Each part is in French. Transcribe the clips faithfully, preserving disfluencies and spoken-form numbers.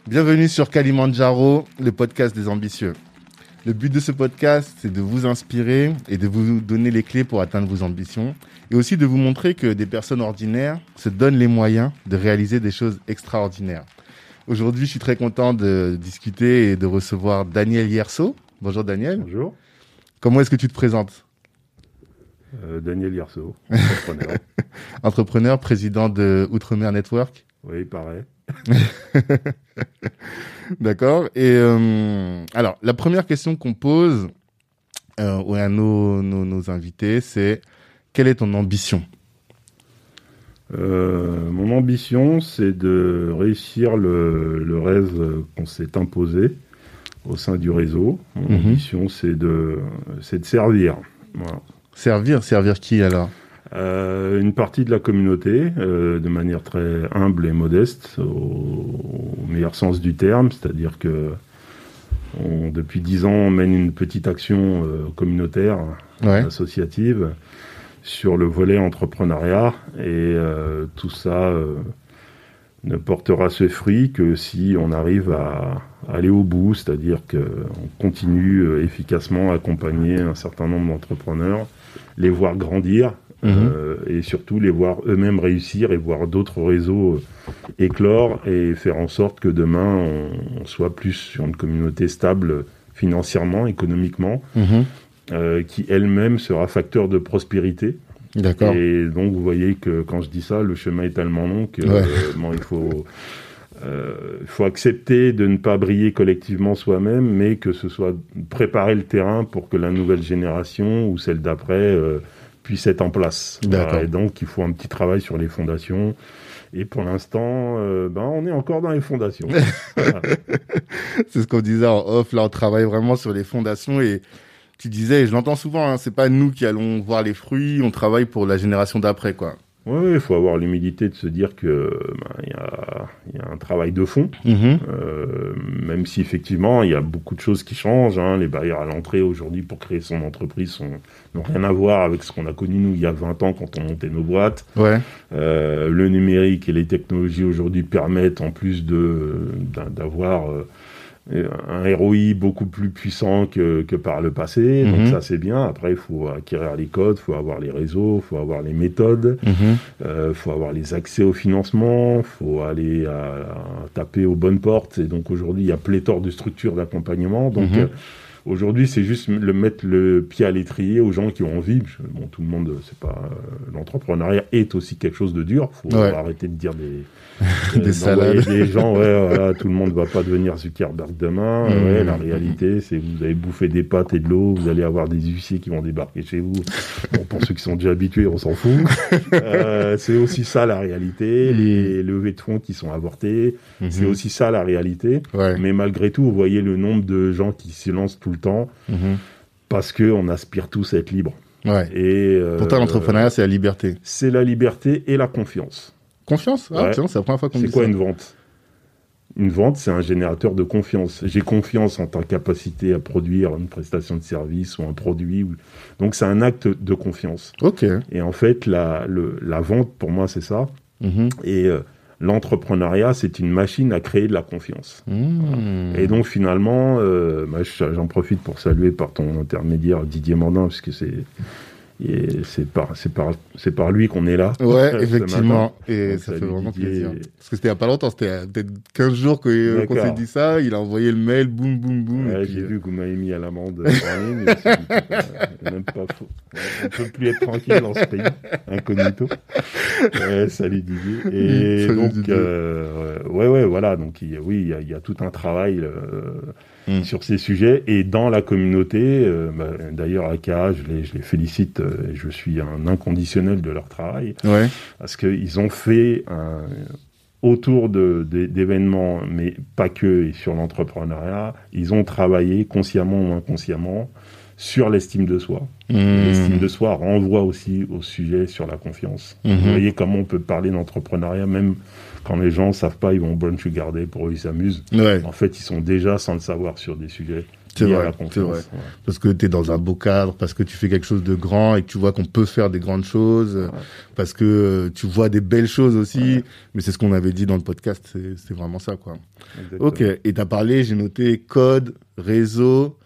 Bienvenue sur Kalimandjaro, le podcast des ambitieux. Le but de ce podcast, c'est de vous inspirer et de vous donner les clés pour atteindre vos ambitions et aussi de vous montrer que des personnes ordinaires se donnent les moyens de réaliser des choses extraordinaires. Aujourd'hui, je suis très content de discuter et de recevoir Daniel Yerso. Bonjour Daniel. Bonjour. Comment est-ce que tu te présentes ? Euh, Daniel Yerso, entrepreneur. Entrepreneur, président de Outremer Network. Oui, pareil. D'accord. Et euh, alors, la première question qu'on pose euh, à nos, nos, nos invités, c'est quelle est ton ambition ? euh, Mon ambition, c'est de réussir le, le rêve qu'on s'est imposé au sein du réseau. Mon Mm-hmm. ambition, c'est de, c'est de servir. Voilà. Servir, servir qui alors ? Euh, une partie de la communauté, euh, de manière très humble et modeste, au, au meilleur sens du terme, c'est-à-dire que on, depuis dix ans, on mène une petite action euh, communautaire, Ouais. associative, sur le volet entrepreneuriat, et euh, tout ça euh, ne portera ses fruits que si on arrive à, à aller au bout, c'est-à-dire qu'on continue euh, efficacement à accompagner un certain nombre d'entrepreneurs, les voir grandir, Mmh. euh, et surtout les voir eux-mêmes réussir et voir d'autres réseaux euh, éclore et faire en sorte que demain on, on soit plus sur une communauté stable financièrement, économiquement, Mmh. euh, qui elle-même sera facteur de prospérité. D'accord. Et donc vous voyez que quand je dis ça, le chemin est tellement long que Ouais. euh, bon, il faut euh, il faut accepter de ne pas briller collectivement soi-même, mais que ce soit préparer le terrain pour que la nouvelle génération ou celle d'après euh, puisse être en place. D'accord. Voilà, et donc, il faut un petit travail sur les fondations. Et pour l'instant, euh, ben, on est encore dans les fondations. Voilà. C'est ce qu'on disait en off. Là, on travaille vraiment sur les fondations et tu disais, et je l'entends souvent, hein, c'est pas nous qui allons voir les fruits, on travaille pour la génération d'après, quoi. Oui, il faut avoir l'humilité de se dire que ben, y a, y a un travail de fond, Mm-hmm. euh, même si effectivement il y a beaucoup de choses qui changent. Hein, les barrières à l'entrée aujourd'hui pour créer son entreprise sont, n'ont rien à voir avec ce qu'on a connu nous il y a vingt ans quand on montait nos boîtes. Ouais. Euh, le numérique et les technologies aujourd'hui permettent en plus de, d'avoir euh, un R O I beaucoup plus puissant que, que par le passé, Mm-hmm. donc ça c'est bien. Après il faut acquérir les codes, il faut avoir les réseaux, il faut avoir les méthodes, il Mm-hmm. euh, faut avoir les accès au financement, il faut aller à, à taper aux bonnes portes. Et donc aujourd'hui il y a pléthore de structures d'accompagnement. Donc Mm-hmm. euh, aujourd'hui c'est juste le mettre le pied à l'étrier aux gens qui ont envie. Bon, tout le monde, c'est pas euh, l'entrepreneuriat est aussi quelque chose de dur. Il faut Ouais. arrêter de dire des Des d'envoyer salades. des gens, ouais, voilà, tout le monde va pas devenir Zuckerberg demain. Mmh. Ouais, la réalité, c'est que vous allez bouffer des pâtes et de l'eau, vous allez avoir des huissiers qui vont débarquer chez vous. Bon, pour ceux qui sont déjà habitués, on s'en fout. Euh, c'est aussi ça la réalité. Mmh. Les levées de fonds qui sont avortées, Mm-hmm. c'est aussi ça la réalité. Ouais. Mais malgré tout, vous voyez le nombre de gens qui se lancent tout le temps Mm-hmm. parce que on aspire tous à être libres. Ouais. Et euh, Pour toi, l'entrepreneuriat, c'est la liberté. c'est la liberté et la confiance. Confiance ? Ah, Ouais. tiens, c'est la première fois qu'on me C'est dit quoi ça. une vente ? Une vente, c'est un générateur de confiance. J'ai confiance en ta capacité à produire une prestation de service ou un produit. Ou... Donc, c'est un acte de confiance. Ok. Et en fait, la, le, la vente, pour moi, c'est ça. Mm-hmm. Et euh, l'entrepreneuriat, c'est une machine à créer de la confiance. Mmh. Et donc, finalement, euh, bah, j'en profite pour saluer par ton intermédiaire Didier Mandin, parce que c'est... Et c'est par, c'est par, c'est par lui qu'on est là. Ouais, ce effectivement. matin. Et Donc, ça salut fait vraiment Didier. plaisir. Parce que c'était il y a pas longtemps, c'était euh, peut-être quinze jours que, euh, qu'on D'accord. s'est dit ça. Il a envoyé le mail, boum, boum, boum. et Ouais, puis, j'ai euh, vu que vous m'avez mis à l'amende en ligne. mais c'est- c'est même pas faux. On ne peut plus être tranquille dans ce pays. Incognito. Ouais, salut Didier. Et Salut donc, Didier. euh, ouais, ouais, voilà. Donc, il y a- oui, il y a, il y a tout un travail euh, Mm. sur ces sujets. Et dans la communauté, euh, bah, d'ailleurs, A K A, je les, je les félicite. euh, et je suis un inconditionnel de leur travail. Ouais. Parce qu'ils ont fait un, autour de, de- d'événements, mais pas que, et sur l'entrepreneuriat, ils ont travaillé consciemment ou inconsciemment sur l'estime de soi. Mmh. L'estime de soi renvoie aussi au sujet sur la confiance. Mmh. Vous voyez comment on peut parler d'entrepreneuriat, même quand les gens ne savent pas, ils vont brunch garder, pour eux ils s'amusent. Ouais. En fait, ils sont déjà, sans le savoir, sur des sujets C'est lié à vrai, la c'est confiance. vrai. Ouais. Parce que tu es dans un beau cadre, parce que tu fais quelque chose de grand et que tu vois qu'on peut faire des grandes choses, Ouais. parce que euh, tu vois des belles choses aussi. Ouais. Mais c'est ce qu'on avait dit dans le podcast, c'est, c'est vraiment ça, quoi. Exactement. Ok, et tu as parlé, j'ai noté code, réseau,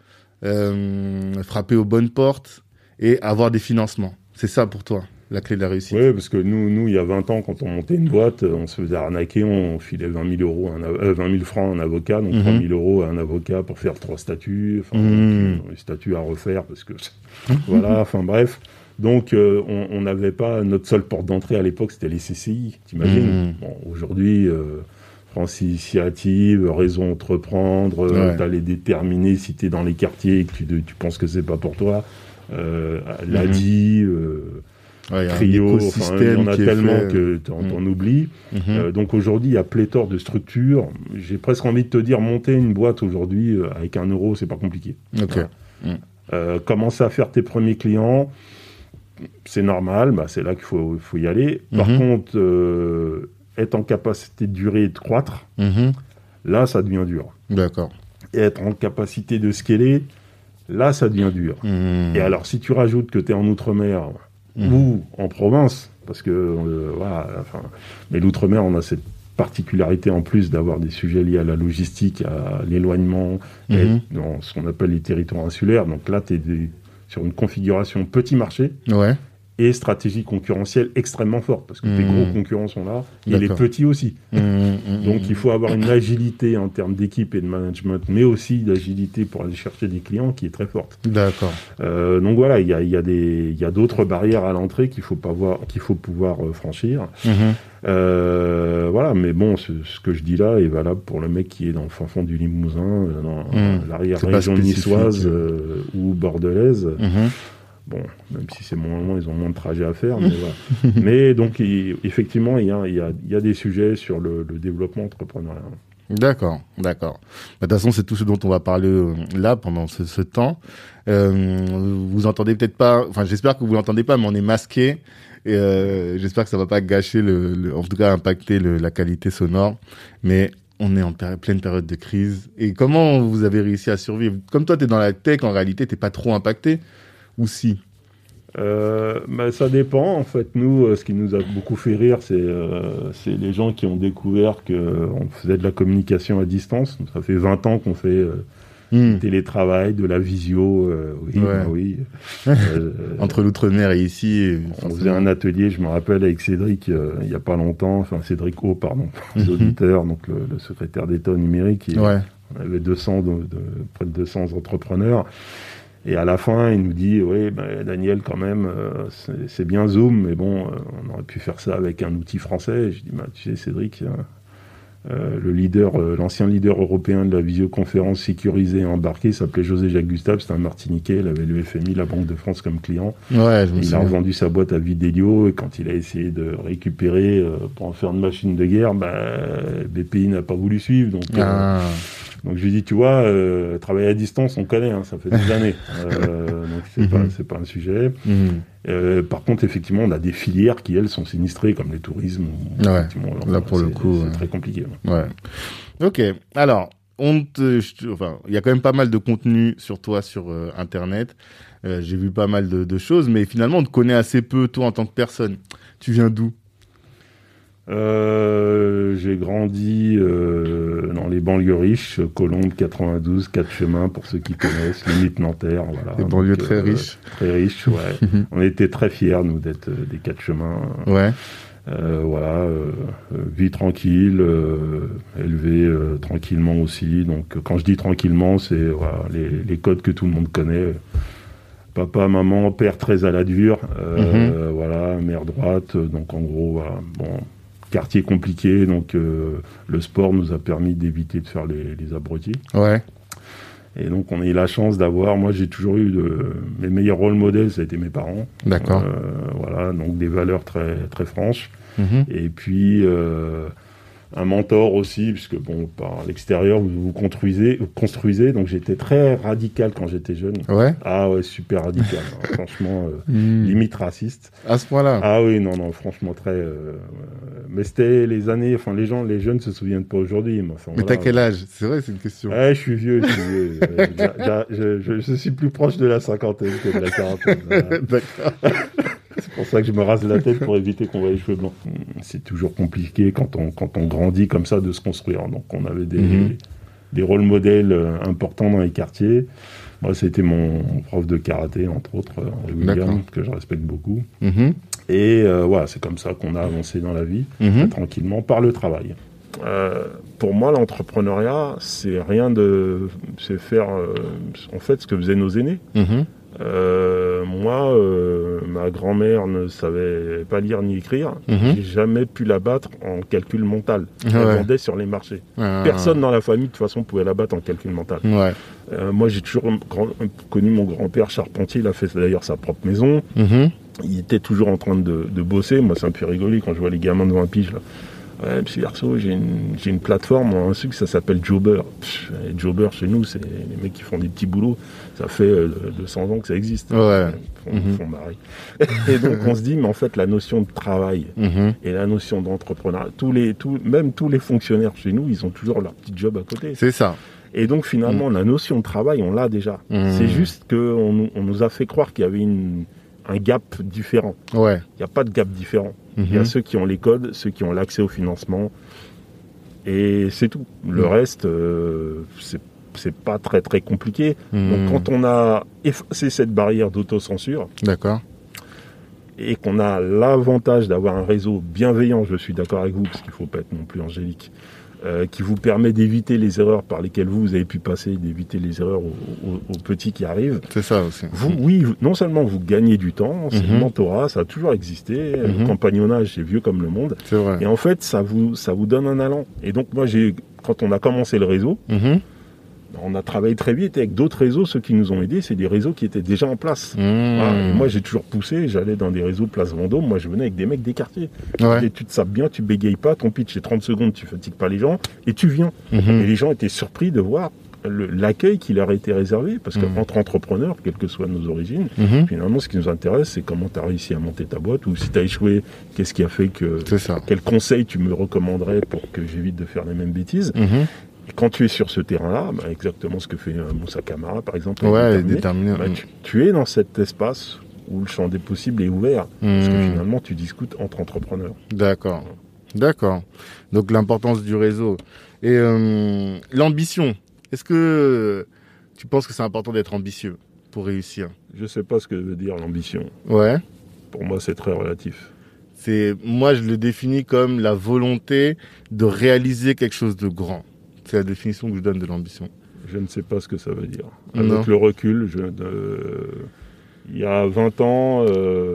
euh, frapper aux bonnes portes et avoir des financements. C'est ça pour toi, la clé de la réussite. Oui, parce que nous, nous, il y a vingt ans, quand on montait une boîte, on se faisait arnaquer, on filait vingt mille euros, à un, euh, vingt mille francs à un avocat, donc Mhm. trois mille euros à un avocat pour faire trois statuts, enfin, Mhm. donc, euh, les statuts à refaire, parce que, voilà, enfin bref. Donc, euh, on n'avait pas, notre seule porte d'entrée à l'époque, c'était les C C I, t'imagines. Mhm. Bon, aujourd'hui, euh, France Initiative, Réseau Entreprendre, euh, Ouais. t'as les déterminés si t'es dans les quartiers et que tu, tu penses que c'est pas pour toi, euh, l'A D I, euh, Ouais, il y a un Trio, enfin, il y écosystème en a qui est tellement fait. que t'en, Mm. t'en oublies. Mhm. Euh, donc aujourd'hui, il y a pléthore de structures. J'ai presque envie de te dire, monter une boîte aujourd'hui euh, avec un euro, c'est pas compliqué. Ok. Voilà. Mm. Euh, commencer à faire tes premiers clients, c'est normal, bah, c'est là qu'il faut, faut y aller. Par Mhm. contre, euh, être en capacité de durer et de croître, Mhm. là, ça devient dur. D'accord. Et être en capacité de scaler, là, ça devient dur. Mhm. Et alors, si tu rajoutes que tu es en Outre-mer Mhm. ou en province, parce que, euh, voilà, enfin, mais l'Outre-mer, on a cette particularité en plus d'avoir des sujets liés à la logistique, à l'éloignement, Mhm. et dans ce qu'on appelle les territoires insulaires. Donc là, tu es sur une configuration petit marché Ouais. et stratégie concurrentielle extrêmement forte, parce que tes Mhm. gros concurrents sont là, et les D'accord. petits aussi. Mhm. Mhm. Donc il faut avoir une agilité en termes d'équipe et de management, mais aussi d'agilité pour aller chercher des clients qui est très forte. D'accord. Euh, donc voilà, il y a, il y a des, il y a d'autres barrières à l'entrée qu'il faut pas voir, qu'il faut pouvoir euh, franchir. Mhm. Euh, voilà, mais bon, ce, ce que je dis là est valable pour le mec qui est dans le fin fond du Limousin, euh, dans Mhm. l'arrière-région C'est pas spécifique. niçoise euh, ou bordelaise. Mhm. Bon, même si c'est moins long, ils ont moins de trajets à faire. Mais, voilà. Mais donc, il, effectivement, il y a, il y, a, il y a des sujets sur le, le développement entrepreneurial. D'accord, d'accord. Bah, de toute façon, c'est tout ce dont on va parler euh, là pendant ce, ce temps. Euh, vous entendez peut-être pas, enfin, j'espère que vous l'entendez pas, mais on est masqué. Et euh, j'espère que ça va pas gâcher le, le en tout cas impacter le, la qualité sonore. Mais on est en péri- pleine période de crise. Et comment vous avez réussi à survivre? Comme toi, t'es dans la tech, en réalité, t'es pas trop impacté, ou si? Euh, bah, ça dépend. En fait, nous, euh, ce qui nous a beaucoup fait rire, c'est euh, c'est les gens qui ont découvert qu'on faisait de la communication à distance. Donc, ça fait vingt ans qu'on fait euh, Hmm. du télétravail, de la visio. Euh, oui, Ouais. bah oui. Euh, Entre l'outre-mer et ici. et on forcément. faisait un atelier, je me rappelle, avec Cédric, euh, il n'y a pas longtemps, enfin Cédric O, pardon, les Mhm. auditeurs, donc le, le secrétaire d'État au numérique. Et Ouais. on avait deux cents, de, de, près de deux cents entrepreneurs. Et à la fin, il nous dit, oui, ben, Daniel, quand même, euh, c'est, c'est bien Zoom, mais bon, euh, on aurait pu faire ça avec un outil français. Et je dis, bah, tu sais, Cédric, euh, euh, le leader, euh, l'ancien leader européen de la visioconférence sécurisée et embarquée s'appelait José-Jacques Gustave, c'était un Martiniquais, il avait le F M I, la Banque de France comme client. Ouais, je me Il a souviens. revendu sa boîte à Vidélio, et quand il a essayé de récupérer euh, pour en faire une machine de guerre, bah, B P I n'a pas voulu suivre. Donc, euh, Ah. donc je lui dis, tu vois, euh, travailler à distance, on connaît, hein, ça fait des années. Euh, donc c'est Mhm. pas, c'est pas un sujet. Mhm. Euh, par contre, effectivement, on a des filières qui, elles, sont sinistrées, comme le tourisme. Où, Ouais. effectivement, alors, Là, pour c'est, le coup, c'est ouais. très compliqué. Ouais. Ok. Alors, on te, je te- enfin, il y a quand même pas mal de contenu sur toi sur euh, Internet. Euh, j'ai vu pas mal de, de choses, mais finalement, on te connaît assez peu, toi, en tant que personne. Tu viens d'où? Euh, j'ai grandi euh, dans les banlieues riches, Colombes, quatre-vingt-douze, Quatre Chemins, pour ceux qui connaissent, limite Nanterre. Voilà. Des banlieues Donc, très euh, riches. Très riches, ouais. On était très fiers, nous, d'être euh, des Quatre Chemins. Ouais. Euh, voilà, euh, euh, vie tranquille, euh, élevé euh, tranquillement aussi. Donc, euh, quand je dis tranquillement, c'est voilà, les, les codes que tout le monde connaît. Papa, maman, père très à la dure, euh, Mhm. voilà, mère droite. Donc, en gros, voilà, bon, quartier compliqué. Donc, euh, le sport nous a permis d'éviter de faire les, les abrutis. Ouais. Et donc, on a eu la chance d'avoir. Moi, j'ai toujours eu de, mes meilleurs rôles modèles, ça a été mes parents. D'accord. Euh, voilà, donc des valeurs très, très franches. Mhm. Et puis, euh, un mentor aussi, puisque bon, par l'extérieur, vous vous construisez, vous construisez. Donc j'étais très radical quand j'étais jeune. Ouais. Ah ouais, super radical. hein, franchement, euh, Mmh. limite raciste. À ce point-là. Ah oui, non, non, franchement très. euh, euh, mais c'était les années. Enfin, les gens, les jeunes se souviennent pas aujourd'hui. Mais, enfin, Mais voilà, t'as quel ouais. âge? C'est vrai, c'est une question. Ouais, je suis vieux, je suis vieux. Euh, j'a- j'a- je, je- je suis plus proche de la cinquantaine que de la quarantaine. Voilà. D'accord. C'est pour ça que je me rase la tête pour éviter qu'on voit les cheveux blancs. C'est toujours compliqué quand on, quand on grandit comme ça de se construire. Donc on avait des, Mhm. des rôles modèles euh, importants dans les quartiers. Moi, c'était mon prof de karaté, entre autres, euh, Henri William, D'accord. que je respecte beaucoup. Mhm. Et euh, voilà, c'est comme ça qu'on a avancé dans la vie, Mhm. tranquillement, par le travail. Euh, pour moi, l'entrepreneuriat, c'est rien de... C'est faire, euh, en fait, ce que faisaient nos aînés. Mhm. Euh, moi, euh, ma grand-mère ne savait pas lire ni écrire. Mhm. J'ai jamais pu la battre en calcul mental. Elle Ouais. vendait sur les marchés. Ah. Personne dans la famille, de toute façon, pouvait la battre en calcul mental. Ouais. Euh, moi, j'ai toujours grand- connu mon grand-père charpentier. Il a fait d'ailleurs sa propre maison. Mhm. Il était toujours en train de, de bosser. Moi, ça me fait rigoler quand je vois les gamins de vingt piges, là. Ouais, monsieur Garceau, j'ai une, j'ai une plateforme, un truc, ça s'appelle Jobber. Pff, et Jobber, chez nous, c'est les mecs qui font des petits boulots. Ça fait euh, deux cents ans que ça existe. Ouais. Ils font, Mhm. font marrer. Et donc, on se dit, mais en fait, la notion de travail Mhm. et la notion d'entrepreneuriat, tous les, tous, même tous les fonctionnaires chez nous, ils ont toujours leur petit job à côté. C'est ça. Et donc, finalement, la notion de travail, on l'a déjà. Mhm. C'est juste qu'on nous, on nous a fait croire qu'il y avait une, un gap différent. Ouais. Il n'y a pas de gap différent. Il y a Mhm. ceux qui ont les codes, ceux qui ont l'accès au financement, et c'est tout. Le Mm. reste, euh, c'est, c'est pas très très compliqué. Mhm. Donc quand on a effacé cette barrière d'autocensure, D'accord. et qu'on a l'avantage d'avoir un réseau bienveillant, je suis d'accord avec vous, parce qu'il ne faut pas être non plus angélique, euh, qui vous permet d'éviter les erreurs par lesquelles vous, vous avez pu passer, d'éviter les erreurs aux, aux- aux petits qui arrivent. C'est ça aussi. Vous, oui, vous- non seulement vous gagnez du temps, c'est Mhm. le mentorat, ça a toujours existé, Mhm. le compagnonnage, c'est vieux comme le monde, C'est vrai. et en fait, ça vous, ça vous donne un allant. Et donc moi, j'ai, quand on a commencé le réseau, Mhm. on a travaillé très vite avec d'autres réseaux. Ceux qui nous ont aidés, c'est des réseaux qui étaient déjà en place. Mhm. Voilà. Et moi, j'ai toujours poussé, j'allais dans des réseaux Place Vendôme, moi je venais avec des mecs des quartiers. Ouais. Et tu te sapes bien, tu bégayes pas, ton pitch c'est trente secondes, tu fatigues pas les gens, et tu viens. Mhm. Et les gens étaient surpris de voir le- l'accueil qui leur était réservé, parce Mhm. qu'entre entrepreneurs, quelles que soient nos origines, Mhm. finalement ce qui nous intéresse, c'est comment tu as réussi à monter ta boîte, ou si tu as échoué, qu'est-ce qui a fait que... C'est ça. Quel conseil tu me recommanderais pour que j'évite de faire les mêmes bêtises. Mhm. Et quand tu es sur ce terrain-là, bah, exactement ce que fait euh, Moussa Camara, par exemple, avec Ouais, Déterminé, déterminé. bah, tu, tu es dans cet espace où le champ des possibles est ouvert, parce que Mhm. finalement tu discutes entre entrepreneurs. D'accord. D'accord. Donc l'importance du réseau. Et euh, l'ambition. Est-ce que tu penses que c'est important d'être ambitieux pour réussir? Je sais pas ce que veut dire l'ambition. Ouais. Pour moi, c'est très relatif. C'est, moi, je le définis comme la volonté de réaliser quelque chose de grand. C'est la définition que je donne de l'ambition. Je ne sais pas ce que ça veut dire. Non. Avec le recul, je, euh, il y a vingt ans, euh,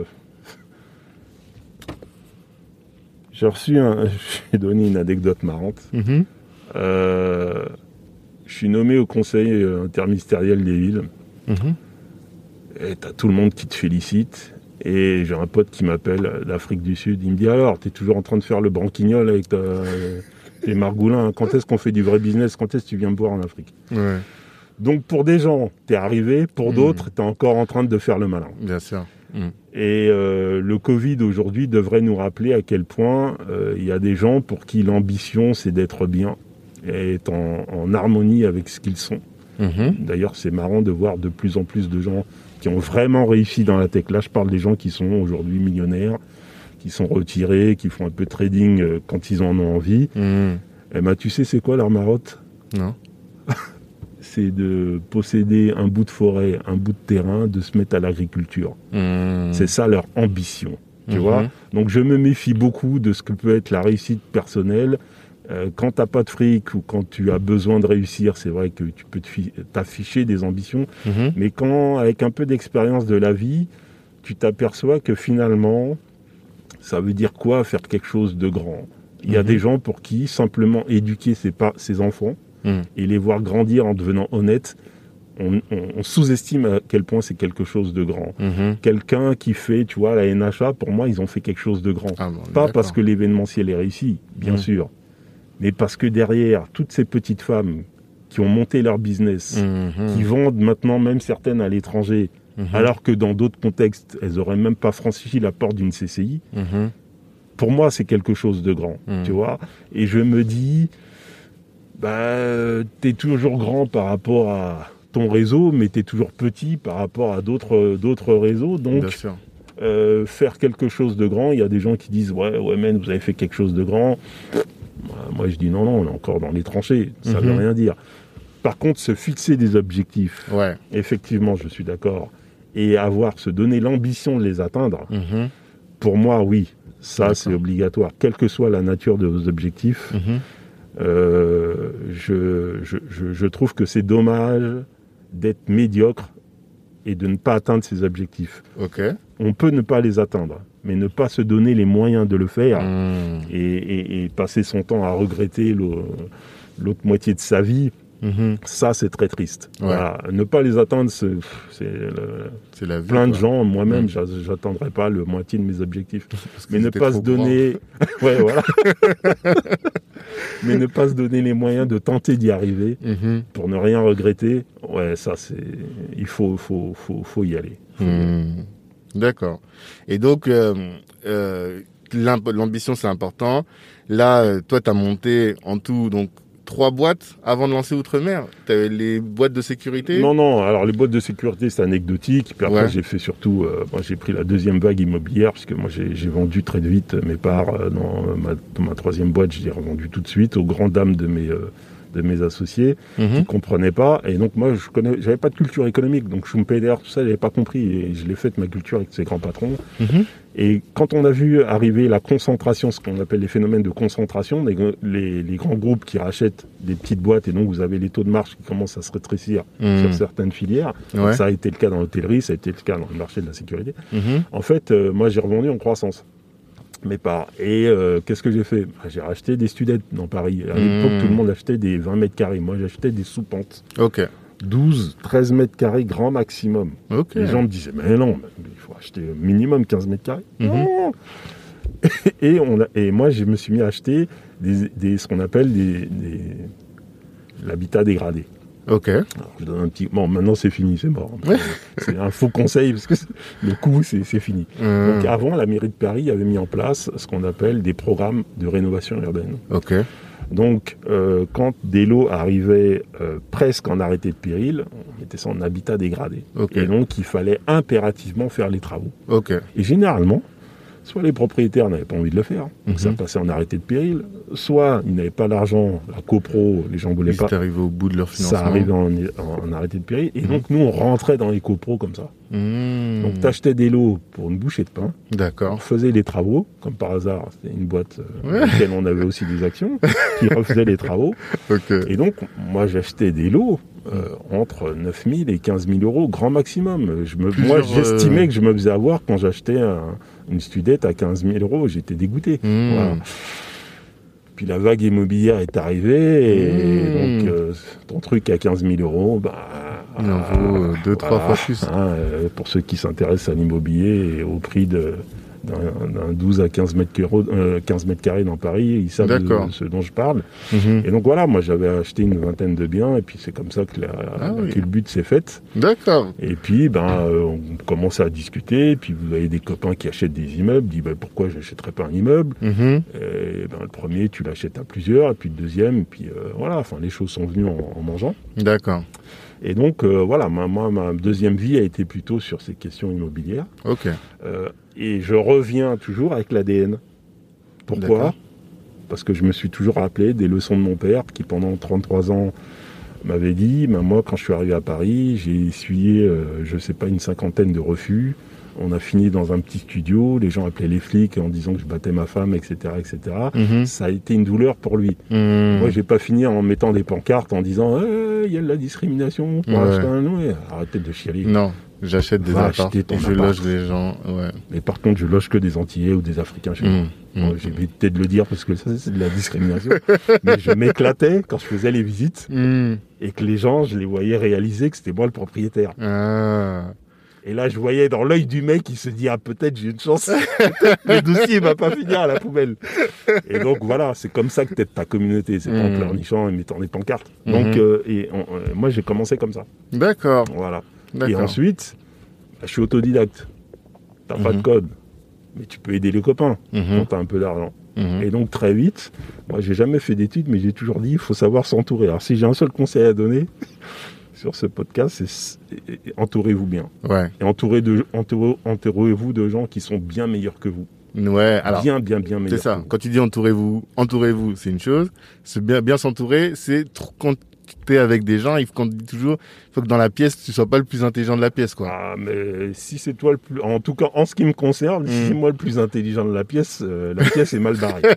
j'ai reçu un... J'ai donné une anecdote marrante. Mhm. Euh, je suis nommé au conseil euh, interministériel des villes. Mhm. Et t'as tout le monde qui te félicite. Et j'ai un pote qui m'appelle d'Afrique du Sud. Il me dit alors, t'es toujours en train de faire le branquignol avec ta, tes margoulins. Quand est-ce qu'on fait du vrai business? Quand est-ce que tu viens me voir en Afrique? Ouais, Donc pour des gens, t'es arrivé. Pour Mhm. d'autres, t'es encore en train de faire le malin. bien sûr. Mhm. Et euh, le Covid aujourd'hui devrait nous rappeler à quel point euh, il y a des gens pour qui l'ambition, c'est d'être bien et être en, en harmonie avec ce qu'ils sont. Mhm. D'ailleurs, c'est marrant de voir de plus en plus de gens qui ont vraiment réussi dans la tech. Là, je parle des gens qui sont aujourd'hui millionnaires, qui sont retirés, qui font un peu de trading euh, quand ils en ont envie. Mhm. Eh ben, tu sais, c'est quoi leur marotte? Non. C'est de posséder un bout de forêt, un bout de terrain, de se mettre à l'agriculture. Mhm. C'est ça leur ambition. Tu Mhm. vois? Donc, je me méfie beaucoup de ce que peut être la réussite personnelle. Euh, quand tu n'as pas de fric ou quand tu as besoin de réussir, c'est vrai que tu peux te fi- t'afficher des ambitions. Mhm. Mais quand, avec un peu d'expérience de la vie, tu t'aperçois que finalement, ça veut dire quoi faire quelque chose de grand? Il y a Mhm. des gens pour qui simplement éduquer ses, pa- ses enfants Mhm. et les voir grandir en devenant honnêtes, on, on- on sous-estime à quel point c'est quelque chose de grand. Mhm. Quelqu'un qui fait, tu vois, la N H A, pour moi, ils ont fait quelque chose de grand. Ah bon, Pas d'accord. parce que l'événementiel est réussi, bien Mhm. sûr, mais parce que derrière, toutes ces petites femmes qui ont monté leur business, mmh. qui vendent maintenant même certaines à l'étranger, mmh. alors que dans d'autres contextes, elles n'auraient même pas franchi la porte d'une C C I, mmh. pour moi, c'est quelque chose de grand, mmh. tu vois. Et je me dis, bah, t'es toujours grand par rapport à ton réseau, mais t'es toujours petit par rapport à d'autres, d'autres réseaux, donc... Bien sûr. Euh, faire quelque chose de grand, il y a des gens qui disent ouais ouais man, vous avez fait quelque chose de grand. Moi je dis non non, on est encore dans les tranchées, ça mm-hmm. veut rien dire. Par contre, se fixer des objectifs, ouais. effectivement je suis d'accord, et avoir, se donner l'ambition de les atteindre, mm-hmm. pour moi oui, ça d'accord. c'est obligatoire, quelle que soit la nature de vos objectifs. Mm-hmm. euh, je, je, je, je trouve que c'est dommage d'être médiocre et de ne pas atteindre ses objectifs. Ok. On peut ne pas les atteindre, mais ne pas se donner les moyens de le faire mmh. et, et, et passer son temps à regretter le, l'autre moitié de sa vie, mmh. ça c'est très triste. Ouais. Voilà. Ne pas les atteindre, c'est, c'est, le, c'est la vie, plein quoi. de gens, moi-même, mmh. j'atteindrai pas le moitié de mes objectifs. Mais ne pas se donner... ouais, voilà. Mais ne pas se donner les moyens de tenter d'y arriver mmh. pour ne rien regretter, ouais, ça c'est... Il faut, faut, faut, faut y aller. Faut y aller. Mmh. D'accord. Et donc, euh, euh, l'ambition, c'est important. Là, euh, toi, tu as monté en tout donc trois boîtes avant de lancer Outre-mer. Tu avais les boîtes de sécurité ? Non, non. Alors, les boîtes de sécurité, c'est anecdotique. Puis après, ouais. j'ai fait surtout... Euh, moi, j'ai pris la deuxième vague immobilière parce que moi, j'ai, j'ai vendu très vite mes parts euh, dans, ma, dans ma troisième boîte. Je l'ai revendu tout de suite aux grandes dames de mes... Euh, de mes associés mmh. qui ne comprenaient pas, et donc moi je connais, j'avais pas de culture économique, donc Schumpeter, tout ça, j'avais pas compris, et je l'ai fait ma culture avec ces grands patrons. Mmh. Et quand on a vu arriver la concentration, ce qu'on appelle les phénomènes de concentration, les, les, les grands groupes qui rachètent des petites boîtes, et donc vous avez les taux de marge qui commencent à se rétrécir mmh. sur certaines filières, ouais. donc ça a été le cas dans l'hôtellerie, ça a été le cas dans le marché de la sécurité. Mmh. En fait, euh, moi j'ai revendu en croissance. Mes parts. Et euh, qu'est-ce que j'ai fait ? bah, J'ai racheté des studettes dans Paris. À l'époque, mmh. tout le monde achetait des vingt mètres carrés. Moi, j'achetais des sous-pentes. Ok. douze, treize mètres carrés, grand maximum. Okay. Les gens me disaient, mais non, il faut acheter minimum quinze mètres carrés. Mmh. Non. et, on a, et moi, je me suis mis à acheter des, des, ce qu'on appelle des, des, l'habitat dégradé. Ok. Alors, je donne un petit. Bon, maintenant c'est fini, c'est mort. C'est un faux conseil parce que le coup c'est, c'est fini. Mmh. Donc avant, la mairie de Paris avait mis en place ce qu'on appelle des programmes de rénovation urbaine. Ok. Donc euh, quand des lots arrivaient euh, presque en arrêté de péril, on mettait ça en habitat dégradé. Okay. Et donc il fallait impérativement faire les travaux. Ok. Et généralement, soit les propriétaires n'avaient pas envie de le faire, donc mm-hmm. ça passait en arrêté de péril, soit ils n'avaient pas l'argent, la copro, les gens ne voulaient ils pas. Ils étaient arrivés au bout de leur financement. Ça arrivait en, en, en arrêté de péril, et mm-hmm. donc nous on rentrait dans les copros comme ça. Mm-hmm. Donc t'achetais des lots pour une bouchée de pain. D'accord. On faisait les travaux, comme par hasard, c'était une boîte euh, ouais. dans laquelle on avait aussi des actions, qui refaisait les travaux. Okay. Et donc moi j'achetais des lots. Euh, entre neuf mille et quinze mille euros, grand maximum. Je me, moi, j'estimais euh... que je me faisais avoir quand j'achetais un, une studette à quinze mille euros. J'étais dégoûté. Mmh. Voilà. Puis la vague immobilière est arrivée, et mmh. donc euh, ton truc à quinze mille euros, bah, il en vaut euh, deux, voilà, trois fois plus. Hein, euh, pour ceux qui s'intéressent à l'immobilier, et au prix de... D'un, d'un douze à quinze mètres, euh, quinze mètres carrés dans Paris, ils savent de, ce dont je parle. Mmh. Et donc voilà, moi j'avais acheté une vingtaine de biens, et puis c'est comme ça que, la, ah oui. que le but s'est fait. D'accord. Et puis ben, euh, on commence à discuter, et puis vous avez des copains qui achètent des immeubles, disent ben, pourquoi j'achèterais pas un immeuble mmh. Et ben, le premier tu l'achètes à plusieurs, et puis le deuxième, et puis euh, voilà, enfin les choses sont venues en, en mangeant. D'accord. Et donc, euh, voilà, ma, ma, ma deuxième vie a été plutôt sur ces questions immobilières. Ok. Euh, et je reviens toujours avec l'A D N. Pourquoi ? D'accord. Parce que je me suis toujours rappelé des leçons de mon père, qui pendant trente-trois ans m'avait dit, ben, moi, quand je suis arrivé à Paris, j'ai essuyé, euh, je ne sais pas, une cinquantaine de refus. On a fini dans un petit studio, les gens appelaient les flics en disant que je battais ma femme, et cetera, et cetera. Mm-hmm. Ça a été une douleur pour lui. Mm. Moi, j'ai pas fini en mettant des pancartes en disant il eh, y a de la discrimination pour ouais. acheter un nom. Arrêtez de chialer. Non, j'achète des apparts et je appart. loge des gens. Ouais. Mais par contre, je loge que des Antillais ou des Africains chez moi. Mm. Bon, mm. j'ai évité de le dire parce que ça, c'est de la discrimination. Mais je m'éclatais quand je faisais les visites mm. et que les gens, je les voyais réaliser que c'était moi le propriétaire. Ah. Et là, je voyais dans l'œil du mec, il se dit, ah, peut-être j'ai une chance. Le dossier, il va pas finir à la poubelle. Et donc, voilà, c'est comme ça que t'aides ta communauté. C'est mmh. pas en pleurnichant et mettant des pancartes. Mmh. Donc, euh, et on, euh, moi, j'ai commencé comme ça. D'accord. Voilà. D'accord. Et ensuite, bah, je suis autodidacte. T'as mmh. pas de code. Mais tu peux aider les copains mmh. quand t'as un peu d'argent. Mmh. Et donc, très vite, moi, j'ai jamais fait d'études, mais j'ai toujours dit, il faut savoir s'entourer. Alors, si j'ai un seul conseil à donner sur ce podcast, c'est entourez-vous bien. Ouais. Et entourez de, entourez, entourez-vous de gens qui sont bien meilleurs que vous. Ouais, alors. Bien, bien, bien meilleurs. C'est ça. Quand tu dis entourez-vous, entourez-vous, c'est une chose. C'est bien, bien s'entourer, c'est trop, quand t'es avec des gens, il faut qu'on dit toujours, il faut que dans la pièce, tu sois pas le plus intelligent de la pièce, quoi. Ah, mais si c'est toi le plus, en tout cas, en ce qui me concerne, mmh. si c'est moi le plus intelligent de la pièce, euh, la pièce est mal barrée.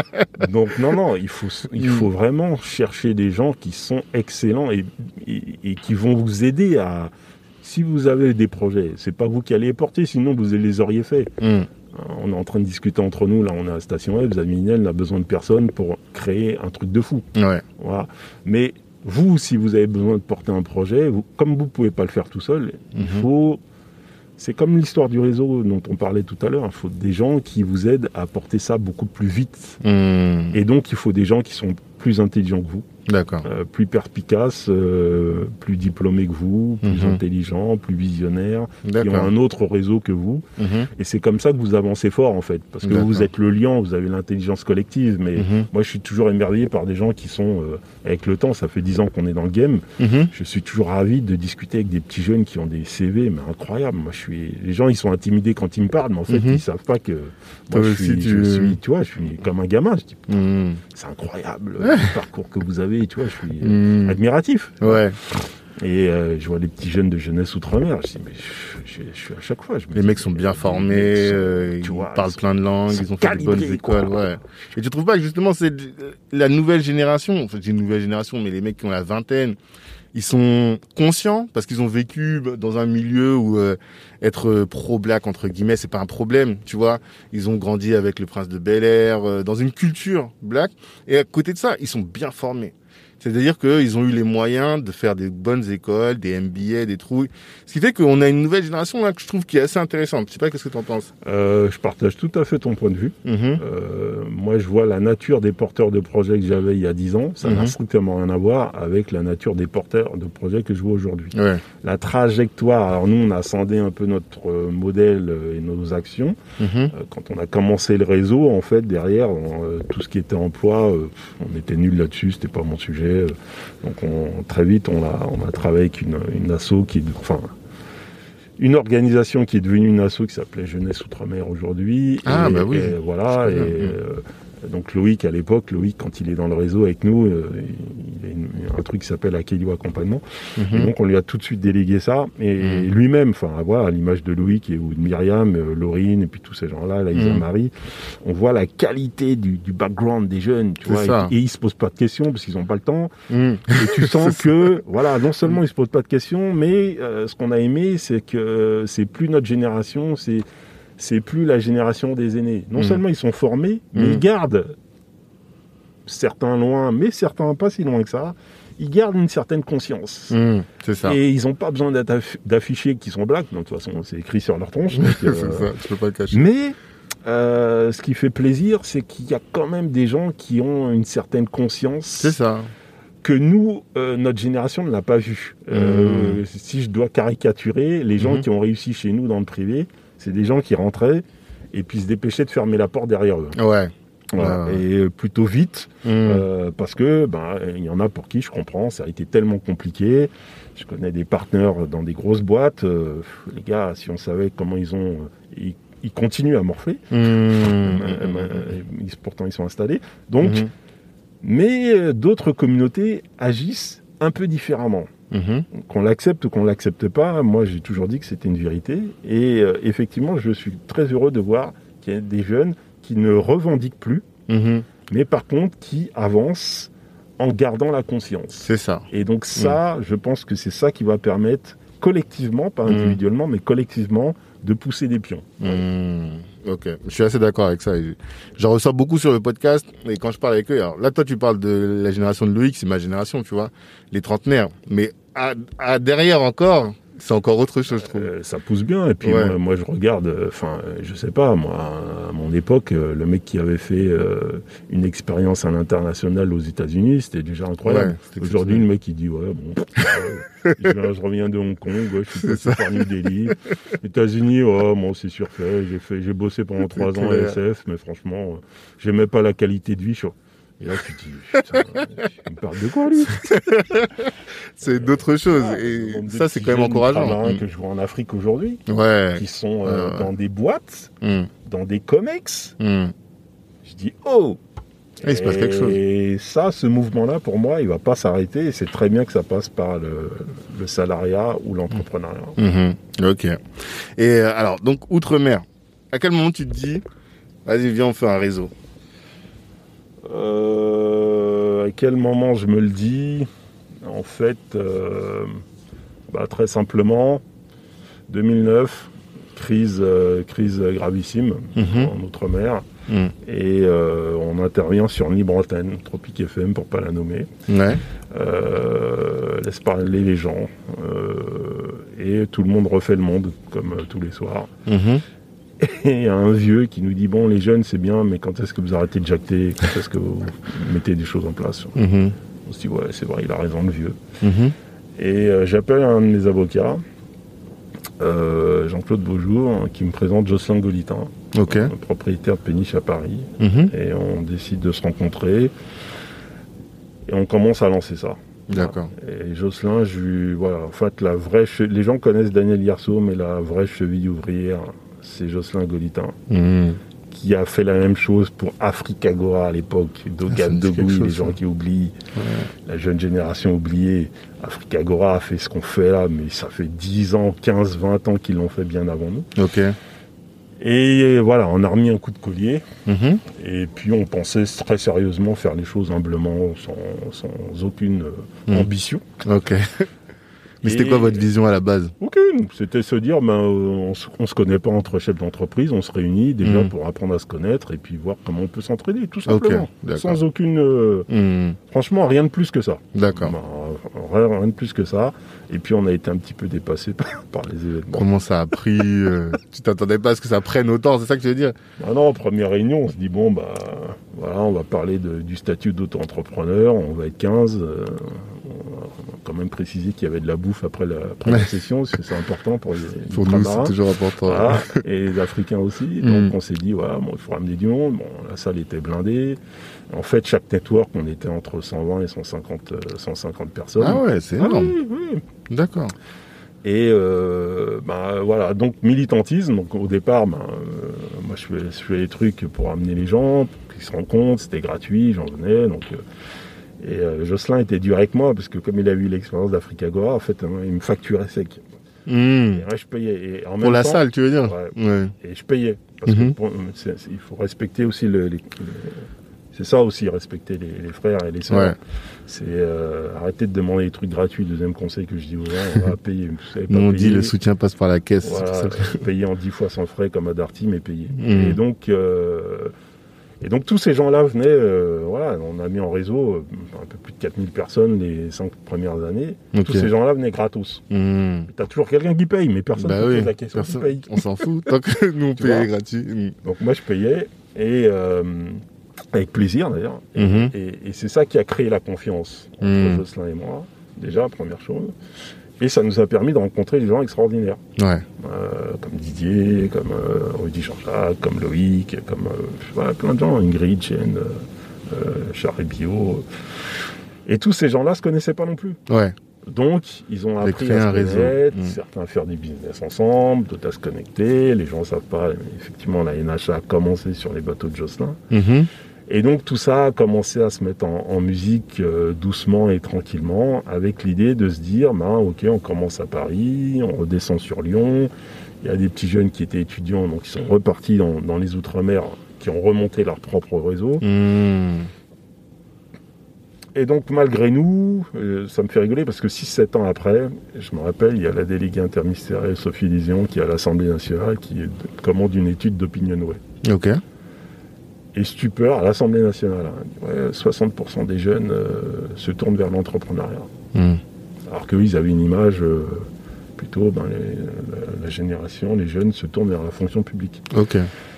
Donc, non, non, il faut, il mmh. faut vraiment chercher des gens qui sont excellents et, et, et qui vont vous aider à, si vous avez des projets, c'est pas vous qui allez les porter, sinon vous les auriez fait. Mmh. On est en train de discuter entre nous, là, on est à la station web, Zaminel a besoin de personnes pour créer un truc de fou. Ouais. Voilà. Mais, vous, si vous avez besoin de porter un projet, vous, comme vous ne pouvez pas le faire tout seul, mmh. il faut... C'est comme l'histoire du réseau dont on parlait tout à l'heure. Il faut des gens qui vous aident à porter ça beaucoup plus vite. Mmh. Et donc, il faut des gens qui sont plus intelligents que vous. D'accord. Euh, plus perspicaces, euh, plus diplômés que vous, plus mmh. intelligents, plus visionnaires, D'accord. qui ont un autre réseau que vous. Mmh. Et c'est comme ça que vous avancez fort, en fait. Parce que D'accord. vous êtes le lion, vous avez l'intelligence collective. Mais mmh. moi, je suis toujours émerveillé par des gens qui sont, euh, avec le temps, ça fait dix ans qu'on est dans le game. Mmh. Je suis toujours ravi de discuter avec des petits jeunes qui ont des C V, mais incroyables. Moi, je suis... Les gens, ils sont intimidés quand ils me parlent, mais en fait, mmh. ils savent pas que... Moi, je suis, tu... je suis, tu vois, je suis comme un gamin. Je dis, mmh. c'est incroyable, le parcours que vous avez. Tu vois, je suis euh, mmh. admiratif. Ouais. Et euh, je vois les petits jeunes de jeunesse outre-mer. Je dis, mais je, je, je suis à chaque fois. Je me les dis, mecs sont bien formés, euh, ils vois, parlent ils plein de langues, ils ont fait de bonnes écoles. Ouais. Et tu trouves pas que justement, c'est la nouvelle génération, enfin, c'est une nouvelle génération, mais les mecs qui ont la vingtaine, ils sont conscients parce qu'ils ont vécu dans un milieu où euh, être pro-black, entre guillemets, c'est pas un problème, tu vois. Ils ont grandi avec le Prince de Bel-Air, euh, dans une culture black. Et à côté de ça, ils sont bien formés. C'est-à-dire qu'ils ont eu les moyens de faire des bonnes écoles, des M B A, des trous. Ce qui fait qu'on a une nouvelle génération là que je trouve qui est assez intéressante. Je sais pas, qu'est-ce que tu en penses ? euh, Je partage tout à fait ton point de vue. Mm-hmm. Euh, moi, je vois la nature des porteurs de projets que j'avais il y a dix ans. Ça mm-hmm. n'a strictement rien à voir avec la nature des porteurs de projets que je vois aujourd'hui. Ouais. La trajectoire, alors nous, on a scindé un peu notre euh, modèle et nos actions. Mm-hmm. Euh, quand on a commencé le réseau, en fait, derrière, on, euh, tout ce qui était emploi, euh, on était nuls là-dessus, c'était pas mon sujet. Donc on, très vite, on a, on a travaillé avec une, une asso qui est, enfin, une organisation qui est devenue une asso qui s'appelait Jeunesse Outre-mer aujourd'hui. Ah et, bah oui. Et voilà. Et euh, donc Loïc à l'époque, Loïc quand il est dans le réseau avec nous, euh, il a une, un truc qui s'appelle Akelio Accompagnement. Mm-hmm. Et donc on lui a tout de suite délégué ça. Et mm-hmm. lui-même, enfin voilà, à l'image de Loïc et ou de Myriam, euh, Laurine et puis tous ces gens-là, là, Isa mm-hmm. Marie, on voit la qualité du, du background des jeunes, tu vois. Et, et ils se posent pas de questions parce qu'ils ont pas le temps. Mm. Et tu sens que voilà, non seulement ils se posent pas de questions, mais euh, ce qu'on a aimé, c'est que euh, c'est plus notre génération, c'est c'est plus la génération des aînés. Non mmh. seulement ils sont formés, mais mmh. ils gardent, certains loin, mais certains pas si loin que ça, ils gardent une certaine conscience. Mmh, c'est ça. Et ils n'ont pas besoin d'afficher qu'ils sont blacks, donc de toute façon c'est écrit sur leur tronche. Donc, euh, c'est ça, tu peux pas le cacher. Mais euh, ce qui fait plaisir, c'est qu'il y a quand même des gens qui ont une certaine conscience. C'est ça. Que nous, euh, notre génération ne l'a pas vu. Euh, mmh. Si je dois caricaturer, les gens mmh. qui ont réussi chez nous dans le privé, c'est des gens qui rentraient et puis se dépêchaient de fermer la porte derrière eux. Ouais. Voilà. Ouais, ouais. Et plutôt vite, mmh. euh, parce que ben il y en a pour qui je comprends, ça a été tellement compliqué. Je connais des partenaires dans des grosses boîtes. Euh, les gars, si on savait comment ils ont, ils, ils continuent à morfler. Mmh. Euh, euh, ils, pourtant, ils sont installés. Donc, mmh. mais d'autres communautés agissent un peu différemment. Mmh. Qu'on l'accepte ou qu'on l'accepte pas, moi j'ai toujours dit que c'était une vérité. Et euh, effectivement, je suis très heureux de voir qu'il y a des jeunes qui ne revendiquent plus, mmh. mais par contre qui avancent en gardant la conscience. C'est ça. Et donc ça, mmh. je pense que c'est ça qui va permettre collectivement, pas individuellement, mmh. mais collectivement, de pousser des pions. Mmh. Ok, je suis assez d'accord avec ça. J'en ressors beaucoup sur le podcast et quand je parle avec eux, alors là toi tu parles de la génération de Loïc, c'est ma génération, tu vois, les trentenaires. Mais à, à derrière encore, c'est encore autre chose, je trouve. Euh, ça pousse bien. Et puis, ouais. moi, moi, je regarde, enfin, euh, je sais pas, moi, à mon époque, euh, le mec qui avait fait euh, une expérience à l'international aux États-Unis, c'était déjà incroyable. Ouais, aujourd'hui, le mec, il dit, ouais, bon, euh, je, viens, je reviens de Hong Kong, ouais, je suis passé par New Delhi. États-Unis, oh, bon, c'est surfait. J'ai fait, j'ai bossé pendant trois ans à S F, mais franchement, euh, j'aimais pas la qualité de vie. Je... Et là, tu te dis, putain, il me parle de quoi, lui? C'est d'autres choses. Ah, et ça, c'est quand même encourageant. Mmh. Que je vois en Afrique aujourd'hui, ouais. qui sont euh, ouais. dans des boîtes, mmh. dans des comex. Mmh. Je dis, oh! Et il se passe quelque chose. Et ça, ce mouvement-là, pour moi, il va pas s'arrêter. Et c'est très bien que ça passe par le, le salariat ou l'entrepreneuriat. Mmh. Ok. Et euh, alors, donc, outre-mer, à quel moment tu te dis, vas-y, viens, on fait un réseau? Euh, à quel moment je me le dis? En fait, euh, bah, très simplement, deux mille neuf, crise, euh, crise gravissime mmh. en Outre-mer. Mmh. Et euh, on intervient sur une libre antenne, Tropique F M pour pas la nommer. Ouais. Euh, laisse parler les gens. Euh, et tout le monde refait le monde, comme euh, tous les soirs. Mmh. Et il y a un vieux qui nous dit, bon, les jeunes, c'est bien, mais quand est-ce que vous arrêtez de jacter? Quand est-ce que vous mettez des choses en place? Mmh. On se dit, ouais, c'est vrai, il a raison, le vieux. Mmh. Et euh, j'appelle un de mes avocats, euh, Jean-Claude Beaujour, qui me présente Jocelyn Golitin, okay. euh, propriétaire de Péniche à Paris. Mmh. Et on décide de se rencontrer. Et on commence à lancer ça. D'accord. Et Jocelyn, je, voilà, en fait, la vraie che... les gens connaissent Daniel Yerso, mais la vraie cheville ouvrière, c'est Jocelyn Golitin, mmh. qui a fait la même chose pour Africagora à l'époque, Dogan ah, Degouille, les gens ça. Qui oublient, ouais. La jeune génération oubliée. Africagora a fait ce qu'on fait là, mais ça fait dix ans, quinze, vingt ans qu'ils l'ont fait bien avant nous. Ok. Et voilà, on a remis un coup de collier, mmh. et puis on pensait très sérieusement faire les choses humblement, sans, sans aucune mmh. ambition. Ok. Mais et... c'était quoi votre vision à la base? Aucune. C'était se dire, ben, on ne se connaît pas entre chefs d'entreprise, on se réunit déjà mmh. pour apprendre à se connaître et puis voir comment on peut s'entraider, tout simplement. Okay, sans aucune... Euh... Mmh. Franchement, rien de plus que ça. D'accord. Ben, rien, rien de plus que ça. Et puis on a été un petit peu dépassé par, par les événements. Comment ça a pris euh... Tu t'attendais pas à ce que ça prenne autant, c'est ça que tu veux dire? Ah non, première réunion, on se dit, bon, bah, voilà, on va parler de, du statut d'auto-entrepreneur, on va être quinze... Euh... On a quand même précisé qu'il y avait de la bouffe après la première session, parce que c'est important pour les Pour nous, c'est toujours important. Voilà, et les Africains aussi. Donc, mm. on s'est dit, voilà, bon, il faut ramener du monde. Bon, la salle était blindée. En fait, chaque network, on était entre cent vingt et cent cinquante, cent cinquante personnes. Ah ouais, c'est énorme. Ah, oui, oui. D'accord. Et euh, bah, voilà, donc militantisme. Donc, au départ, bah, euh, moi, je fais, je fais les trucs pour amener les gens, pour qu'ils se rendent compte. C'était gratuit, j'en venais. Donc... Euh, Et euh, Jocelyn était dur avec moi, parce que comme il a eu l'expérience d'Africagora, en fait, hein, il me facturait sec. Mmh. Et ouais, je payais. Et en pour même la temps, salle, tu veux dire? Ouais. Ouais. Et je payais. Parce mmh. que pour, c'est, c'est, il faut respecter aussi le, les, les... C'est ça aussi, respecter les, les frères et les sœurs. Ouais. C'est euh, arrêter de demander des trucs gratuits. Deuxième conseil que je dis aux gens, on va payer. Nous, on dit le soutien passe par la caisse. Voilà, c'est ça. Payer en dix fois sans frais comme à Darty, mais payer. Mmh. Et donc... Euh, Et donc tous ces gens-là venaient, euh, voilà, on a mis en réseau euh, un peu plus de quatre mille personnes les cinq premières années. Okay. Tous ces gens-là venaient gratos. Mmh. T'as toujours quelqu'un qui paye, mais personne ne bah oui, pose la question personne, qui paye. On s'en fout, tant que nous on payait gratuit. Mmh. Donc moi je payais, et euh, avec plaisir d'ailleurs. Et, mmh. et, et c'est ça qui a créé la confiance entre mmh. Jocelyn et moi, déjà, première chose. Et ça nous a permis de rencontrer des gens extraordinaires. Ouais. Euh, comme Didier, comme euh, Rudy Jean-Jacques, comme Loïc, comme euh, voilà, plein de gens, Ingrid, Chen, euh, Charles Bio. Et tous ces gens-là ne se connaissaient pas non plus. Ouais. Donc, ils ont appris à se connaître, mmh. certains à faire du business ensemble, d'autres à se connecter. Les gens ne savent pas, mais effectivement, la N H A a commencé sur les bateaux de Jocelyn. Mmh. Et donc tout ça a commencé à se mettre en, en musique euh, doucement et tranquillement, avec l'idée de se dire, ben, ok, on commence à Paris, on redescend sur Lyon. Il y a des petits jeunes qui étaient étudiants, donc ils sont repartis dans, dans les Outre-mer, qui ont remonté leur propre réseau. Mmh. Et donc malgré nous, euh, ça me fait rigoler parce que six sept ans après, je me rappelle, il y a la déléguée interministérielle Sophie Lision qui est à l'Assemblée nationale, qui commande une étude d'Opinionway. Ok. Et stupeur à l'Assemblée nationale. Hein. Ouais, soixante pour cent des jeunes euh, se tournent vers l'entrepreneuriat. Mmh. Alors qu'eux, ils avaient une image euh, plutôt ben, les, la, la génération, les jeunes se tournent vers la fonction publique. Ok.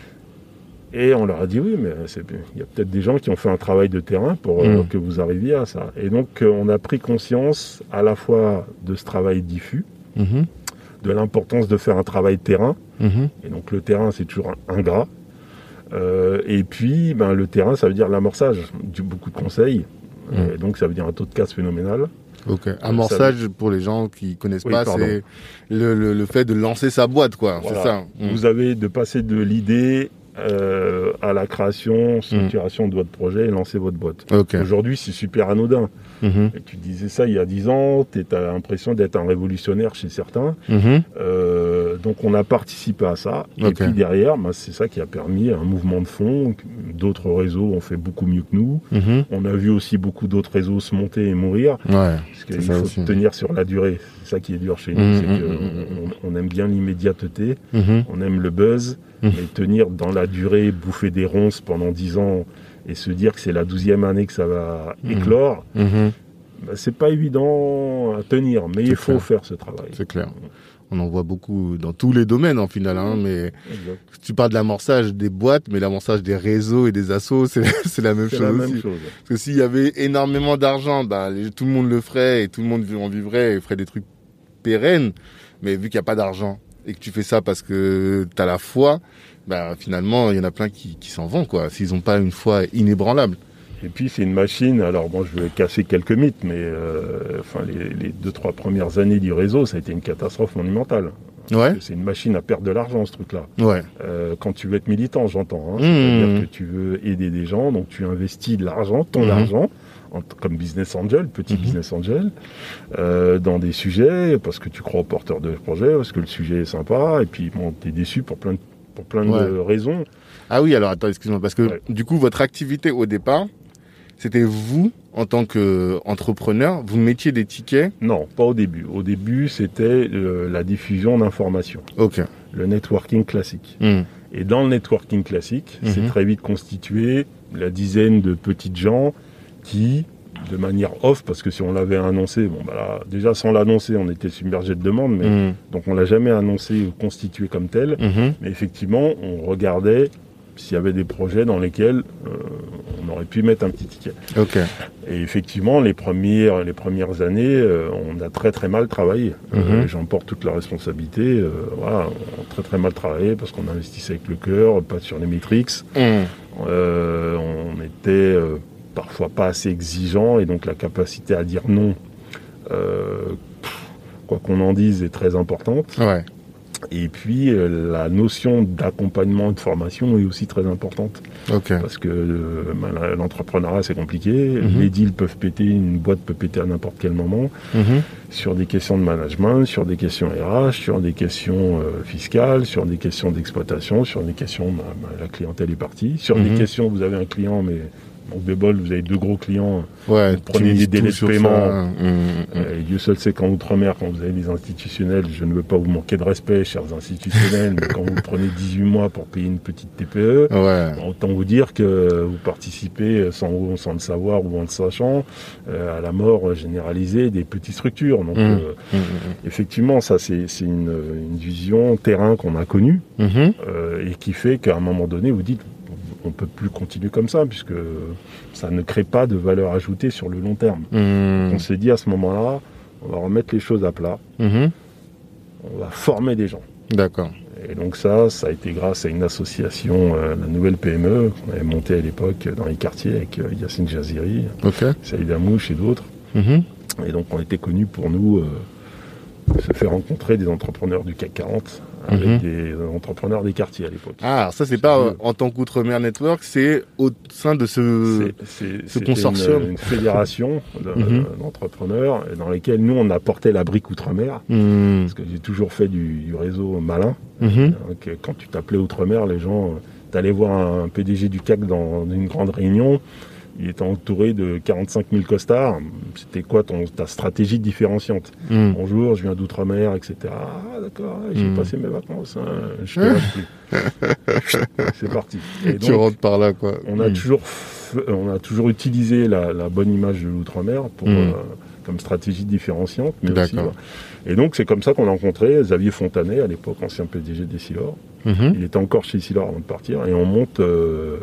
Et on leur a dit oui, mais il y a peut-être des gens qui ont fait un travail de terrain pour mmh. euh, que vous arriviez à ça. Et donc, euh, on a pris conscience à la fois de ce travail diffus, mmh. de l'importance de faire un travail de terrain. Mmh. Et donc, le terrain, c'est toujours ingrat. Euh, et puis, ben, le terrain, ça veut dire l'amorçage, du, beaucoup de conseils. Mmh. Et donc, ça veut dire un taux de casse phénoménal. Ok. Amorçage, pour les gens qui connaissent oui, pas, pardon. c'est le, le, le fait de lancer sa boîte, quoi. Voilà. C'est ça. Mmh. Vous avez de passer de l'idée Euh, à la création, structuration mmh. de votre projet et lancer votre boîte. Okay. Aujourd'hui, c'est super anodin. Mmh. Et tu disais ça il y a dix ans, tu as l'impression d'être un révolutionnaire chez certains. Mmh. Euh, donc, on a participé à ça. Okay. Et puis derrière, bah, c'est ça qui a permis un mouvement de fond. D'autres réseaux ont fait beaucoup mieux que nous. Mmh. On a vu aussi beaucoup d'autres réseaux se monter et mourir. Ouais, parce qu'il faut aussi. tenir sur la durée. C'est ça qui est dur chez nous. Mmh. C'est qu'on on aime bien l'immédiateté, mmh. on aime le buzz. Mmh. Mais tenir dans la durée, bouffer des ronces pendant dix ans et se dire que c'est la douzième année que ça va mmh. éclore, mmh. bah, c'est pas évident à tenir, mais c'est il faut clair. faire ce travail. C'est clair. On en voit beaucoup dans tous les domaines en final, hein, mais exact. Tu parles de l'amorçage des boîtes, mais l'amorçage des réseaux et des assos, c'est, c'est la même c'est chose la aussi. Même chose. Parce que s'il y avait énormément d'argent, bah, les, tout le monde le ferait et tout le monde en vivrait et ferait des trucs pérennes, mais vu qu'il n'y a pas d'argent, et que tu fais ça parce que tu as la foi, bah, finalement, il y en a plein qui, qui s'en vont, quoi, s'ils n'ont pas une foi inébranlable. Et puis, c'est une machine, alors bon, je vais casser quelques mythes, mais euh, enfin, les, les deux, trois premières années du réseau, ça a été une catastrophe monumentale. Ouais. C'est une machine à perdre de l'argent, ce truc-là. Ouais. Euh, quand tu veux être militant, j'entends. Hein, mmh. C'est-à-dire que tu veux aider des gens, donc tu investis de l'argent, ton mmh. argent, comme business angel, petit mmh. business angel, euh, dans des sujets, parce que tu crois au porteur de projet, parce que le sujet est sympa, et puis bon, tu es déçu pour plein, de, pour plein ouais. de raisons. Ah oui, alors attends, excuse-moi, parce que ouais. du coup, votre activité au départ, c'était vous, en tant qu'entrepreneur, vous mettiez des tickets ? Non, pas au début. Au début, c'était euh, la diffusion d'informations. Ok. Le networking classique. Mmh. Et dans le networking classique, mmh. c'est très vite constitué la dizaine de petites gens qui, de manière off, parce que si on l'avait annoncé, bon bah là, déjà sans l'annoncer, on était submergé de demandes, mais mmh. donc on l'a jamais annoncé ou constitué comme tel. Mmh. Mais effectivement, on regardait s'il y avait des projets dans lesquels euh, on aurait pu mettre un petit ticket. Okay. Et effectivement, les premières, les premières années, euh, on a très très mal travaillé. Mmh. Euh, j'en porte toute la responsabilité. Euh, voilà, on a très très mal travaillé parce qu'on investissait avec le cœur, pas sur les métriques. Mmh. Euh, on était euh, parfois pas assez exigeant et donc la capacité à dire non, euh, quoi qu'on en dise, est très importante. Ouais. Et puis euh, la notion d'accompagnement et de formation est aussi très importante. Okay. Parce que euh, ben, l'entrepreneuriat c'est compliqué, mm-hmm. les deals peuvent péter, une boîte peut péter à n'importe quel moment, mm-hmm. sur des questions de management, sur des questions R H, sur des questions euh, fiscales, sur des questions d'exploitation, sur des questions, ben, ben, la clientèle est partie, sur mm-hmm. des questions, vous avez un client mais au Bébol, vous avez deux gros clients, ouais, vous prenez des délais de paiement. Mmh, mmh. Euh, Dieu seul sait qu'en Outre-mer, quand vous avez des institutionnels, je ne veux pas vous manquer de respect, chers institutionnels, mais quand vous prenez dix-huit mois pour payer une petite T P E, ouais. autant vous dire que vous participez sans, sans le savoir ou en le sachant euh, à la mort généralisée des petites structures. Donc, mmh. Euh, mmh. effectivement, ça c'est, c'est une, une vision terrain qu'on a connue mmh. euh, et qui fait qu'à un moment donné, vous dites on ne peut plus continuer comme ça, puisque ça ne crée pas de valeur ajoutée sur le long terme. Mmh. On s'est dit à ce moment-là, on va remettre les choses à plat, mmh. on va former des gens. D'accord. Et donc ça, ça a été grâce à une association, euh, la Nouvelle P M E, qu'on avait montée à l'époque dans les quartiers avec euh, Yacine Jaziri, okay. Saïd Amouche et d'autres. Mmh. Et donc on était connus pour nous euh, se faire rencontrer des entrepreneurs du C A C quarante, avec mmh. des entrepreneurs des quartiers à l'époque. Ah, alors ça, c'est, c'est pas euh, en tant qu'Outre-mer Network, c'est au sein de ce, c'est, c'est, ce consortium. Une, une fédération de, mmh. d'entrepreneurs dans laquelle nous, on apportait la brique Outre-mer. Mmh. Parce que j'ai toujours fait du, du réseau malin. Mmh. Donc, quand tu t'appelais Outre-mer, les gens, t'allais voir un P D G du C A C dans une grande réunion. Il était entouré de quarante-cinq mille costards. C'était quoi ton, ta stratégie différenciante ? mmh. Bonjour, je viens d'Outre-mer, et cetera. Ah, d'accord, j'ai mmh. passé mes vacances. Hein, je ne plus. C'est parti. Et donc, tu rentres par là, quoi. On a, mmh. toujours, f... on a toujours utilisé la, la bonne image de l'Outre-mer pour, mmh. euh, comme stratégie différenciante. Mais D'accord. aussi, voilà. Et donc, c'est comme ça qu'on a rencontré Xavier Fontanet, à l'époque ancien P D G d'Essilor. Mhm. Il était encore chez Essilor avant de partir. Et on monte, euh,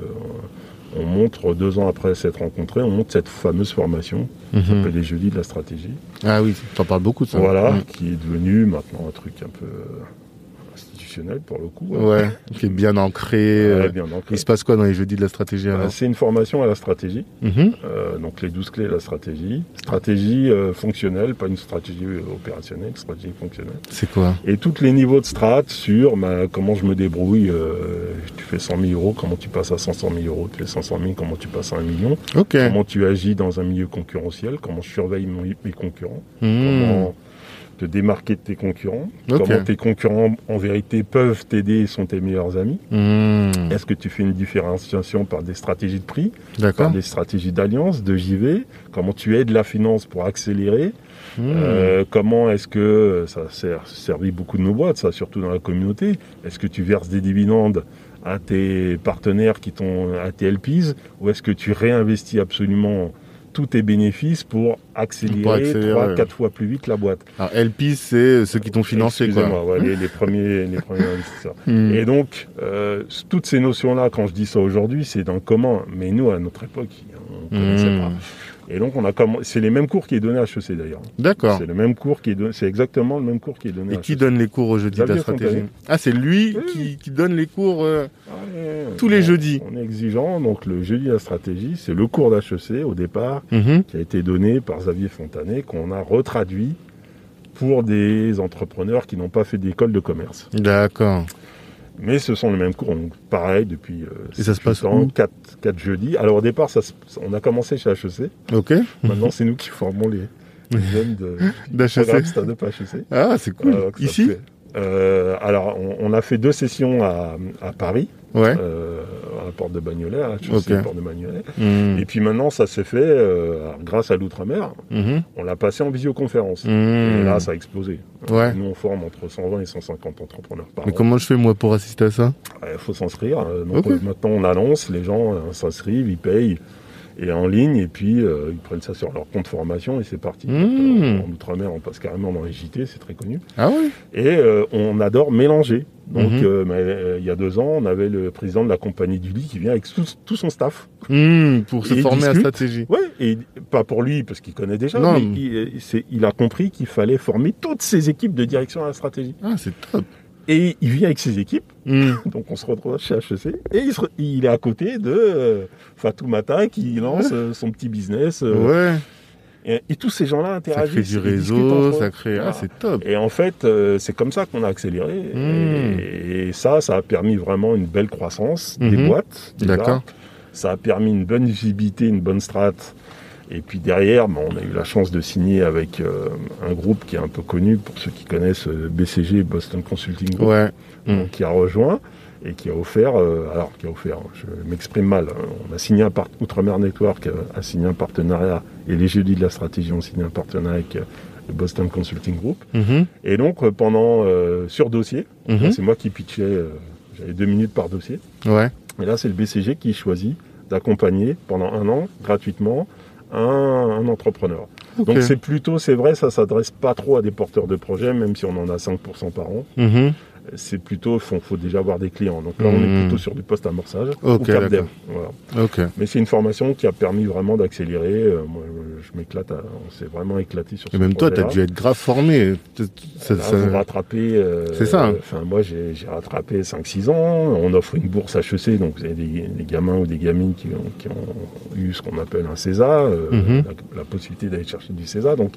on monte deux ans après s'être rencontrés, on monte cette fameuse formation Mhm. qui s'appelle les Jeudis de la stratégie. Ah oui, t'en parles beaucoup de ça. Voilà, Mhm. qui est devenu maintenant un truc un peu euh, institutionnel pour le coup. Ouais, qui est bien ancré. Ouais, euh, bien ancré. Il se passe quoi dans les jeudis de la stratégie Euh, alors? C'est une formation à la stratégie, Mhm. euh, donc les douze clés de la stratégie. Stratégie euh, fonctionnelle, pas une stratégie euh, opérationnelle, stratégie fonctionnelle. C'est quoi? Et tous les niveaux de strat sur bah, comment je me débrouille. Euh, tu fais cent mille euros, comment tu passes à cinq cent mille euros. Tu fais cinq cent mille, comment tu passes à un million. Ok. Comment tu agis dans un milieu concurrentiel, comment je surveille mon- mes concurrents. Mhm. Comment te démarquer de tes concurrents. Ok. Comment tes concurrents, en vérité, peuvent t'aider et sont tes meilleurs amis. Mhm. Est-ce que tu fais une différenciation par des stratégies de prix, par D'accord. des stratégies d'alliance, de J V? Comment tu aides la finance pour accélérer? Mhm. Euh, comment est-ce que ça sert servi beaucoup de nos boîtes, ça, surtout dans la communauté? Est-ce que tu verses des dividendes à tes partenaires qui t'ont, à tes L Ps, ou est-ce que tu réinvestis absolument tous tes bénéfices pour accélérer, Pour accélérer, trois, ouais. quatre fois plus vite la boîte? Alors L P, c'est ceux qui t'ont financé, quoi. Excusez-moi, ouais, les, les premiers, les premiers investisseurs. Mhm. Et donc, euh, toutes ces notions-là, quand je dis ça aujourd'hui, c'est dans le commun. Mais nous, à notre époque, on ne connaissait Mhm. pas. Et donc, on a comm- c'est les mêmes cours qui est donné à H E C d'ailleurs. D'accord. C'est le même cours qui est donné, c'est exactement le même cours qui est donné Et à qui H E C. donne les cours au jeudi de la Xavier stratégie? Fontanet. Ah, c'est lui Oui. qui, qui donne les cours euh, Ouais, tous les on- jeudis. On est exigeant, donc le jeudi de la stratégie, c'est le cours d'H E C au départ, Mhm. qui a été donné par Xavier Fontanet, qu'on a retraduit pour des entrepreneurs qui n'ont pas fait d'école de commerce. D'accord. Mais ce sont les mêmes cours, donc pareil depuis euh, Et ça se passe ans, où quatre, quatre jeudis. Alors au départ, ça se- on a commencé chez H E C. Ok. Maintenant, c'est nous qui formons les, les jeunes de D'H E programme C. Stand-up H E C. Ah, c'est cool. Euh, que ça Ici? fait- Euh, alors, on, on a fait deux sessions à, à Paris, Ouais. euh, à la porte de Bagnolet, à H E C, Ok. porte de Bagnolet. Mhm. Et puis maintenant, ça s'est fait euh, alors, grâce à l'outre-mer. Mhm. On l'a passé en visioconférence. Mhm. Et là, ça a explosé. Ouais. Nous, on forme entre cent vingt et cent cinquante entrepreneurs par Mais an. comment je fais, moi, pour assister à ça? Il faut s'inscrire. Euh, Donc Ok. euh, maintenant, on annonce, les gens euh, s'inscrivent, ils payent, et en ligne, et puis euh, ils prennent ça sur leur compte formation, et c'est parti. Mmh. Donc, euh, en Outre-mer, on passe carrément dans les J T, c'est très connu. Ah ouais? Et euh, on adore mélanger. Donc, Mhm. euh, mais, euh, il y a deux ans, on avait le président de la compagnie du lit qui vient avec tout, tout son staff. Mhm, pour se Et il former à la discute. stratégie. Ouais, et pas pour lui, parce qu'il connaît déjà, Non, mais mais- il, c'est- il a compris qu'il fallait former toutes ses équipes de direction à la stratégie. Ah, c'est top. Et il vient avec ses équipes. Mhm. Donc on se retrouve chez H E C et il, se re- il est à côté de euh, Fatou Mata qui lance euh, son petit business. euh, Ouais. et, et tous ces gens-là Ça interagissent. crée du ils discutent réseau, entre eux. ça crée... Ah, Voilà. c'est top. Et en fait, euh, c'est comme ça qu'on a accéléré. Mmh. Et, et ça, ça a permis vraiment une belle croissance des Mhm. boîtes. déjà. D'accord. Ça a permis une bonne visibilité, une bonne strate. Et puis derrière, ben, on a eu la chance de signer avec euh, un groupe qui est un peu connu, pour ceux qui connaissent euh, B C G, Boston Consulting Group, Ouais. Mhm. donc, qui a rejoint et qui a offert, euh, alors qui a offert, je m'exprime mal, hein, on a signé un part, Outre-mer Network a, a signé un partenariat, et les jeudis de la stratégie ont signé un partenariat avec euh, le Boston Consulting Group. Mhm. Et donc euh, pendant, euh, sur dossier, Mhm. là, c'est moi qui pitchais, euh, j'avais deux minutes par dossier, Ouais. et là c'est le B C G qui choisit d'accompagner pendant un an, gratuitement, un, un entrepreneur. Ok. Donc c'est plutôt, c'est vrai, ça s'adresse pas trop à des porteurs de projets, même si on en a cinq pour cent par an. Mhm. C'est plutôt, il faut, faut déjà avoir des clients. Donc là, on Mmh. est plutôt sur du post-amorçage Ok, ou cap dev. d'accord. Voilà. Ok. Mais c'est une formation qui a permis vraiment d'accélérer. Euh, moi, je m'éclate, à- on s'est vraiment éclaté sur Et ce même toi, t'as projet-là. dû être grave formé. Ça- Là, ça- vous rattrapez. euh, C'est ça, hein. Enfin, moi, j'ai j'ai rattrapé cinq six ans. On offre une bourse H E C, donc vous avez des, des gamins ou des gamines qui ont, qui ont eu ce qu'on appelle un C E S A, euh, Mhm. la, la possibilité d'aller chercher du C E S A. Donc,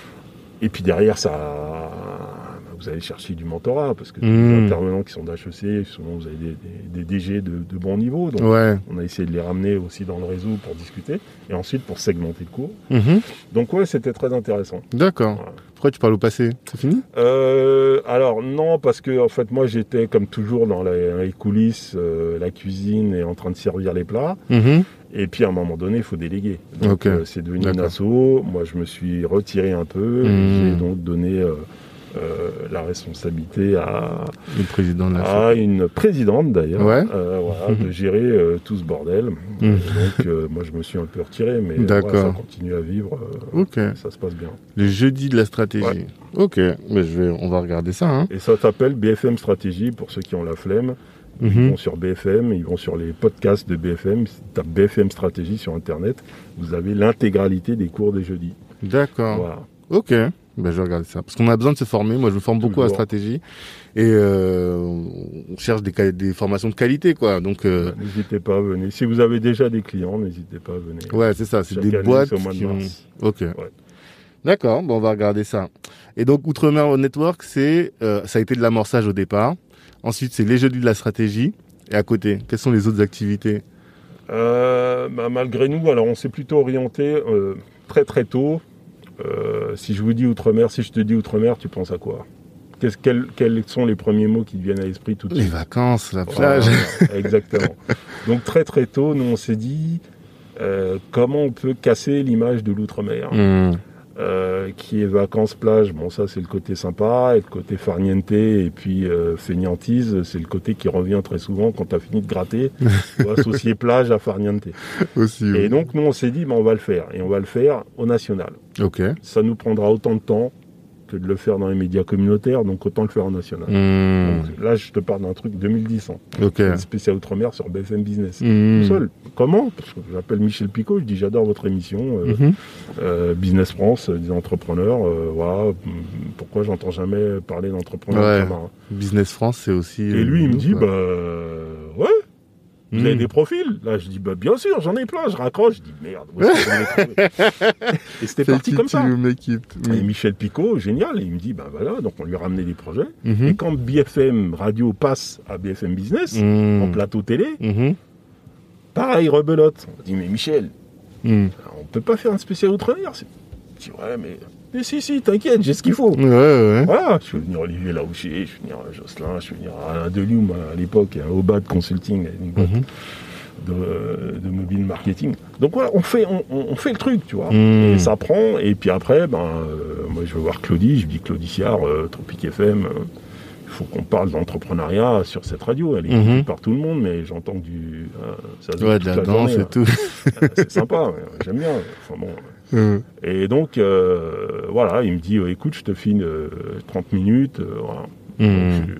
et puis derrière, ça, vous allez chercher du mentorat, parce que tous Mhm. les intervenants qui sont d'H E C, souvent vous avez des, des- des D G de, de bon niveau. Donc, Ouais. on a essayé de les ramener aussi dans le réseau pour discuter, et ensuite pour segmenter le cours. Mhm. Donc ouais, c'était très intéressant. D'accord. Voilà. Pourquoi tu parles au passé? C'est fini? Euh, alors non, parce que en fait moi j'étais comme toujours dans les, les coulisses, euh, la cuisine et en train de servir les plats. Mhm. Et puis à un moment donné, il faut déléguer. Donc Ok. euh, c'est devenu une D'accord. asso. Moi je me suis retiré un peu. Mmh. J'ai donc donné euh, euh, la responsabilité à, le président de la à une présidente d'ailleurs, ouais. euh, voilà, mmh. de gérer euh, tout ce bordel. Mmh. Donc euh, moi je me suis un peu retiré, mais ouais, ça continue à vivre, euh, okay. ça se passe bien. Le jeudi de la stratégie. Ouais. Ok, mais je vais, on va regarder ça. Hein. Et ça s'appelle B F M Stratégie pour ceux qui ont la flemme. Ils mmh. vont sur B F M, ils vont sur les podcasts de B F M, ils tapent B F M Stratégie sur Internet, vous avez l'intégralité des cours des jeudis. D'accord. Voilà. Ok, ben, je vais regarder ça. Parce qu'on a besoin de se former, moi je me forme beaucoup Toujours. à la stratégie, et euh, on cherche des, des formations de qualité, quoi. Donc, euh... n'hésitez pas à venir. Si vous avez déjà des clients, n'hésitez pas à venir. Ouais, c'est ça, c'est Chaque des année, boîtes c'est qui ont... Ok. Ouais. D'accord, bon, on va regarder ça. Et donc, Outre-mer Network, c'est, euh, ça a été de l'amorçage au départ. Ensuite, c'est les jeudis de la stratégie. Et à côté, quelles sont les autres activités ? euh, bah, Malgré nous, alors on s'est plutôt orienté euh, très très tôt. Euh, si je vous dis Outre-mer, si je te dis Outre-mer, tu penses à quoi ? Qu'est-ce, quels, quels sont les premiers mots qui te viennent à l'esprit tout de suite ? Les vacances, la plage. Voilà, exactement. Donc très très tôt, nous on s'est dit euh, comment on peut casser l'image de l'Outre-mer. Mmh. Euh, qui est vacances plage, bon ça c'est le côté sympa, et le côté farniente et puis euh, fainéantise, c'est le côté qui revient très souvent quand tu as fini de gratter, tu vas associer plage à farniente. Aussi, oui. Et donc nous on s'est dit ben, on va le faire, et on va le faire au national. Ok. Ça nous prendra autant de temps que de le faire dans les médias communautaires, donc autant le faire en national. Mmh. Donc, là je te parle d'un truc deux mille dix, hein. Ok. Spécial Outre-mer sur B F M Business. Mmh. Tout seul. Comment ? Parce que j'appelle Michel Picot, je dis j'adore votre émission, euh, mmh. euh, Business France, euh, des entrepreneurs, euh, voilà, pourquoi j'entends jamais parler d'entrepreneurs ouais. Business France, c'est aussi... Et lui, euh, il me dit, quoi. bah, ouais, vous mmh. avez des profils ? Là, je dis, bah, bien sûr, j'en ai plein, je raccroche, je dis, merde, où est-ce que j'en ai trouvé ? Et c'était parti comme ça. Mmh. Et Michel Picot, génial, il me dit, bah voilà, donc on lui a ramené des projets. Mmh. Et quand B F M Radio passe à B F M Business, mmh. en plateau télé, mmh. pareil, rebelote. On dit, mais Michel, mmh. on peut pas faire un spécial Outre-mer. Je dis, ouais, mais... mais si, si, t'inquiète, j'ai ce qu'il faut. Ouais, ouais. Voilà, je vais venir Olivier Laouché, je vais venir Jocelyn, je vais venir Alain Delioum à l'époque, un Obad Consulting, une boîte mmh. de, de mobile marketing. Donc voilà, on fait, on, on fait le truc, tu vois. Mmh. Et ça prend, et puis après, ben, euh, moi je vais voir Claudie, je dis Claudie Siard, euh, Tropic F M, il euh, faut qu'on parle d'entrepreneuriat sur cette radio. Elle est écoutée mmh. par tout le monde, mais j'entends que du... Euh, ça se ouais, de la danse et tout. C'est sympa, ouais, j'aime bien. Enfin bon... Mmh. Et donc, euh, voilà, il me dit, euh, écoute, je te file euh, trente minutes. Euh, voilà. Mmh. Donc,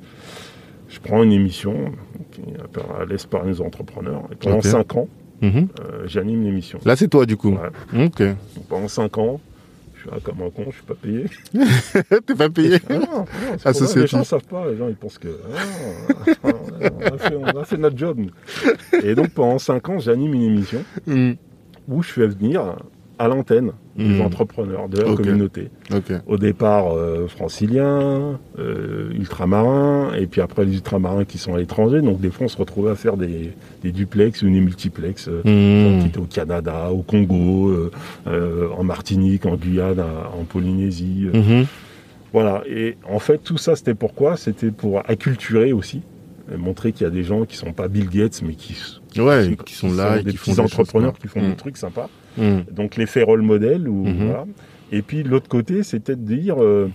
je, je prends une émission qui s'appelle Laisse parler les entrepreneurs. Et pendant okay. cinq ans, mmh. euh, j'anime l'émission. Là, c'est toi, du coup. Ouais. Ok. Donc, pendant cinq ans, je suis là comme un con, je suis pas payé. T'es pas payé? Ah, non, non, c'est les gens ne savent pas, les gens ils pensent que ah, on, a fait, on a fait notre job. Et donc, pendant cinq ans, j'anime une émission mmh. où je fais venir à l'antenne des mmh. entrepreneurs de la okay. communauté. Okay. Au départ, euh, franciliens, euh, ultramarins, et puis après les ultramarins qui sont à l'étranger. Donc des fois, on se retrouvait à faire des, des duplex ou des multiplex euh, mmh. qui étaient au Canada, au Congo, euh, euh, en Martinique, en Guyane, à, en Polynésie. Euh. Mmh. Voilà. Et en fait, tout ça, c'était pourquoi ? C'était pour acculturer aussi, montrer qu'il y a des gens qui sont pas Bill Gates, mais qui, ouais, qui, qui sont qui là, sont et des qui petits font entrepreneurs des qui font mmh. des trucs sympas. Mmh. Donc l'effet rôle modèle. Ou, mmh. voilà. Et puis de l'autre côté, c'était de dire euh,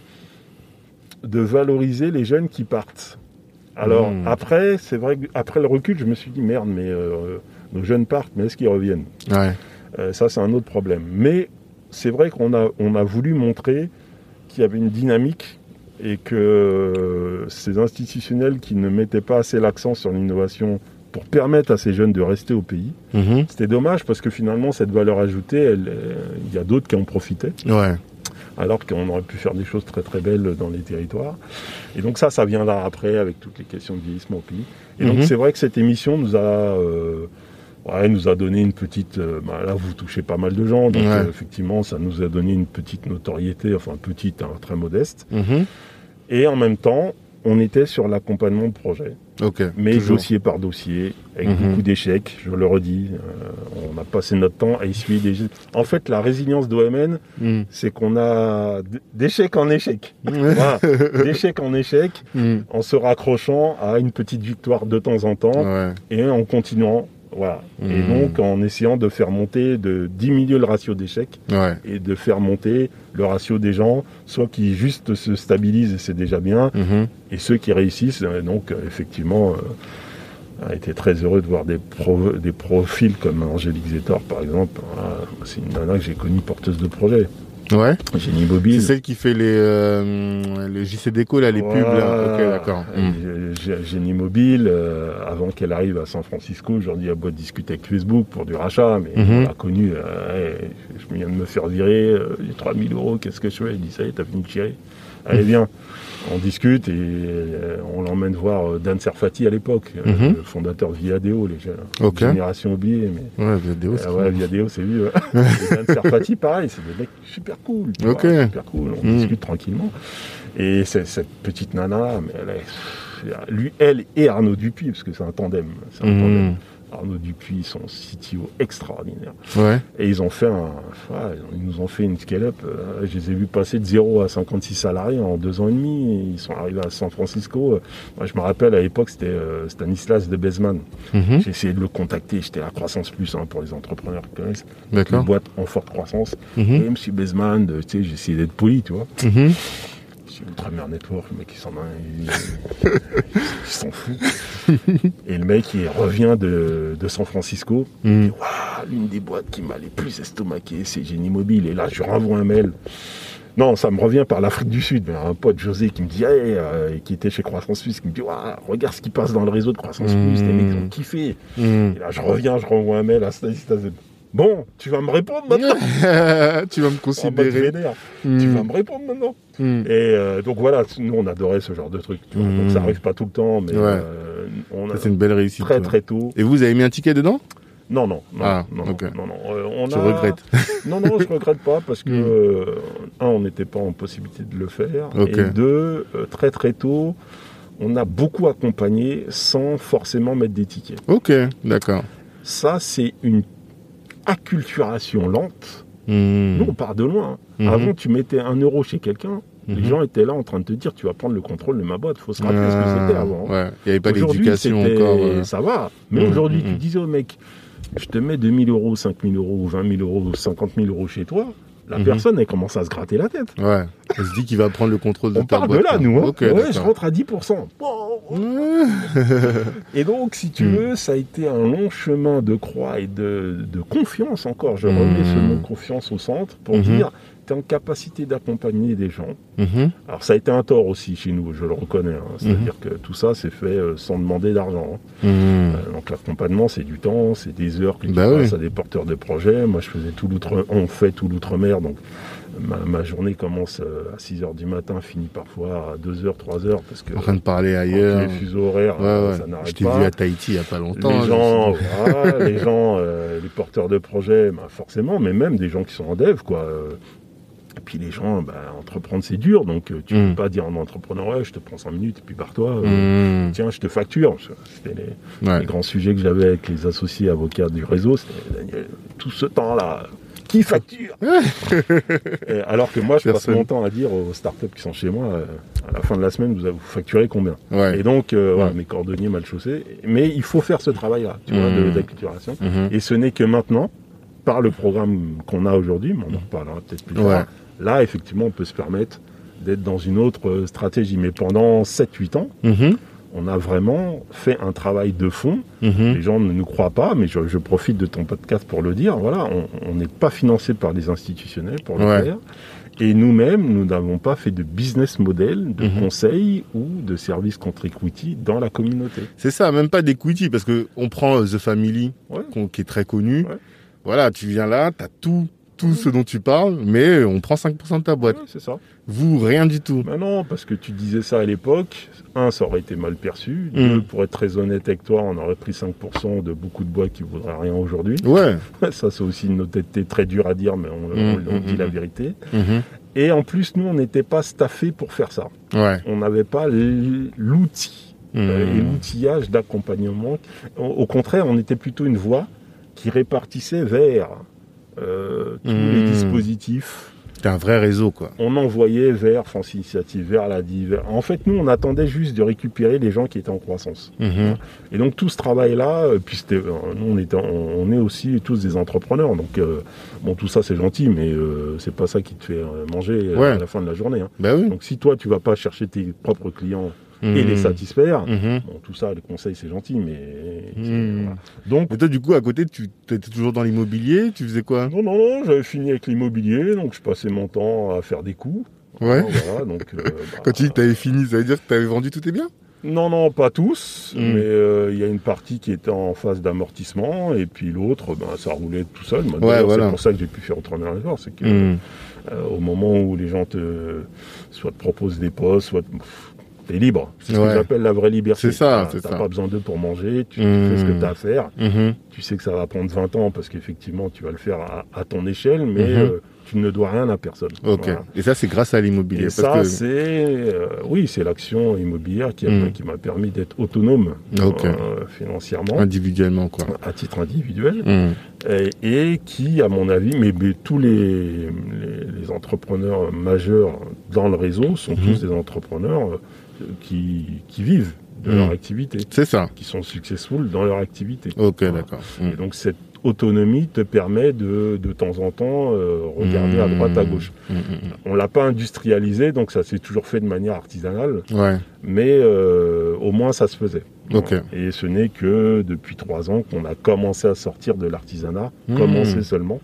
de valoriser les jeunes qui partent. Alors mmh. après, c'est vrai qu'après le recul, je me suis dit merde, mais euh, nos jeunes partent, mais est-ce qu'ils reviennent ? Ouais. euh, Ça, c'est un autre problème. Mais c'est vrai qu'on a, on a voulu montrer qu'il y avait une dynamique et que euh, ces institutionnels qui ne mettaient pas assez l'accent sur l'innovation pour permettre à ces jeunes de rester au pays. Mmh. C'était dommage parce que finalement, cette valeur ajoutée, il y a d'autres qui en profitaient. Ouais. Alors qu'on aurait pu faire des choses très très belles dans les territoires. Et donc ça, ça viendra après avec toutes les questions de vieillissement au pays. Et mmh. donc c'est vrai que cette émission nous a, euh, ouais, nous a donné une petite... Euh, bah là, vous touchez pas mal de gens, donc ouais. euh, effectivement, ça nous a donné une petite notoriété, enfin petite, hein, très modeste. Mmh. Et en même temps, on était sur l'accompagnement de projet. Okay, mais toujours. dossier par dossier, avec mmh. beaucoup d'échecs, je le redis. Euh, on a passé notre temps à essuyer des... En fait, la résilience d'O M N, mmh. c'est qu'on a d'échec en échec. Voilà. D'échec en échec, mmh. en se raccrochant à une petite victoire de temps en temps, ouais. et en continuant Voilà. Mmh. Et donc, en essayant de faire monter, de diminuer le ratio d'échecs Ouais. et de faire monter le ratio des gens, soit qui juste se stabilisent et c'est déjà bien, Mmh. et ceux qui réussissent. Donc, euh, effectivement, euh, a été très heureux de voir des, pro- des profils comme Angélique Zetor, par exemple. Voilà. C'est une nana que j'ai connue porteuse de projet. Ouais. Génie Mobile. C'est celle qui fait les, euh, les J C Déco, là, les Voilà. pubs, là. Ok, d'accord. Euh, G- Génie Mobile, euh, avant qu'elle arrive à San Francisco, aujourd'hui, elle a beau discuter avec Facebook pour du rachat, mais Mhm. on l'a connue. euh, hey, je viens de me faire virer, euh, j'ai trois mille euros, qu'est-ce que je fais? Elle dit ça y est, t'as fini de tirer. Allez, viens. On discute et euh, on l'emmène voir euh, Dan Serfati à l'époque, euh, Mhm. le fondateur de Viadeo, les jeunes. Ok. Génération oubliée. Mais... Ouais, vidéo, c'est Euh, ouais, Viadeo, c'est lui. Ouais. Et Dan Serfati, pareil, c'est des mecs super cool. tu Ok. vois, super cool. On Mm. discute tranquillement. Et c'est, cette petite nana, mais elle est, lui, elle et Arnaud Dupuis, parce que c'est un tandem. C'est un Mhm. tandem. Arnaud Dupuis, son C T O extraordinaire. Ouais. Et ils ont fait un, ouais, ils nous ont fait une scale-up. Euh, je les ai vus passer de zéro à cinquante-six salariés en deux ans et demi. Et ils sont arrivés à San Francisco. Moi, je me rappelle, à l'époque, c'était euh, Stanislas de Bezman. Mhm. J'ai essayé de le contacter. J'étais à Croissance Plus, hein, pour les entrepreneurs qui connaissent. Une D'accord. boîte en forte croissance. Mhm. Et monsieur Bezman, de- tu sais, j'ai essayé d'être poli, tu vois. Mhm. C'est Ultramer Network, le mec il s'en a, il, il- il s'en fout. Et le mec il revient de, de San Francisco. Il Mhm. dit waouh, l'une des boîtes qui m'a les plus estomaqué, c'est Génie Mobile. Et là je lui renvoie un mail. Non, ça me revient par l'Afrique du Sud. Mais un pote José qui me dit, hey, euh, qui était chez Croissance Suisse, qui me dit, waouh, regarde ce qui passe dans le réseau de Croissance Mmh. Suisse, les mecs ont kiffé. Mhm. Et là je reviens, je renvoie un mail à Stanislas. Bon, tu vas me répondre maintenant. Tu vas me En mode considérer. vénère. Tu Mhm. vas me répondre maintenant. Mhm. Et euh, donc voilà, nous on adorait ce genre de truc. Tu vois. Mmh. Donc ça arrive pas tout le temps, mais Ouais. euh, on a Ça, c'est une belle réussite. très ouais. très tôt. Et vous avez mis un ticket dedans? Non non non Ah, non, ok. non non non. Euh, on Tu a... regrettes. Non non, je regrette pas parce que Mmh. euh, un, on n'était pas en possibilité de le faire, Ok. et deux, euh, très très tôt, on a beaucoup accompagné sans forcément mettre des tickets. Ok, d'accord. Ça c'est une acculturation lente. Mhm. Nous on part de loin. Mhm. Avant tu mettais un euro chez quelqu'un. Les Mhm. gens étaient là en train de te dire tu vas prendre le contrôle de ma boîte. Faut se rappeler ce que c'était avant. Ouais, il n'y avait pas Aujourd'hui, d'éducation c'était- encore. euh. Ça va. Mais Mmh, aujourd'hui, mmh, tu mmh. disais au mec, je te mets deux mille euros, cinq mille euros, vingt mille euros, cinquante mille euros chez toi. La Mhm. personne, elle commence à se gratter la tête. Ouais. Elle se dit qu'il va prendre le contrôle de On ta parle boîte. de là, nous. Hein. Ok, ouais, d'accord. je rentre à dix pour cent. Wow. Ouais. Et donc, si tu Mmh. veux, ça a été un long chemin de croix et de, de confiance encore. Je Mmh. remets ce mot confiance au centre pour Mhm. dire, tu es en capacité d'accompagner des gens. Mhm. Alors, ça a été un tort aussi chez nous, je le reconnais. hein. C'est-à-dire Mhm. que tout ça s'est fait euh, sans demander d'argent. hein. Mhm. Euh, donc l'accompagnement, c'est du temps, c'est des heures que tu Bah passes oui. à des porteurs de projets. Moi, je faisais tout l'outre, on fait tout l'outre-mer, donc ma, ma journée commence euh, à six heures du matin, finit parfois à deux heures, trois heures, parce que En train de parler entre ailleurs. les fuseaux horaires, Ouais, euh, ouais. ça Je n'arrête t'ai pas. vu à Tahiti il n'y a pas longtemps. Les hein, gens, je me suis voilà, les gens, euh, les porteurs de projets, bah, forcément, mais même des gens qui sont en dev, quoi. euh, Et puis les gens, bah, entreprendre c'est dur, donc euh, tu ne Mm. peux pas dire à un entrepreneur, ouais, je te prends cinq minutes et puis barre-toi. dit. euh, Mhm. Tiens, je te facture. C'était les, Ouais. les grands sujets que j'avais avec les associés avocats du réseau, c'était Daniel, tout ce temps-là, qui facture Et alors que moi, je Personne. passe mon temps à dire aux startups qui sont chez moi, euh, à la fin de la semaine, vous, avez- vous facturez combien Ouais. Et donc, euh, voilà, Ouais. mes cordonniers mal chaussés. Mais il faut faire ce travail-là, tu vois, de- Mhm. d'acculturation. Mhm. Et ce n'est que maintenant, par le programme qu'on a aujourd'hui, mais on en reparlera peut-être plus tard, Ouais. là, effectivement, on peut se permettre d'être dans une autre euh, stratégie. Mais pendant sept huit ans, Mhm. on a vraiment fait un travail de fond. Mhm. Les gens ne nous croient pas, mais je, je profite de ton podcast pour le dire. Voilà, on- on n'est pas financé par les institutionnels pour le Ouais. faire. Et nous-mêmes, nous n'avons pas fait de business model, de Mhm. conseil ou de service contre equity dans la communauté. C'est ça, même pas d'equity, parce que on prend euh, The Family, Ouais. qu'on- qui est très connu. Ouais. Voilà, tu viens là, t'as tout, tout ce dont tu parles, mais on prend cinq pour cent de ta boîte. Ouais, c'est ça. Vous, rien du tout. Ben non, parce que tu disais ça à l'époque. Un, ça aurait été mal perçu. Mhm. Deux, pour être très honnête avec toi, on aurait pris cinq pour cent de beaucoup de boîtes qui ne voudraient rien aujourd'hui. Ouais. Ça, c'est aussi une honnêteté très dure à dire, mais on, on- Mhm, on dit mhm, la mhm. vérité. Mhm. Et en plus, nous, on n'était pas staffés pour faire ça. Ouais. On n'avait pas l- l'outil euh, et Mhm. l'outillage d'accompagnement. Au, au contraire, on était plutôt une voie qui répartissait vers euh, tous Mhm. les dispositifs C'était un vrai réseau, quoi. On envoyait vers France Initiative, vers la D I V. En fait, nous, on attendait juste de récupérer les gens qui étaient en croissance. Mmh. Et donc, tout ce travail-là, puis c'était, nous, on, était, on est aussi tous des entrepreneurs. Donc, euh, bon, tout ça, c'est gentil, mais euh, c'est pas ça qui te fait manger ouais. à la fin de la journée. Hein. Bah oui. Donc, si toi, tu vas pas chercher tes propres clients mmh. et les satisfaire, mmh. bon, tout ça, les conseils, c'est gentil, mais... Mmh. Voilà. Donc, mais toi, du coup, à côté, tu étais toujours dans l'immobilier, tu faisais quoi? Non, non, non, j'avais fini avec l'immobilier, donc je passais mon temps à faire des coups. Ouais. Voilà, donc, euh, bah, quand tu dis que tu avais fini, ça veut dire que tu avais vendu tous tes biens? Non, non, pas tous, mmh. mais il euh, y a une partie qui était en phase d'amortissement, et puis l'autre, ben, ça roulait tout seul. Moi, ouais, voilà. C'est pour ça que j'ai pu faire entrepreneuriat, c'est que mmh. euh, au moment où les gens te, soit te proposent des postes, soit... T'es libre, c'est ce ouais. que j'appelle la vraie liberté. C'est ça, t'as, c'est t'as ça. pas besoin d'eux pour manger, tu, mmh. tu fais ce que t'as à faire. Mmh. Tu sais que ça va prendre vingt ans parce qu'effectivement tu vas le faire à, à ton échelle, mais mmh. euh, tu ne dois rien à personne. Ok. Voilà. Et ça, c'est grâce à l'immobilier. Et parce ça, que... c'est euh, oui, c'est l'action immobilière qui, a, mmh. qui m'a permis d'être autonome okay. euh, financièrement, individuellement, quoi, à titre individuel, mmh. et, et qui, à mon avis, mais, mais tous les, les, les entrepreneurs majeurs dans le réseau sont mmh. tous des entrepreneurs euh, qui, qui vivent de mmh. leur activité. C'est ça. Qui sont successful dans leur activité. Ok, voilà. d'accord. Mmh. Et donc cette autonomie te permet de, de temps en temps, euh, regarder mmh. à droite, à gauche. Mmh. On l'a pas industrialisé, donc ça s'est toujours fait de manière artisanale. Ouais. Mais euh, au moins ça se faisait. Okay. Et ce n'est que depuis trois ans qu'on a commencé à sortir de l'artisanat, mmh. commencer seulement,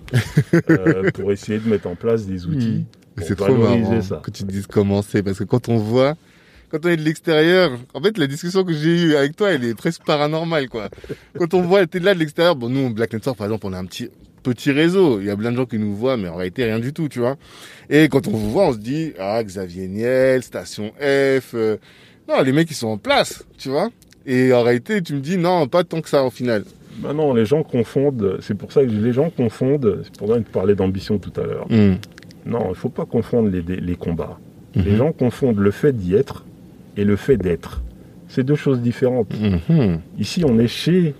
euh, pour essayer de mettre en place des outils. Mmh. C'est trop marrant ça. Que tu te dises commencer, parce que quand on voit, quand on est de l'extérieur, en fait, la discussion que j'ai eue avec toi, elle est presque paranormale, quoi. Quand on voit, t'es là de l'extérieur, bon, nous, Black Network, par exemple, on a un petit, petit réseau. Il y a plein de gens qui nous voient, mais en réalité, rien du tout, tu vois. Et quand on vous voit, on se dit, ah, Xavier Niel, Station F, euh... non, les mecs, ils sont en place, tu vois. Et en réalité, tu me dis, non, pas tant que ça, au final. Ben non, les gens confondent, c'est pour ça que les gens confondent, c'est pour ça que tu parlais d'ambition tout à l'heure. Mmh. Non, il ne faut pas confondre les, les combats. Mmh. Les gens confondent le fait d'y être et le fait d'être. C'est deux choses différentes. Mmh. Ici, on est chez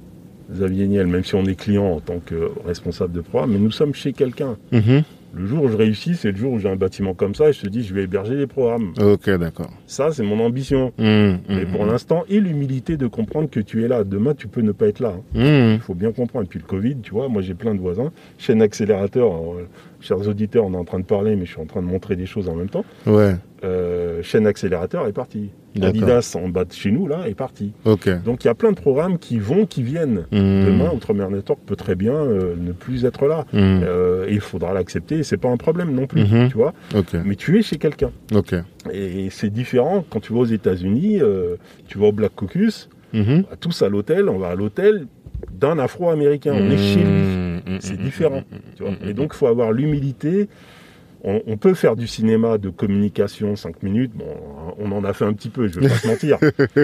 Xavier Niel, même si on est client en tant que responsable de programme, mais nous sommes chez quelqu'un. Mmh. Le jour où je réussis, c'est le jour où j'ai un bâtiment comme ça et je te dis, je vais héberger les programmes. Ok, d'accord. Ça, c'est mon ambition. Mmh. Mais pour mmh. l'instant, et l'humilité de comprendre que tu es là. Demain, tu peux ne pas être là. Il hein. mmh. faut bien comprendre. Et puis le Covid, tu vois, moi j'ai plein de voisins. Chaîne accélérateur, euh, chers auditeurs, on est en train de parler, mais je suis en train de montrer des choses en même temps. Ouais. Euh, chaîne accélérateur est partie. Adidas en bas de chez nous là est parti. Okay. Donc il y a plein de programmes qui vont, qui viennent. Mmh. Demain, Outremer Network peut très bien euh, ne plus être là. Mmh. Euh, et il faudra l'accepter. C'est pas un problème non plus, mmh. tu vois. Okay. Mais tu es chez quelqu'un. Okay. Et c'est différent quand tu vas aux États-Unis, euh, tu vas au Black Caucus, mmh. bah, tous à l'hôtel, on va à l'hôtel d'un Afro-Américain. Mmh. On est chez lui. Mmh. C'est différent. Mmh. Tu vois. Et donc il faut avoir l'humilité. On, on peut faire du cinéma de communication cinq minutes, bon, on en a fait un petit peu, je ne vais pas se mentir.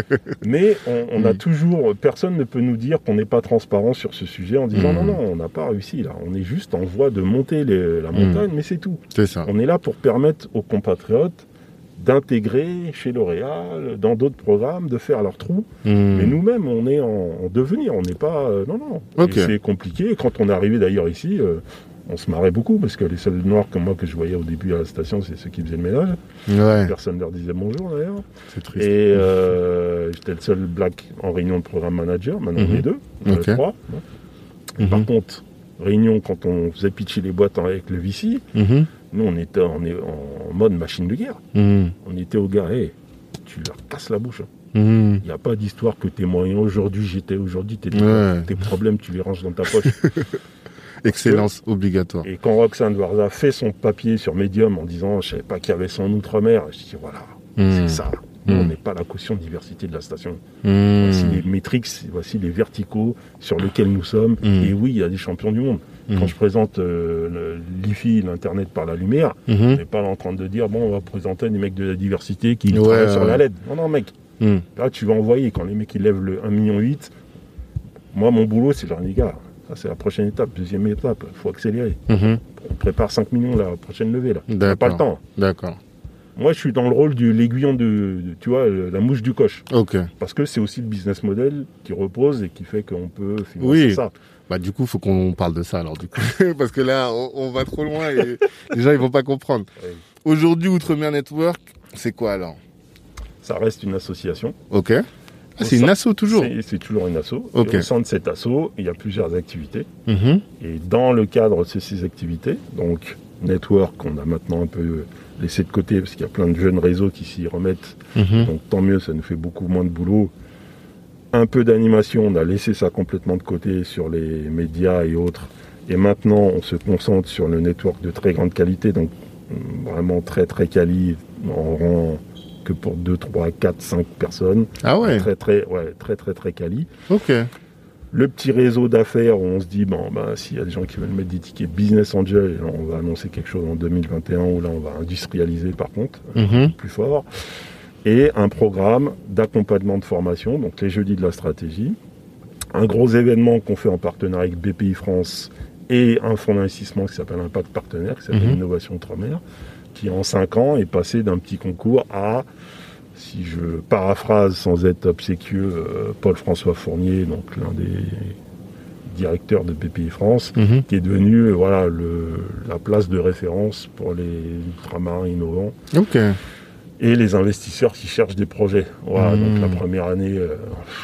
Mais on, on a toujours, personne ne peut nous dire qu'on n'est pas transparent sur ce sujet en disant mmh. non, non, on n'a pas réussi là. On est juste en voie de monter les, la montagne, mmh. mais c'est tout. C'est ça. On est là pour permettre aux compatriotes d'intégrer chez L'Oréal, dans d'autres programmes, de faire leur trou. Mmh. Mais nous-mêmes, on est en, en devenir, on n'est pas... Euh, non, non. Okay. C'est compliqué. Quand on est arrivé d'ailleurs ici... Euh, on se marrait beaucoup parce que les seuls noirs comme moi que je voyais au début à la station, c'est ceux qui faisaient le ménage. Ouais. Personne ne leur disait bonjour d'ailleurs. C'est triste. Et euh, j'étais le seul black en réunion de programme manager. Maintenant, mm-hmm. on est deux, on okay. est trois. Mm-hmm. Par contre, réunion quand on faisait pitcher les boîtes avec le V C, mm-hmm. nous on était on est en mode machine de guerre. Mm-hmm. On était au gars, hey, tu leur casses la bouche. Il mmh. n'y a pas d'histoire que t'es moyen. Aujourd'hui, j'étais, aujourd'hui, t'es ouais. tes problèmes, tu les ranges dans ta poche. Excellence que, obligatoire. Et quand Roxane Varza fait son papier sur Medium en disant je savais pas qu'il y avait son outre-mer, je dis voilà, mmh. c'est ça. Mmh. On n'est pas la caution de diversité de la station. Mmh. Voici les métriques, voici les verticaux sur lesquels nous sommes. Mmh. Et oui, il y a des champions du monde. Mmh. Quand je présente euh, l'I F I, l'Internet par la lumière, mmh. on n'est pas en train de dire bon, on va présenter des mecs de la diversité qui ouais, travaillent ouais. sur la L E D. Non, non, mec. Mmh. Là, tu vas envoyer quand les mecs ils lèvent le un virgule huit million. Moi, mon boulot, c'est genre les gars. Ça, c'est la prochaine étape, deuxième étape, il faut accélérer. Mmh. On prépare cinq millions la prochaine levée, là. On n'a pas le temps. D'accord. Moi, je suis dans le rôle de l'aiguillon de, de, tu vois, la mouche du coche. Ok. Parce que c'est aussi le business model qui repose et qui fait qu'on peut financer oui. ça. Bah, du coup, il faut qu'on parle de ça, alors, du coup. Parce que là, on, on va trop loin et les gens, ils vont pas comprendre. Oui. Aujourd'hui, Outremer Network, c'est quoi, alors? Ça reste une association. Ok. Ah, c'est une asso toujours. C'est, c'est toujours une asso. Okay. Et au sein de cette asso, il y a plusieurs activités. Mm-hmm. Et dans le cadre de ces activités, donc Network, on a maintenant un peu laissé de côté parce qu'il y a plein de jeunes réseaux qui s'y remettent. Mm-hmm. Donc tant mieux, ça nous fait beaucoup moins de boulot. Un peu d'animation, on a laissé ça complètement de côté sur les médias et autres. Et maintenant, on se concentre sur le network de très grande qualité, donc vraiment très très quali, en rang que pour deux, trois, quatre, cinq personnes. Ah ouais. Très très ouais, très très très quali. Ok. Le petit réseau d'affaires où on se dit bon bah s'il y a des gens qui veulent mettre des tickets business angel, on va annoncer quelque chose en deux mille vingt et un où là on va industrialiser par contre, mm-hmm. plus fort. Et un programme d'accompagnement de formation, donc les jeudis de la stratégie. Un gros événement qu'on fait en partenariat avec B P I France et un fonds d'investissement qui s'appelle Impact Partenaire, qui s'appelle mm-hmm. Innovation Outremer, qui en cinq ans est passé d'un petit concours à, si je paraphrase sans être obséquieux, euh, Paul-François Fournier, donc l'un des directeurs de B P I France, mm-hmm. qui est devenu euh, voilà, le, la place de référence pour les ultramarins innovants. Ok. Et les investisseurs qui cherchent des projets. Voilà, mmh. Donc la première année, euh,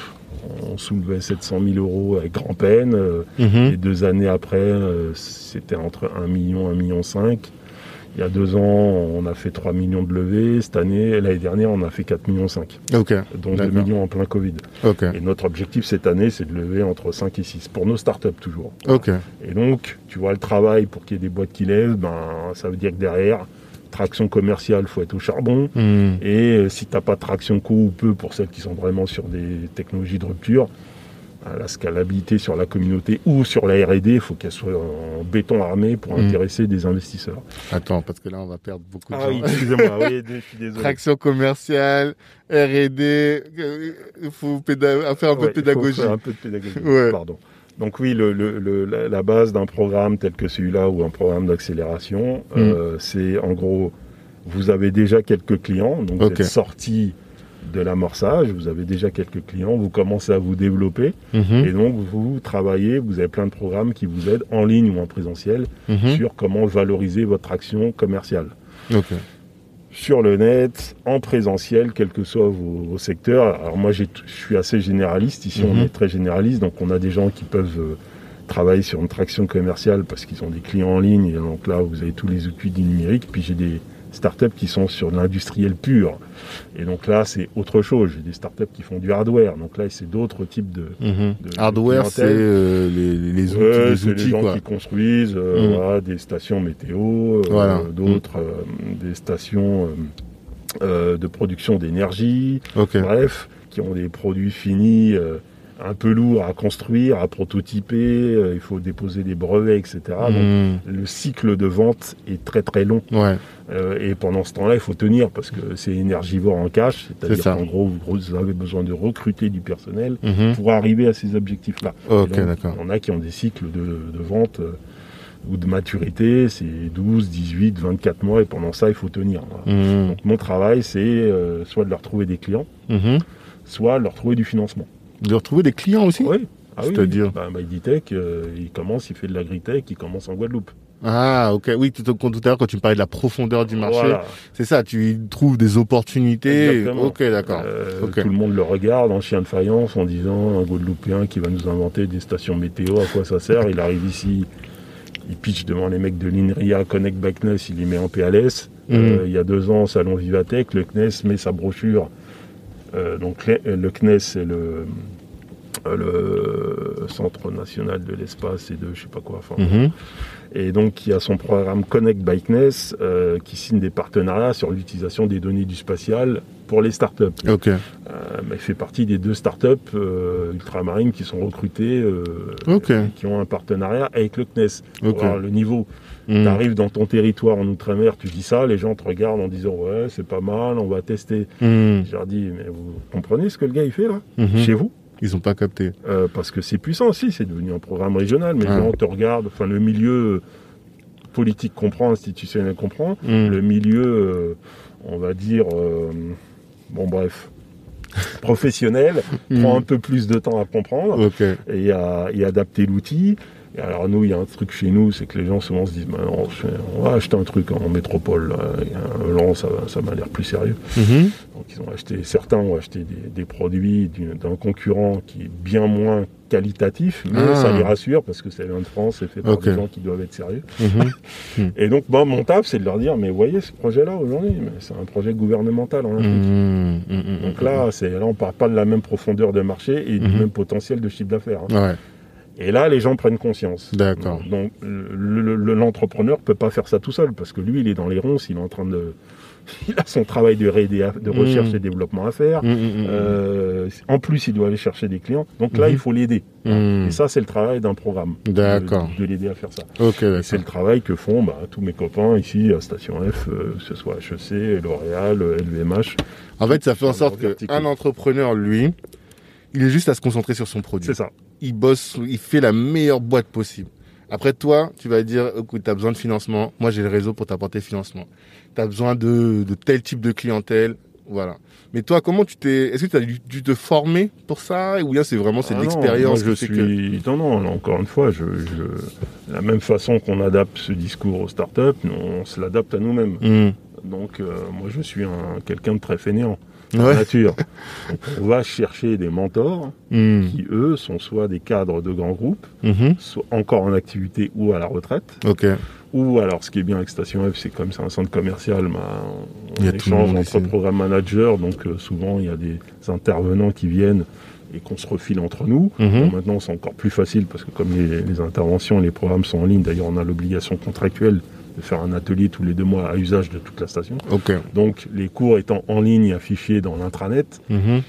on soulevait sept cent mille euros avec grand-peine. Euh, mmh. Et deux années après, euh, c'était entre un million et un million cinq. Il y a deux ans, on a fait trois millions de levées. Cette année, l'année dernière, on a fait quatre millions cinq. Okay. Donc deux millions en plein Covid. Okay. Et notre objectif cette année, c'est de lever entre cinq et six. Pour nos startups, toujours. Okay. Et donc, tu vois, le travail pour qu'il y ait des boîtes qui lèvent, ben, ça veut dire que derrière, traction commerciale, il faut être au charbon. Mmh. Et euh, si tu n'as pas de traction co ou peu pour celles qui sont vraiment sur des technologies de rupture, euh, la scalabilité sur la communauté ou sur la R et D, il faut qu'elle soit en béton armé pour mmh. intéresser des investisseurs. Attends, parce que là, on va perdre beaucoup de ah gens. Oui, excusez-moi, oui, je suis désolé. Traction commerciale, R et D, il faut péda- faire un peu ouais, de pédagogie. Il faut faire un peu de pédagogie, ouais. pardon. Donc oui, le, le, le, la base d'un programme tel que celui-là ou un programme d'accélération, mmh. euh, c'est en gros, vous avez déjà quelques clients, donc okay. vous êtes sorti de l'amorçage, vous avez déjà quelques clients, vous commencez à vous développer mmh. et donc vous travaillez, vous avez plein de programmes qui vous aident en ligne ou en présentiel mmh. sur comment valoriser votre action commerciale. Okay. Sur le net, en présentiel, quels que soient vos, vos secteurs. Alors moi, j'ai, je suis assez généraliste. Ici, mm-hmm. on est très généraliste. Donc, on a des gens qui peuvent euh, travailler sur une traction commerciale parce qu'ils ont des clients en ligne. Et donc là, vous avez tous les outils du numérique. Puis, j'ai des startups qui sont sur de l'industriel pur. Et donc là, c'est autre chose. J'ai des startups qui font du hardware. Donc là, c'est d'autres types de... Mm-hmm. de hardware, de c'est euh, les, les outils, ouais, les c'est outils les gens quoi. qui construisent euh, mm. voilà, des stations météo, euh, voilà. d'autres, mm. euh, des stations euh, euh, de production d'énergie. Okay. Bref, qui ont des produits finis... Euh, un peu lourd à construire, à prototyper, euh, il faut déposer des brevets, et cetera. Mmh. Donc le cycle de vente est très très long. Ouais. Euh, et pendant ce temps-là, il faut tenir parce que c'est énergivore en cash, c'est-à-dire c'est qu'en gros, vous avez besoin de recruter du personnel mmh. pour arriver à ces objectifs-là. Okay, donc, d'accord. Il y en a qui ont des cycles de, de vente euh, ou de maturité, c'est douze, dix-huit, vingt-quatre mois et pendant ça, il faut tenir. Voilà. Mmh. Donc mon travail, c'est euh, soit de leur trouver des clients, mmh. soit de leur trouver du financement. De retrouver des clients aussi ? Oui. Ah C'est-à-dire oui. bah, MyDitech, euh, il commence, il fait de l'agritech, il commence en Guadeloupe. Ah, ok. Oui, tout, tout à l'heure, quand tu me parlais de la profondeur du marché, voilà. c'est ça, tu trouves des opportunités. Exactement. Ok, d'accord. Euh, okay. Tout le monde le regarde en chien de faïence en disant un Guadeloupéen qui va nous inventer des stations météo, à quoi ça sert ? Il arrive ici, il pitch devant les mecs de l'INRIA, Connect by C N E S, il les met en P L S. Mm. Euh, il y a deux ans, Salon Vivatech, le C N E S met sa brochure. Euh, donc le C N E S, c'est le, le Centre National de l'Espace et de je sais pas quoi. Enfin, mm-hmm. Et donc il y a son programme Connect by C N E S euh, qui signe des partenariats sur l'utilisation des données du spatial pour les startups. Okay. Euh, bah, il fait partie des deux startups euh, ultramarines qui sont recrutées, euh, okay. qui ont un partenariat avec le C N E S. Okay. Pour voir le niveau. Mmh. Tu arrives dans ton territoire en Outre-mer, tu dis ça, les gens te regardent en disant ouais c'est pas mal, on va tester. Mmh. Je leur dis mais vous comprenez ce que le gars il fait là mmh. chez vous? Ils n'ont pas capté. Euh, parce que c'est puissant aussi, c'est devenu un programme régional, mais ah. les gens te regardent, enfin le milieu politique comprend, institutionnel comprend, Mm. le milieu, euh, on va dire, euh, bon bref, professionnel, Mm. prend un peu plus de temps à comprendre Ok. et à et adapter l'outil. Et alors nous, il y a un truc chez nous, c'est que les gens souvent se disent, bah, non, on va acheter un truc en métropole, là. Il y a un Lan, ça, ça m'a l'air plus sérieux. Mhm. Donc ils ont acheté, certains ont acheté des, des produits d'une- d'un concurrent qui est bien moins qualitatif, mais Ah. ça les rassure parce que ça vient de France, c'est fait par Ok. des gens qui doivent être sérieux. Mhm. Et donc bon, mon taf, c'est de leur dire, mais voyez ce projet-là aujourd'hui, mais c'est un projet gouvernemental en Afrique. Mhm. Mhm. Donc là, c'est, là, on parle pas de la même profondeur de marché et du Mhm. même potentiel de chiffre d'affaires. hein. Ouais. Et là, les gens prennent conscience. D'accord. Donc, le- le- le- l'entrepreneur peut pas faire ça tout seul parce que lui, il est dans les ronces, il est en train de, il a son travail de, R et D à- de recherche Mm. et développement à faire. Mhm. Mhm. Euh, en plus, il doit aller chercher des clients. Donc là, Mhm. il faut l'aider. Mhm. Et ça, c'est le travail d'un programme. de- D'accord. De, de l'aider à faire ça. Ok, Et c'est d'accord. le travail que font bah, tous mes copains ici à Station F, euh, que ce soit H E C, L'Oréal, L V M H. En fait, ça fait en Sur sorte leur verticale. qu'un entrepreneur, lui, il est juste à se concentrer sur son produit. C'est ça. Il bosse, il fait la meilleure boîte possible. Après, toi, tu vas dire, écoute, tu as besoin de financement. Moi, j'ai le réseau pour t'apporter financement. Tu as besoin de, de tel type de clientèle. Voilà. Mais toi, comment tu t'es, est-ce que tu as dû, dû te former pour ça? Ou bien c'est vraiment, c'est Ah de non, l'expérience moi, je qui fait suis... Non, non, là, encore une fois, je, je... la même façon qu'on adapte ce discours aux startups, nous, on se l'adapte à nous-mêmes. que... Mmh. Donc, euh, moi, je suis un... quelqu'un de très fainéant, de Ouais. nature. Donc, on va chercher des mentors Mmh. qui, eux, sont soit des cadres de grands groupes, Mhm. soit encore en activité ou à la retraite. Ok. Ou alors, ce qui est bien avec Station F, c'est comme c'est un centre commercial, bah, on Il y a tout le échange monde entre ici. programme managers, donc euh, souvent il y a des intervenants qui viennent et qu'on se refile entre nous. Mhm. Bon, maintenant, c'est encore plus facile parce que comme les, les interventions, les programmes sont en ligne, d'ailleurs, on a l'obligation contractuelle de faire un atelier tous les deux mois à usage de toute la station. Ok. Donc, les cours étant en ligne affichés dans l'intranet, Mhm.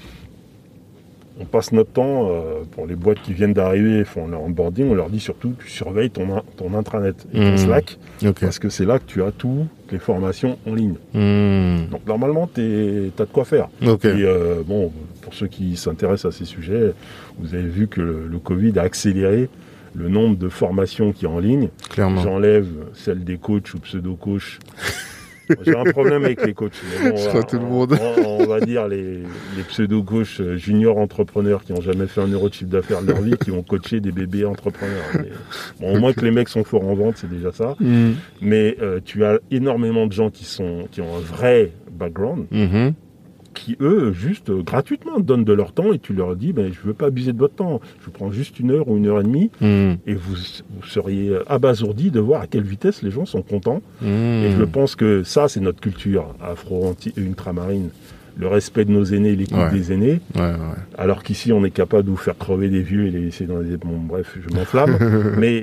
on passe notre temps, euh, pour les boîtes qui viennent d'arriver et font leur onboarding, on leur dit surtout, tu surveilles ton, in- ton intranet et ton Mhm. Slack, Ok. parce que c'est là que tu as toutes les formations en ligne. Mmh. Donc, normalement, tu as de quoi faire. Ok. Et euh, bon, pour ceux qui s'intéressent à ces sujets, vous avez vu que le, le Covid a accéléré le nombre de formations qui est en ligne. Clairement. J'enlève celle des coachs ou pseudo-coachs. J'ai un problème avec les coachs. Mais bon, Je voilà, crois tout le monde. On, on va dire les, les pseudo-coachs euh, juniors entrepreneurs qui n'ont jamais fait un euro de chiffre d'affaires de leur vie, qui vont coacher des bébés entrepreneurs. Mais, bon, au moins que les mecs sont forts en vente, c'est déjà ça. Mmh. Mais euh, tu as énormément de gens qui, sont, qui ont un vrai background, Mhm. qui eux, juste euh, gratuitement, donnent de leur temps et tu leur dis, ben, je veux pas abuser de votre temps, je prends juste une heure ou une heure et demie Mmh. et vous, vous seriez abasourdis de voir à quelle vitesse les gens sont contents. Mmh. Et je pense que ça, c'est notre culture afro-ultramarine, le respect de nos aînés, l'écoute Ouais. des aînés, Ouais, ouais. alors qu'ici, on est capable de vous faire crever des vieux et les laisser dans les... Bon, bref, je m'enflamme, mais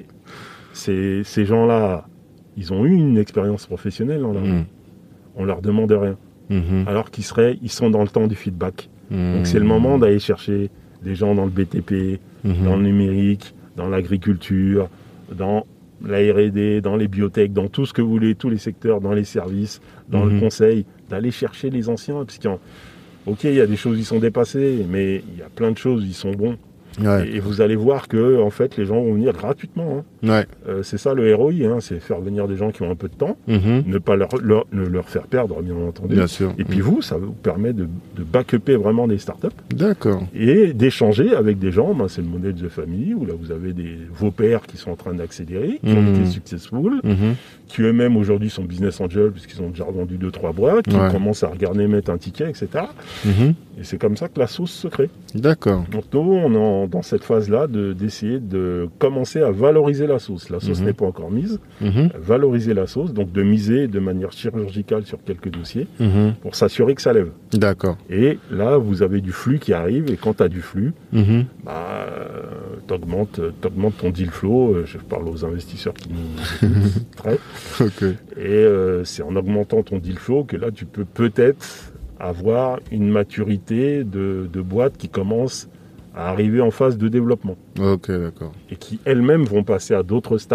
ces, ces gens-là, ils ont eu une expérience professionnelle dans leur vie. Mmh. On leur demande rien. Mhm. Alors qu'ils seraient, ils sont dans le temps du feedback. Mmh. Donc c'est le moment d'aller chercher des gens dans le B T P, Mhm. dans le numérique, dans l'agriculture, dans la R et D, dans les biotech, dans tout ce que vous voulez, tous les secteurs, dans les services, dans Mhm. le conseil, d'aller chercher les anciens. Parce qu'il y a- ok, il y a des choses, ils sont dépassés, mais il y a plein de choses, ils sont bons. Ouais. Et, et vous allez voir que en fait, les gens vont venir gratuitement. hein. Ouais. Euh, c'est ça le R O I, hein, c'est faire venir des gens qui ont un peu de temps, Mhm. ne pas leur, leur- ne leur faire perdre, bien entendu. Bien sûr. Et puis vous, ça vous permet de, de back-upper vraiment des startups D'accord. et d'échanger avec des gens. Ben, c'est le modèle The Family où là vous avez des, vos pairs qui sont en train d'accélérer, qui ont Mhm. été successful, Mhm. qui eux-mêmes aujourd'hui sont business angels puisqu'ils ont déjà vendu deux trois boîtes, qui Ouais. commencent à regarder mettre un ticket, et cetera. Mhm. Et c'est comme ça que la sauce se crée. D'accord. Donc nous, on est en- dans cette phase-là de, d'essayer de commencer à valoriser la sauce. La sauce Mhm. n'est pas encore mise. Mhm. Valoriser la sauce, donc de miser de manière chirurgicale sur quelques dossiers Mhm. pour s'assurer que ça lève. D'accord. Et là, vous avez du flux qui arrive, et quand tu as du flux, Mhm. bah, euh, t'augmentes, t'augmentes ton deal flow. Euh, Je parle aux investisseurs qui nous écoutent, très. Ok. Et euh, c'est en augmentant ton deal flow que là, tu peux peut-être avoir une maturité de, de boîtes qui commencent à arriver en phase de développement Ok, d'accord. et qui elles-mêmes vont passer à d'autres steps,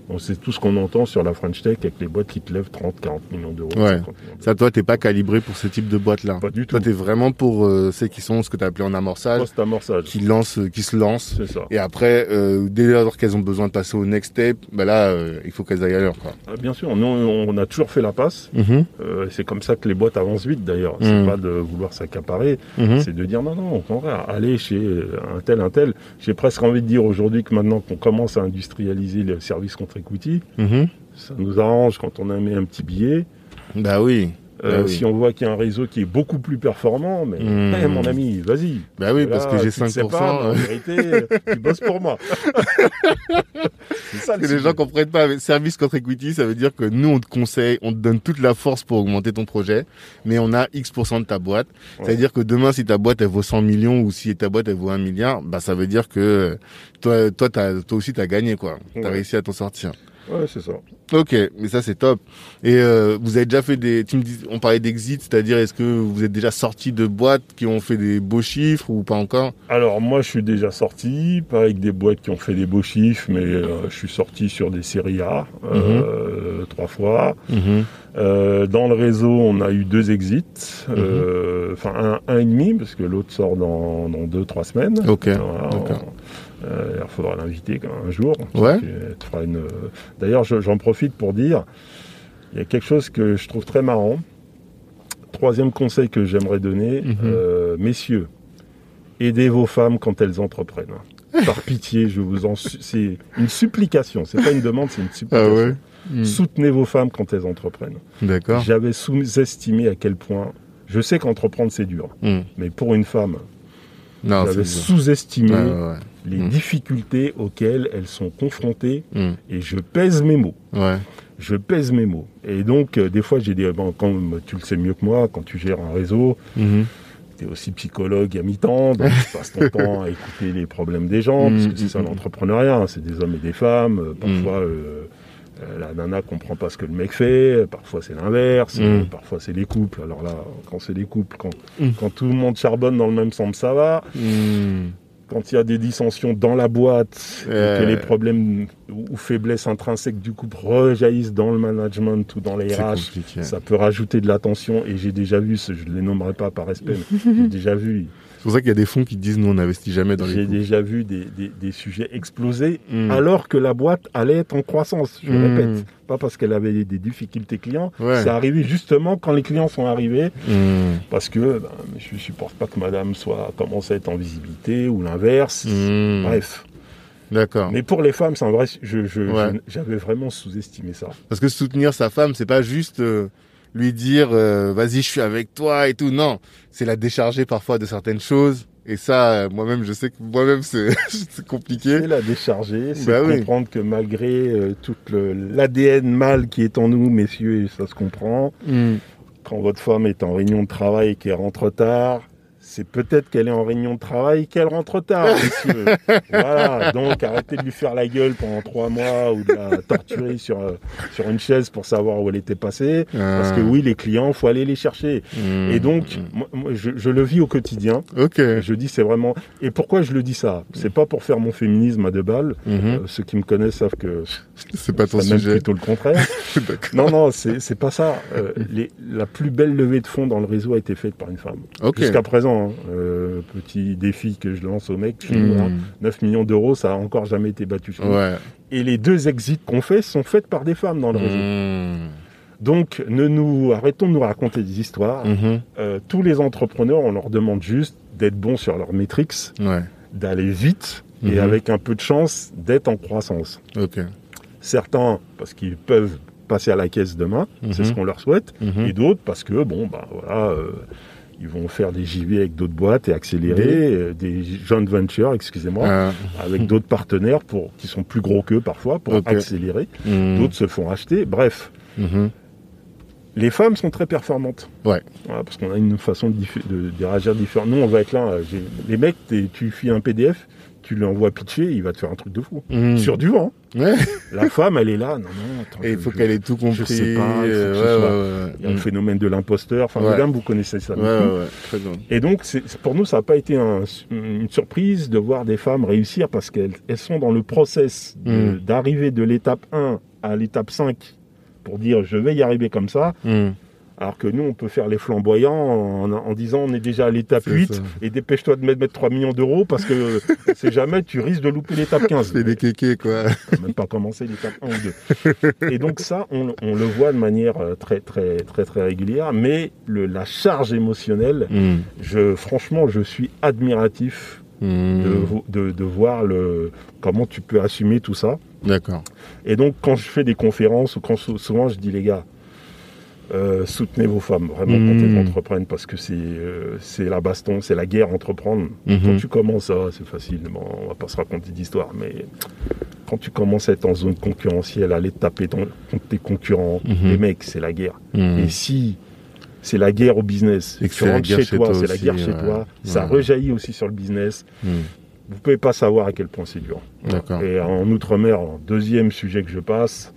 bon, c'est tout ce qu'on entend sur la French Tech avec les boîtes qui te lèvent trente, quarante millions d'euros. Ouais. cinquante millions d'euros. Ça, toi, t'es pas calibré pour ce type de boîte-là. Pas du tout. Toi, t'es vraiment pour euh, ceux qui sont ce que t'as appelé en amorçage, Post-amorçage. qui lancent, euh, qui se lancent. C'est ça. Et après, euh, dès lors qu'elles ont besoin de passer au next step, bah là, euh, il faut qu'elles aillent ailleurs, quoi. Ah, bien sûr, nous, on a toujours fait la passe. Mm-hmm. Euh, c'est comme ça que les boîtes avancent vite, d'ailleurs. Mm. C'est pas de vouloir s'accaparer. Mm-hmm. C'est de dire non, non, au contraire, allez chez un tel, un tel. J'ai presque envie de dire aujourd'hui que maintenant qu'on commence à industrialiser le service contre equity, Mm-hmm. ça nous arrange quand on a mis un petit billet. Bah oui. Euh, Bah oui. Si on voit qu'il y a un réseau qui est beaucoup plus performant, mais Mmh. hey, mon ami, vas-y. Bah oui, Et parce là, que j'ai tu te cinq pour cent. sépares, mais en euh, vérité, tu bosses pour moi. C'est ça le que les sujet. gens comprennent pas. Mais service contre equity, ça veut dire que nous, on te conseille, on te donne toute la force pour augmenter ton projet, mais on a X pour cent de ta boîte. Ouais. Ça veut dire que demain, si ta boîte, elle vaut cent millions ou si ta boîte, elle vaut un milliard, bah, ça veut dire que toi, toi, t'as, toi aussi, t'as gagné, quoi. T'as Ouais. réussi à t'en sortir. Ouais, c'est ça. Ok, mais ça, c'est top. Et, euh, vous avez déjà fait des, tu me dis, on parlait d'exit, c'est-à-dire, est-ce que vous êtes déjà sorti de boîtes qui ont fait des beaux chiffres ou pas encore? Alors moi, je suis déjà sorti, pas avec des boîtes qui ont fait des beaux chiffres, mais euh, je suis sorti sur des séries A, euh, trois fois. Mm-hmm. Euh, dans le réseau, on a eu deux exits, euh, enfin un, un et demi, parce que l'autre sort dans, dans deux, trois semaines. Ok, Voilà, d'accord. on- euh, il faudra l'inviter quand même un jour. Ouais. Tu- tu feras une- D'ailleurs, je- j'en profite pour dire, il y a quelque chose que je trouve très marrant. Troisième conseil que j'aimerais donner, Mhm. euh, messieurs, aidez vos femmes quand elles entreprennent. Par pitié, je vous en su- c'est une supplication. C'est pas une demande, c'est une Ah supplication. ouais? Mm. Soutenez vos femmes quand elles entreprennent. D'accord. J'avais sous-estimé à quel point. Je sais qu'entreprendre c'est dur, Mm. mais pour une femme, Non, j'avais c'est sous-estimé Ouais, ouais, ouais. les Mm. difficultés auxquelles elles sont confrontées, Mm. et je pèse mes mots. Ouais. Je pèse mes mots. Et donc, euh, des fois, j'ai des. Bon, quand tu le sais mieux que moi, quand tu gères un réseau, Mhm. tu es aussi psychologue à mi-temps, donc tu passes ton temps à écouter les problèmes des gens, parce que c'est ça Mm, mm, l'entrepreneuriat, hein, c'est des hommes et des femmes. Euh, Parfois, euh, euh, la nana comprend pas ce que le mec fait, parfois c'est l'inverse, Mm. euh, parfois c'est les couples. Alors là, quand c'est les couples, quand, Mm. quand tout le monde charbonne dans le même sens, ça va. Mm. Quand il y a des dissensions dans la boîte, et Euh. que les problèmes ou ou faiblesses intrinsèques du couple rejaillissent dans le management ou dans les C'est R H, compliqué. ça peut rajouter de la tension. Et j'ai déjà vu, ce- je ne les nommerai pas par respect, mais j'ai déjà vu, C'est pour ça qu'il y a des fonds qui disent nous on n'investit jamais dans les j'ai couples. déjà vu des, des- des sujets exploser Mm. alors que la boîte allait être en croissance. Je Mm. répète, pas parce qu'elle avait des difficultés clients, Ouais. c'est arrivé justement quand les clients sont arrivés. Mm. Parce que ben, je ne supporte pas que madame soit commence à être en visibilité ou l'inverse. Mm. Bref. D'accord. Mais pour les femmes, c'est un vrai. Je, je- Ouais. je- j'avais vraiment sous-estimé ça. Parce que soutenir sa femme, c'est pas juste euh, lui dire euh, vas-y je suis avec toi et tout. Non, c'est la décharger parfois de certaines choses. Et ça, euh, moi-même, je sais que moi-même c'est c'est compliqué. C'est la décharger, c'est Bah oui. comprendre que malgré euh, tout le- l'A D N mâle qui est en nous, messieurs, et ça se comprend, Mm. quand votre femme est en réunion de travail et qu'elle rentre tard, c'est peut-être qu'elle est en réunion de travail et qu'elle rentre tard, messieurs. Voilà, donc arrêtez de lui faire la gueule pendant trois mois ou de la torturer sur, euh, sur une chaise pour savoir où elle était passée. Parce que Ah. oui, les clients, faut aller les chercher. Mm. Et donc, moi, moi, je, je le vis au quotidien. Ok. Je dis, c'est vraiment. Et pourquoi je le dis ça? C'est pas pour faire mon féminisme à deux balles. Mhm. Euh, ceux qui me connaissent savent que C'est pas ton c'est même sujet. plutôt le contraire. D'accord. Non, non, c'est c'est pas ça. Euh, les, la plus belle levée de fonds dans le réseau a été faite par une femme. Ok. Jusqu'à présent, hein. Euh, petit défi que je lance aux mecs, chez nous, hein. Mm. neuf millions d'euros, ça a encore jamais été battu chez nous. Ouais. Et les deux exits qu'on fait sont faites par des femmes dans le réseau. Mm. Donc, ne nous arrêtons de nous raconter des histoires. Mhm. Euh, tous les entrepreneurs, on leur demande juste d'être bons sur leurs métriques, Ouais. d'aller vite et Mhm. avec un peu de chance d'être en croissance. Ok. Certains parce qu'ils peuvent passer à la caisse demain, c'est Mhm. ce qu'on leur souhaite, Mhm. et d'autres parce que bon bah voilà, euh, ils vont faire des J V avec d'autres boîtes et accélérer, euh, des joint ventures, excusez-moi, Ah. avec d'autres partenaires pour qui sont plus gros qu'eux parfois pour Ok. accélérer. Mm. D'autres se font acheter. Bref, Mhm. les femmes sont très performantes. Ouais. Voilà, parce qu'on a une façon de, diffé- de, de réagir différente. Nous, on va être là. j'ai- Les mecs, t'es- tu files un P D F, tu lui envoies pitcher, il va te faire un truc de fou. Mm. Sur du vent. Ouais. La femme, elle est là, non, non, attends. Et il faut je, qu'elle ait tout compris. Je sais pas, il faut euh, que ouais, ce soit... ouais, ouais. Il y a le phénomène de l'imposteur. Enfin, ouais. madame, vous connaissez ça. Ouais, ouais, ouais. Très bien. Et donc, c'est, pour nous, ça n'a pas été un, une surprise de voir des femmes réussir parce qu'elles elles sont dans le process de, mm. d'arriver de l'étape un à l'étape cinq pour dire je vais y arriver comme ça. Mm. Alors que nous, on peut faire les flamboyants en, en disant on est déjà à l'étape c'est huit ça. Et dépêche-toi de mettre, mettre trois millions d'euros parce que c'est jamais, tu risques de louper l'étape quinze. C'est des kékés, quoi. On n'a même pas commencé l'étape un ou deux. Et donc ça, on, on le voit de manière très, très, très, très régulière. Mais le, la charge émotionnelle, mm. je, franchement, je suis admiratif mm. de, de, de voir le, comment tu peux assumer tout ça. D'accord. Et donc, quand je fais des conférences ou quand souvent je dis les gars, Euh, soutenez vos femmes, vraiment, mmh. quand elles entreprennent, parce que c'est, euh, c'est la baston, c'est la guerre entreprendre. Mmh. Quand tu commences, ah, c'est facile, bon, on va pas se raconter d'histoire, mais quand tu commences à être en zone concurrentielle, à aller taper ton, contre tes concurrents, mmh. les mecs, c'est la guerre. Mmh. Et si c'est la guerre au business, et que tu rentres chez, chez toi, toi c'est aussi, la guerre ouais. chez toi, ouais. ça rejaillit aussi sur le business. Mmh. Vous pouvez pas savoir à quel point c'est dur. D'accord. Et en Outre-mer, deuxième sujet que je passe,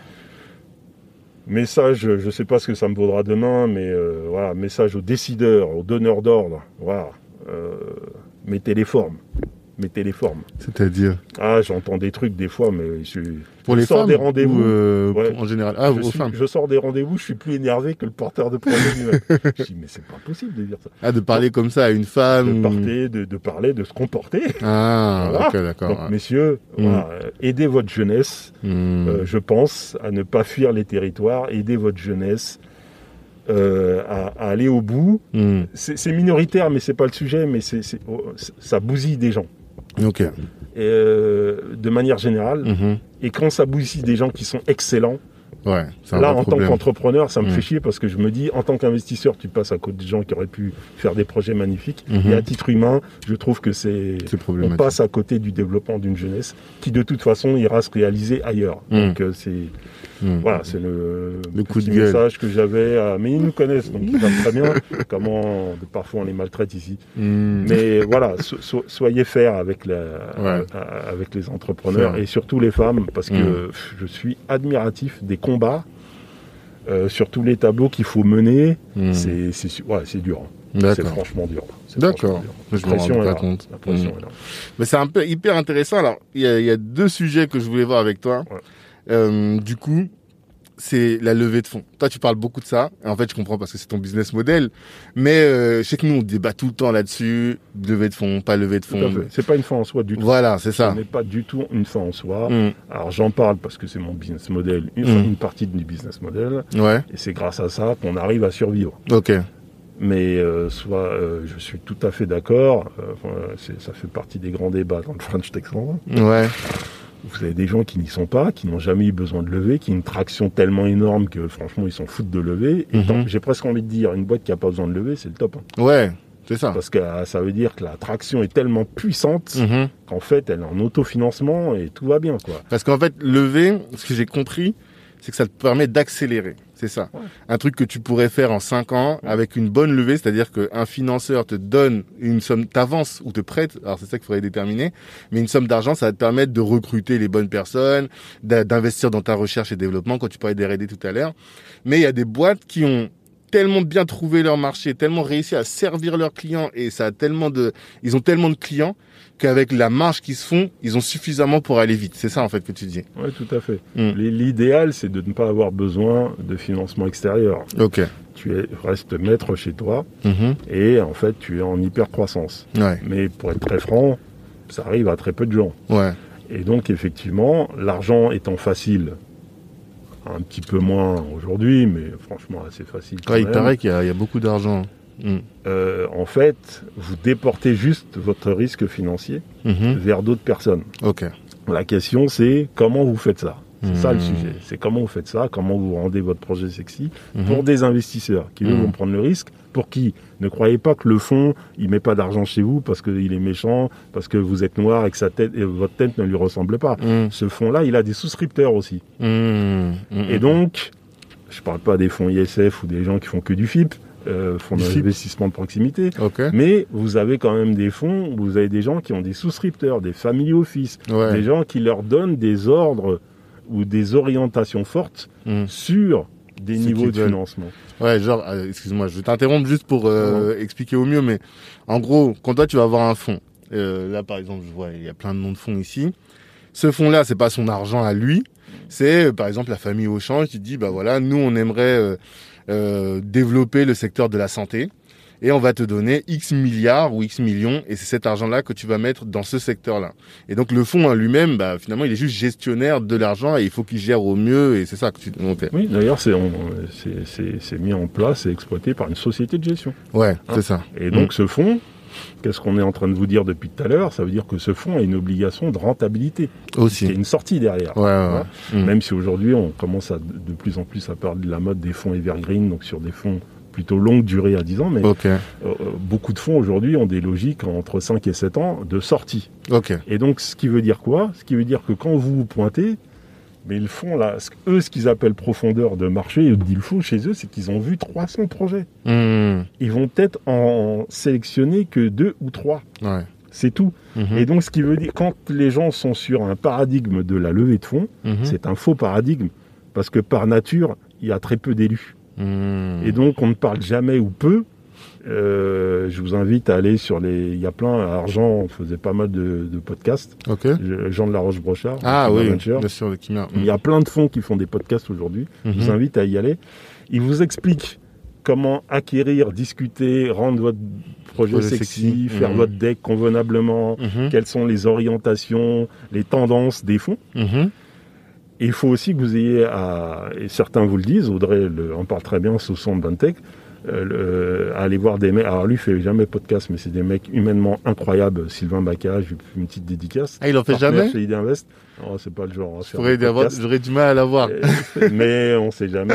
message, je ne sais pas ce que ça me vaudra demain, mais euh, voilà, message aux décideurs, aux donneurs d'ordre, voilà, euh, mettez les formes, mettez les formes. C'est-à-dire ? Ah, j'entends des trucs des fois, mais je, pour je les sors femmes des rendez-vous. Euh, ouais. En général, ah, je, aux suis, femmes. Je sors des rendez-vous, je suis plus énervé que le porteur de projet. Je dis mais c'est pas possible de dire ça. Ah, de parler donc, comme ça à une femme. De parler, de, de parler, de se comporter. Ah, voilà. Ok, d'accord. Donc, ouais. messieurs, mm. voilà, aidez votre jeunesse. Mm. Euh, je pense à ne pas fuir les territoires. Aidez votre jeunesse. Euh, à, à aller au bout. Mm. C'est, c'est minoritaire, mais c'est pas le sujet. Mais c'est, c'est, ça bousille des gens. Ok. Euh, de manière générale, mm-hmm. et quand ça bousille des gens qui sont excellents, ouais, c'est là un en problème. tant qu'entrepreneur, ça me mm. fait chier parce que je me dis, en tant qu'investisseur, tu passes à côté de gens qui auraient pu faire des projets magnifiques, mm-hmm. et à titre humain, je trouve que c'est, c'est on passe à côté du développement d'une jeunesse qui de toute façon ira se réaliser ailleurs. Mm. Donc euh, c'est mm. voilà, c'est le, le coup petit de message que j'avais. À... Mais ils nous connaissent, donc ils savent très bien comment parfois on les maltraite ici. Mm. Mais voilà, so, so, soyez faire avec la, ouais. avec les entrepreneurs et surtout les femmes, parce que mm. je suis admiratif des combats euh, sur tous les tableaux qu'il faut mener. Mm. C'est, c'est, ouais, c'est dur. D'accord. C'est franchement dur. C'est D'accord. Franchement dur. Je me rends pas compte. La pression mm. est là. Mais c'est un peu hyper intéressant. Alors, il y a, y a deux sujets que je voulais voir avec toi. Ouais. Euh, du coup, c'est la levée de fonds. Toi, tu parles beaucoup de ça. Et en fait, je comprends parce que c'est ton business model. Mais euh, je sais que nous, on débat tout le temps là-dessus. Levée de fonds, pas levée de fonds. C'est pas une fin en soi du tout. Voilà, c'est ça. Ce n'est pas du tout une fin en soi. Mm. Alors, j'en parle parce que c'est mon business model, une, mm. une partie du business model. Ouais. Et c'est grâce à ça qu'on arrive à survivre. Ok. Mais euh, soit, euh, je suis tout à fait d'accord. Euh, c'est, ça fait partie des grands débats dans le French Tech cent. Ouais. Vous avez des gens qui n'y sont pas, qui n'ont jamais eu besoin de lever, qui ont une traction tellement énorme que franchement ils s'en foutent de lever. Et mm-hmm. tant, j'ai presque envie de dire, une boîte qui n'a pas besoin de lever, c'est le top. Hein. Ouais, c'est ça. Parce que euh, ça veut dire que la traction est tellement puissante mm-hmm. qu'en fait elle est en autofinancement et tout va bien, quoi. Parce qu'en fait, lever, ce que j'ai compris, c'est que ça te permet d'accélérer. C'est ça. Ouais. Un truc que tu pourrais faire en cinq ans ouais. avec une bonne levée, c'est-à-dire qu'un financeur te donne une somme, t'avance ou te prête, alors c'est ça qu'il faudrait déterminer, mais une somme d'argent, ça va te permettre de recruter les bonnes personnes, d'investir dans ta recherche et développement, quand tu parlais des R et D tout à l'heure. Mais il y a des boîtes qui ont tellement bien trouvé leur marché, tellement réussi à servir leurs clients et ça a tellement de, ils ont tellement de clients qu'avec la marge qu'ils se font, ils ont suffisamment pour aller vite. C'est ça, en fait, que tu dis. Oui, tout à fait. Mm. L'idéal, c'est de ne pas avoir besoin de financement extérieur. Ok. Tu es, restes maître chez toi mm-hmm. et, en fait, tu es en hyper-croissance. Ouais. Mais pour être très franc, ça arrive à très peu de gens. Ouais. Et donc, effectivement, l'argent étant facile, un petit peu moins aujourd'hui, mais franchement, assez facile. Ouais, il paraît qu'il y a, il y a beaucoup d'argent. Mm. Euh, en fait, vous déportez juste votre risque financier mm-hmm. vers d'autres personnes. Ok. La question, c'est comment vous faites ça. C'est mm. ça le sujet. C'est comment vous faites ça, comment vous rendez votre projet sexy mm-hmm. pour des investisseurs qui, eux, mm. vont prendre le risque. Pour qui ne croyez pas que le fonds, il met pas d'argent chez vous parce qu'il est méchant, parce que vous êtes noir et que sa tête, et votre tête ne lui ressemble pas. Mm. Ce fonds-là, il a des souscripteurs aussi. Mm. Mm. Et donc, je parle pas des fonds I S F ou des gens qui font que du F I P. euh, fonds d'investissement de proximité. Okay. Mais vous avez quand même des fonds, vous avez des gens qui ont des souscripteurs, des family office, ouais. des gens qui leur donnent des ordres ou des orientations fortes mmh. sur des C'est niveaux de veulent. financement. Ouais, genre, euh, excuse-moi, je vais t'interrompre juste pour euh, mmh. expliquer au mieux, mais en gros, quand toi tu vas avoir un fonds, euh, là par exemple, je vois, il y a plein de noms de fonds ici. Ce fonds-là, c'est pas son argent à lui, c'est euh, par exemple la famille Auchan qui dit, bah voilà, nous on aimerait euh, euh, développer le secteur de la santé. Et on va te donner X milliards ou X millions, et c'est cet argent-là que tu vas mettre dans ce secteur-là. Et donc le fonds en lui-même, bah finalement, il est juste gestionnaire de l'argent et il faut qu'il gère au mieux, et c'est ça que tu. Okay. Oui, d'ailleurs, c'est, on, c'est, c'est, c'est mis en place et exploité par une société de gestion. Ouais, hein c'est ça. Et donc mmh. ce fonds, qu'est-ce qu'on est en train de vous dire depuis tout à l'heure ? Ça veut dire que ce fonds a une obligation de rentabilité. Aussi. Il y a une sortie derrière. Ouais, ouais, hein ouais. Mmh. Même si aujourd'hui, on commence à de plus en plus à parler de la mode des fonds evergreen, donc sur des fonds plutôt longue durée à dix ans, mais okay. euh, beaucoup de fonds aujourd'hui ont des logiques entre cinq et sept ans de sortie. Okay. Et donc, ce qui veut dire quoi ? Ce qui veut dire que quand vous vous pointez, mais le fond, là, eux, ce qu'ils appellent profondeur de marché et de deal flow chez eux, c'est qu'ils ont vu trois cents projets. Mmh. Ils vont peut-être en sélectionner que deux ou trois. Ouais. C'est tout. Mmh. Et donc, ce qui veut dire, quand les gens sont sur un paradigme de la levée de fonds, mmh. c'est un faux paradigme, parce que par nature, il y a très peu d'élus. Mmh. Et donc, on ne parle jamais ou peu. Euh, je vous invite à aller sur les... Il y a plein, à Argent, on faisait pas mal de, de podcasts. Okay. Jean de la Roche-Brochard. Ah oui, bien sûr. Le mmh. Il y a plein de fonds qui font des podcasts aujourd'hui. Mmh. Je vous invite à y aller. Ils vous expliquent comment acquérir, discuter, rendre votre projet, projet sexy, sexy, faire mmh. votre deck convenablement, mmh. quelles sont les orientations, les tendances des fonds. Mmh. Et il faut aussi que vous ayez à, et certains vous le disent, Audrey le, en parle très bien, Sousson de Bantech, euh, le, à aller voir des mecs, alors lui il fait jamais podcast, mais c'est des mecs humainement incroyables, Sylvain Bacca, je lui fais une petite dédicace. Ah, il en fait jamais chez I D Invest. Non, c'est pas le genre. Avoir, j'aurais du mal à l'avoir. Mais on sait jamais.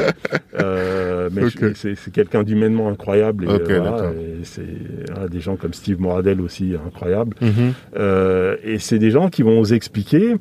Euh, mais okay. je, c'est, c'est quelqu'un d'humainement incroyable. Et, okay, voilà, et c'est voilà, des gens comme Steve Moradel aussi, incroyables. Mm-hmm. Euh, et c'est des gens qui vont vous expliquer.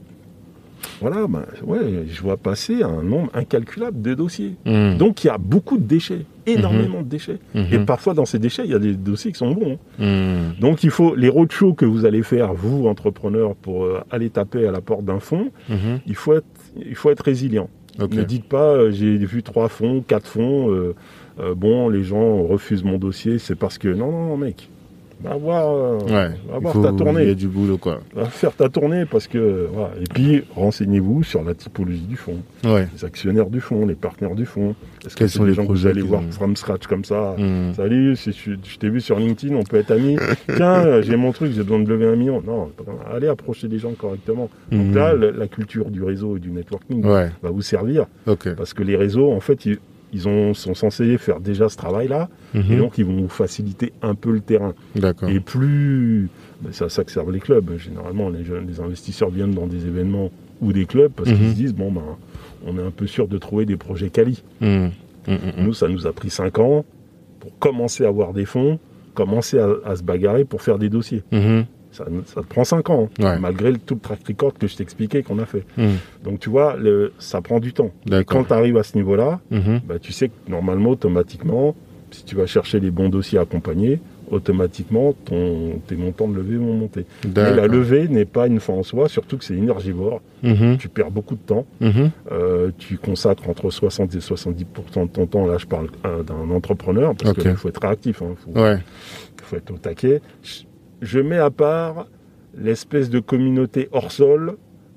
Voilà, ben, ouais, je vois passer un nombre incalculable de dossiers. Mmh. Donc, il y a beaucoup de déchets, énormément mmh. de déchets. Mmh. Et parfois, dans ces déchets, il y a des dossiers qui sont bons. Hein. Mmh. Donc, il faut les roadshows que vous allez faire, vous, entrepreneurs, pour euh, aller taper à la porte d'un fonds, mmh. il faut être, il faut être résilient. Okay. Ne dites pas, euh, j'ai vu trois fonds, quatre fonds, euh, euh, bon, les gens refusent mon dossier, c'est parce que... Non, non, non, mec. Va voir, euh, ouais, va voir ta tournée. Il y a du boulot, quoi. Va faire ta tournée parce que voilà. Et puis renseignez-vous sur la typologie du fonds, ouais. les actionnaires du fonds, les partenaires du fonds. Est-ce Quels que c'est sont des les gens que vous allez voir ont... from scratch comme ça mmh. Salut, si je, je t'ai vu sur LinkedIn, on peut être amis. Tiens, j'ai mon truc, j'ai besoin de lever un million. Non, allez approcher les gens correctement. Mmh. Donc là, la, la culture du réseau et du networking ouais. va vous servir okay. parce que les réseaux, en fait, ils Ils ont, sont censés faire déjà ce travail-là, mmh. et donc ils vont vous faciliter un peu le terrain. D'accord. Et plus... Ben ça, ça que servent les clubs. Généralement, les, jeunes, les investisseurs viennent dans des événements ou des clubs parce mmh. qu'ils se disent, bon, ben, on est un peu sûr de trouver des projets quali. Mmh. Mmh. Nous, ça nous a pris cinq ans pour commencer à avoir des fonds, commencer à, à se bagarrer pour faire des dossiers. Mmh. Ça, ça te prend cinq ans, hein, ouais. malgré le, tout le track record que je t'expliquais qu'on a fait. Mmh. Donc tu vois, le, ça prend du temps. Et quand tu arrives à ce niveau-là, mmh. bah, tu sais que normalement, automatiquement, si tu vas chercher les bons dossiers accompagnés, automatiquement, ton, tes montants de levée vont monter. Mais la levée n'est pas une fin en soi, surtout que c'est énergivore. Mmh. Tu perds beaucoup de temps. Mmh. Euh, tu consacres entre soixante et soixante-dix pour cent de ton temps. Là, je parle euh, d'un entrepreneur, parce okay. qu'il faut être réactif. Il hein, faut, ouais. faut être au taquet. Je mets à part l'espèce de communauté hors sol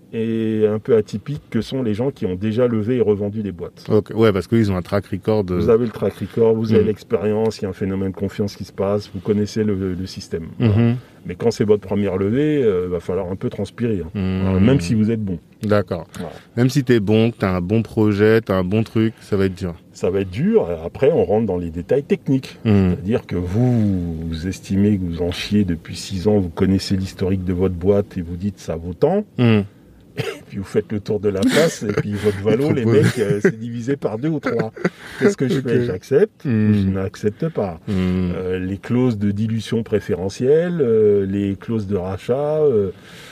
et un peu atypique que sont les gens qui ont déjà levé et revendu des boîtes. Okay. Ouais, parce qu'ils ont un track record. De... Vous avez le track record, vous avez mmh. l'expérience, il y a un phénomène de confiance qui se passe, vous connaissez le, le système. Mmh. Voilà. Mais quand c'est votre première levée, il euh, va falloir un peu transpirer, hein. Mmh. Alors, même si vous êtes bon. D'accord. Voilà. Même si tu es bon, que tu as un bon projet, tu as un bon truc, ça va être dur. Ça va être dur. Après, on rentre dans les détails techniques. Mmh. C'est-à-dire que vous, vous estimez que vous en chiez depuis six ans, vous connaissez l'historique de votre boîte et vous dites ça vaut tant. Mmh. Et puis vous faites le tour de la place et puis votre valo, les mecs, euh, c'est divisé par deux ou trois. Qu'est-ce que je okay. fais ? J'accepte mmh. ou je n'accepte pas. Mmh. Euh, les clauses de dilution préférentielle, euh, les clauses de rachat. Euh...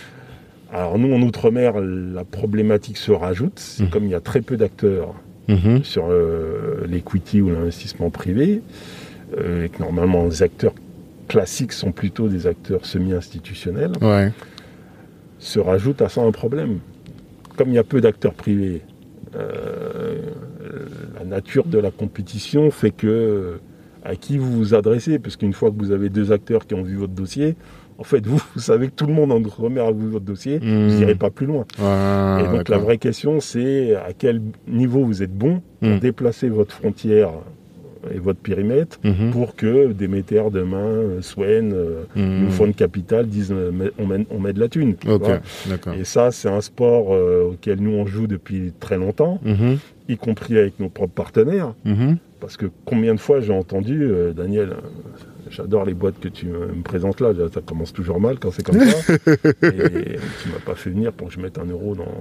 Alors nous, en Outre-mer, la problématique se rajoute. C'est mmh. comme il y a très peu d'acteurs mmh. sur euh, l'equity ou l'investissement privé. euh, et que normalement les acteurs classiques sont plutôt des acteurs semi-institutionnels, ouais. se rajoute à ça un problème. Comme il y a peu d'acteurs privés, euh, la nature de la compétition fait que à qui vous vous adressez, parce qu'une fois que vous avez deux acteurs qui ont vu votre dossier, en fait, vous, vous savez que tout le monde en remet à vous votre dossier, mmh. vous n'irez pas plus loin. Ah, et donc d'accord. La vraie question, c'est à quel niveau vous êtes bon pour mmh. déplacer votre frontière et votre périmètre mmh. pour que des metteurs demain, Swen, mmh. New Fund Capital disent on met, on met de la thune. Okay. D'accord. Et ça, c'est un sport euh, auquel nous on joue depuis très longtemps, mmh. y compris avec nos propres partenaires. Mmh. Parce que combien de fois j'ai entendu, euh, Daniel, euh, j'adore les boîtes que tu me présentes là, ça commence toujours mal quand c'est comme ça, et tu m'as pas fait venir pour que je mette un euro dans...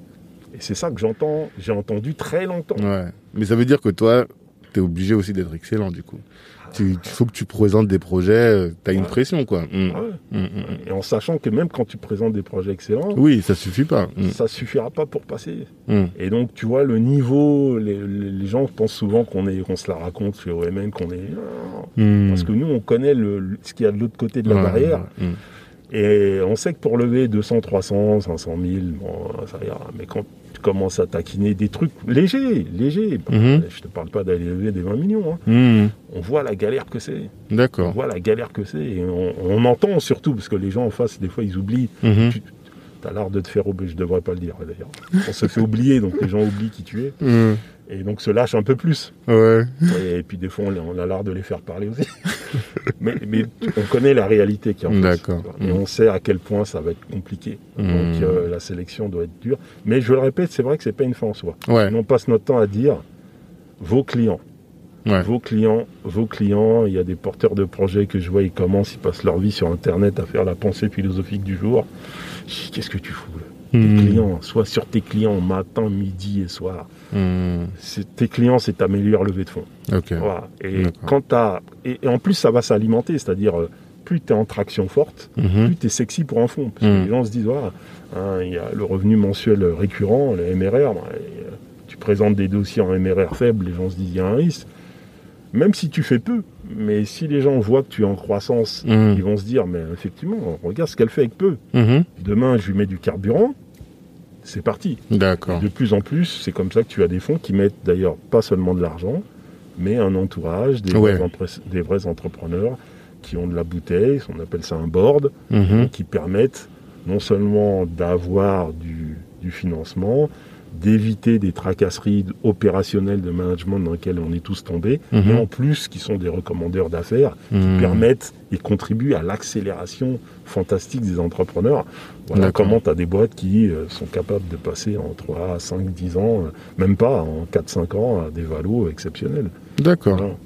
Et c'est ça que j'entends, j'ai entendu très longtemps. Ouais. Mais ça veut dire que toi, tu es obligé aussi d'être excellent du coup. Il faut que tu présentes des projets, tu as ouais. une pression quoi. Mmh. Ouais. Mmh, mmh. Et en sachant que même quand tu présentes des projets excellents, oui, ça suffit pas. Mmh. Ça suffira pas pour passer. Mmh. Et donc tu vois le niveau, les, les gens pensent souvent qu'on est, qu'on se la raconte chez O M N, qu'on est, mmh. parce que nous on connaît le, ce qu'il y a de l'autre côté de la ouais, barrière. Ouais. Mmh. Et on sait que pour lever deux cents, trois cents, cinq cent mille, bon, ça ira. Mais quand tu commences à taquiner des trucs légers, légers, bah, mmh. je te parle pas d'aller lever des vingt millions, hein. Mmh. On voit la galère que c'est. D'accord. On voit la galère que c'est. Et on, on entend surtout, parce que les gens en face, des fois, ils oublient. Mmh. Tu as l'art de te faire oublier. Je devrais pas le dire, d'ailleurs. On se fait oublier, donc les gens oublient qui tu es. Mmh. Et donc se lâchent un peu plus. Ouais. Et, et puis des fois, on, on a l'art de les faire parler aussi. mais, mais on connaît la réalité qui est en face. D'accord. Et mmh. on sait à quel point ça va être compliqué. Mmh. Donc euh, la sélection doit être dure. Mais je le répète, c'est vrai que c'est pas une fin en soi. Ouais. On passe notre temps à dire vos clients. Ouais. Vos clients, vos clients, il y a des porteurs de projets que je vois, ils commencent, ils passent leur vie sur Internet à faire la pensée philosophique du jour. Je dis, qu'est-ce que tu fous là ? Mmh. Tes clients, soit sur tes clients matin, midi et soir. Mmh. C'est, tes clients, c'est ta meilleure levée de fonds. Okay. Voilà. Et, quand t'as, et, et en plus, ça va s'alimenter, c'est-à-dire euh, plus tu es en traction forte, mmh. plus tu es sexy pour un fonds. Parce que mmh. les gens se disent, voilà, hein, il y a le revenu mensuel récurrent, le M R R. Bah, et, euh, tu présentes des dossiers en M R R faible, les gens se disent, il y a un risque. Même si tu fais peu, mais si les gens voient que tu es en croissance, mmh. ils vont se dire, mais effectivement, regarde ce qu'elle fait avec peu. Mmh. Demain, je lui mets du carburant, c'est parti. D'accord. Et de plus en plus, c'est comme ça que tu as des fonds qui mettent d'ailleurs pas seulement de l'argent, mais un entourage, des, ouais. vrais, empre- des vrais entrepreneurs qui ont de la bouteille, on appelle ça un board, mmh. qui permettent non seulement d'avoir du, du financement, d'éviter des tracasseries opérationnelles de management dans lesquelles on est tous tombés, mmh. mais en plus qui sont des recommandeurs d'affaires, mmh. qui permettent et contribuent à l'accélération fantastique des entrepreneurs. Voilà D'accord. comment tu as des boîtes qui euh, sont capables de passer en trois, cinq, dix ans, euh, même pas, en quatre, cinq ans, à des valos exceptionnels. D'accord. Voilà.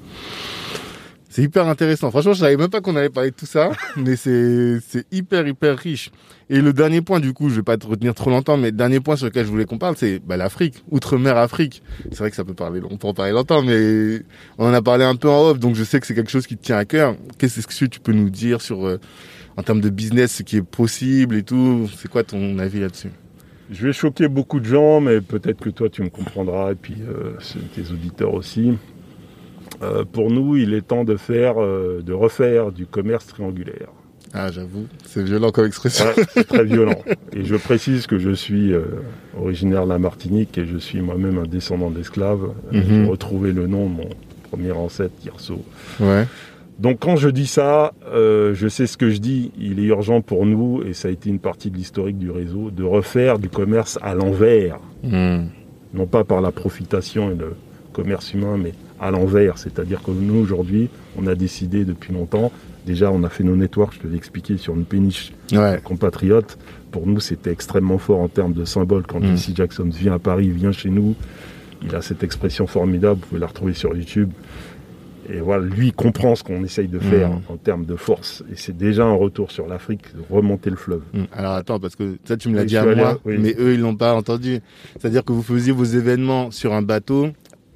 C'est hyper intéressant. Franchement, je savais même pas qu'on allait parler de tout ça, mais c'est, c'est hyper, hyper riche. Et le dernier point, du coup, je vais pas te retenir trop longtemps, mais le dernier point sur lequel je voulais qu'on parle, c'est, bah, l'Afrique. Outre-mer Afrique. C'est vrai que ça peut parler, on peut en parler longtemps, mais on en a parlé un peu en off, donc je sais que c'est quelque chose qui te tient à cœur. Qu'est-ce que tu peux nous dire sur, euh, en termes de business, ce qui est possible et tout? C'est quoi ton avis là-dessus? Je vais choquer beaucoup de gens, mais peut-être que toi, tu me comprendras, et puis, euh, tes auditeurs aussi. Euh, pour nous, il est temps de faire, euh, de refaire du commerce triangulaire. Ah, j'avoue, c'est violent comme expression. Ouais, c'est très violent. Et je précise que je suis euh, originaire de la Martinique et je suis moi-même un descendant d'esclaves. Mm-hmm. J'ai retrouvé le nom de mon premier ancêtre, Tirso. Ouais. Donc quand je dis ça, euh, je sais ce que je dis. Il est urgent pour nous, et ça a été une partie de l'historique du réseau, de refaire du commerce à l'envers. Mm. Non pas par la profitation et le commerce humain, mais à l'envers. C'est-à-dire que nous, aujourd'hui, on a décidé depuis longtemps, déjà on a fait nos networks, je te l'ai expliqué, sur une péniche ouais. compatriote. Pour nous, c'était extrêmement fort en termes de symbole. Quand mmh. J C Jackson vient à Paris, vient chez nous, il a cette expression formidable, vous pouvez la retrouver sur YouTube. Et voilà, lui, il comprend ce qu'on essaye de faire mmh. en termes de force. Et c'est déjà un retour sur l'Afrique, de remonter le fleuve. Mmh. Alors attends, parce que ça, tu me l'as oui, dit à moi, oui. mais eux, ils l'ont pas entendu. C'est-à-dire que vous faisiez vos événements sur un bateau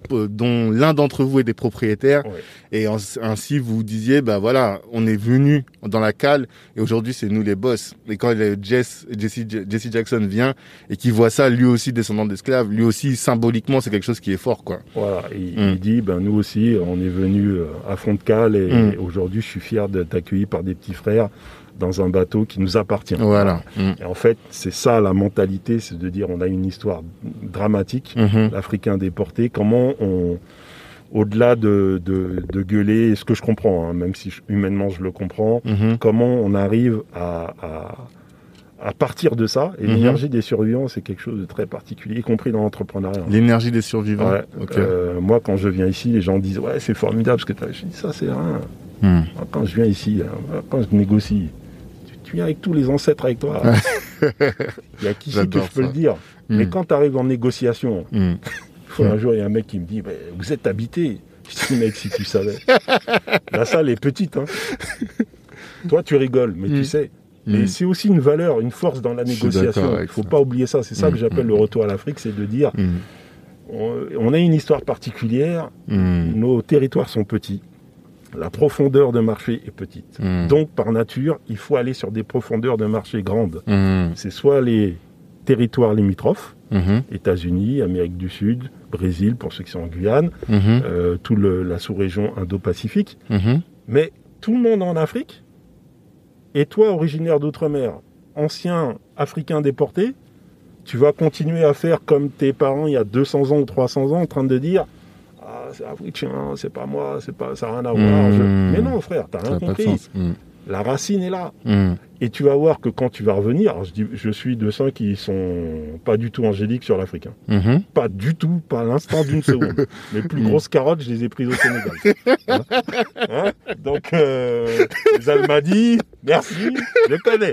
dont l'un d'entre vous est des propriétaires. Ouais. Et en, ainsi, vous disiez, bah voilà, on est venu dans la cale et aujourd'hui, c'est nous les boss. Et quand Jess, Jesse, Jesse Jackson vient et qu'il voit ça, lui aussi descendant d'esclaves, lui aussi, symboliquement, c'est quelque chose qui est fort, quoi. Voilà, il, Mm. il dit, ben nous aussi, on est venu à fond de cale et, Mm. et aujourd'hui, je suis fier d'être accueilli par des petits frères dans un bateau qui nous appartient. Voilà. Mm. Et en fait, c'est ça la mentalité, c'est de dire on a une histoire dramatique, Mhm. l'Africain déporté, comment on, au-delà de, de, de gueuler, et ce que je comprends, hein, même si je- humainement je le comprends, Mhm. comment on arrive à, à, à partir de ça. Et Mhm. l'énergie des survivants, c'est quelque chose de très particulier, y compris dans l'entrepreneuriat. L'énergie des survivants. Ouais, Ok. euh, moi, quand je viens ici, les gens disent ouais, c'est formidable ce que tu as. Je dis ça, c'est rien. Mm. Quand je viens ici, hein, quand je négocie, tu, tu viens avec tous les ancêtres avec toi. Il y a qu'ici que J'adore je peux ça. le dire. Mais Mm. quand tu arrives en négociation, Mm. faut un jour, il y a un mec qui me dit mais vous êtes habité. Je dis mec, si tu savais. La salle est petite. Hein. Toi, tu rigoles, mais Mm. tu sais. Mais Mm. c'est aussi une valeur, une force dans la Je suis d'accord négociation. Il avec ne faut ça. pas oublier ça. C'est ça Mm. que j'appelle Mm. le retour à l'Afrique, c'est de dire Mm. on, on a une histoire particulière, Mm. nos territoires sont petits, la profondeur de marché est petite. Mm. Donc, par nature, il faut aller sur des profondeurs de marché grandes. Mm. C'est soit les territoires limitrophes, Mhm. États-Unis, Amérique du Sud, Brésil, pour ceux qui sont en Guyane, Mhm. euh, toute la sous-région Indo-Pacifique, Mhm. mais tout le monde en Afrique, et toi, originaire d'outre-mer, ancien Africain déporté, tu vas continuer à faire comme tes parents il y a deux cents ans ou trois cents ans, en train de dire « Ah, c'est africain, c'est pas moi, c'est pas, ça n'a rien à voir. Je... Mmh. Mais non, frère, t'as Ça rien n'a pas de compris. sens. Mm. La racine est là. Mm. Et tu vas voir que quand tu vas revenir, alors je, dis, je suis de ceux qui sont pas du tout angéliques sur l'Africain. Mhm. Pas du tout, pas à l'instant d'une seconde. Les plus Mm. grosses carottes, je les ai prises au Sénégal. Voilà. Hein Donc, euh, les Almadies, merci, je connais.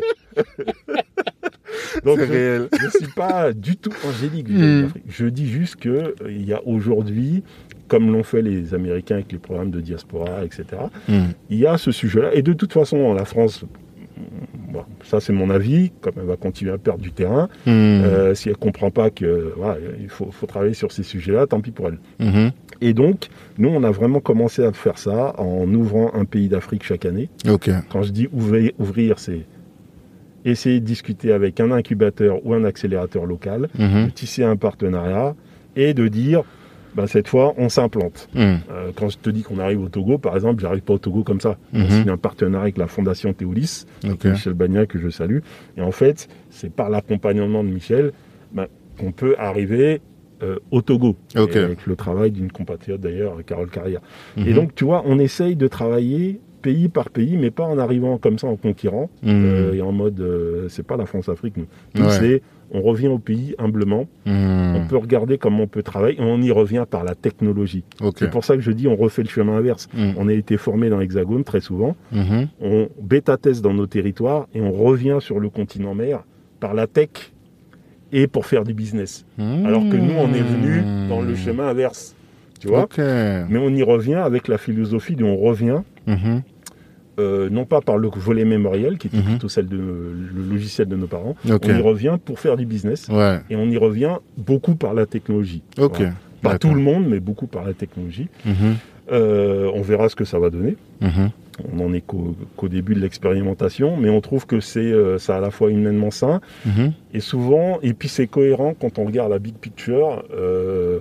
Donc, C'est je réel. ne suis pas du tout angélique. Mm. Je dis juste qu'il y a aujourd'hui, comme l'ont fait les Américains avec les programmes de diaspora, et cetera, Mm. il y a ce sujet-là. Et de toute façon, la France, bon, ça c'est mon avis, comme elle va continuer à perdre du terrain, Mm. euh, si elle ne comprend pas que voilà, il faut, faut travailler sur ces sujets-là, tant pis pour elle. Mhm. Et donc, nous, on a vraiment commencé à faire ça en ouvrant un pays d'Afrique chaque année. Ok. Quand je dis ouvrir, ouvrir c'est essayer de discuter avec un incubateur ou un accélérateur local, Mhm. de tisser un partenariat et de dire, bah, cette fois, on s'implante. Mm. Euh, quand je te dis qu'on arrive au Togo, par exemple, j'arrive pas au Togo comme ça. On Mhm. signe un partenariat avec la Fondation Théolis, Ok. Michel Bagnac, que je salue. Et en fait, c'est par l'accompagnement de Michel bah, qu'on peut arriver euh, au Togo. Ok. Et avec le travail d'une compatriote d'ailleurs, Carole Carrière. Mhm. Et donc, tu vois, on essaye de travailler pays par pays, mais pas en arrivant comme ça en conquérant Mm. euh, et en mode, euh, c'est pas la France-Afrique, nous. Nous, Ouais. c'est, on revient au pays humblement, Mm. on peut regarder comment on peut travailler, et on y revient par la technologie. Ok. C'est pour ça que je dis, on refait le chemin inverse. Mm. On a été formé dans l'Hexagone très souvent, Mhm. on bêta-teste dans nos territoires, et on revient sur le continent mer par la tech et pour faire du business. Mm. Alors que nous, on est venu dans le chemin inverse. Tu vois Ok. Mais on y revient avec la philosophie de on revient, Mhm. euh, non pas par le volet mémoriel, qui était Mhm. plutôt celle de, le logiciel de nos parents, Ok. on y revient pour faire du business, Ouais. et on y revient beaucoup par la technologie. Ok. Voilà. Pas D'accord. tout le monde, mais beaucoup par la technologie. Mhm. Euh, on verra ce que ça va donner. Mhm. On n'en est qu'au, qu'au début de l'expérimentation, mais on trouve que c'est euh, ça à la fois humainement sain, Mhm. et souvent, et puis c'est cohérent quand on regarde la big picture. Euh,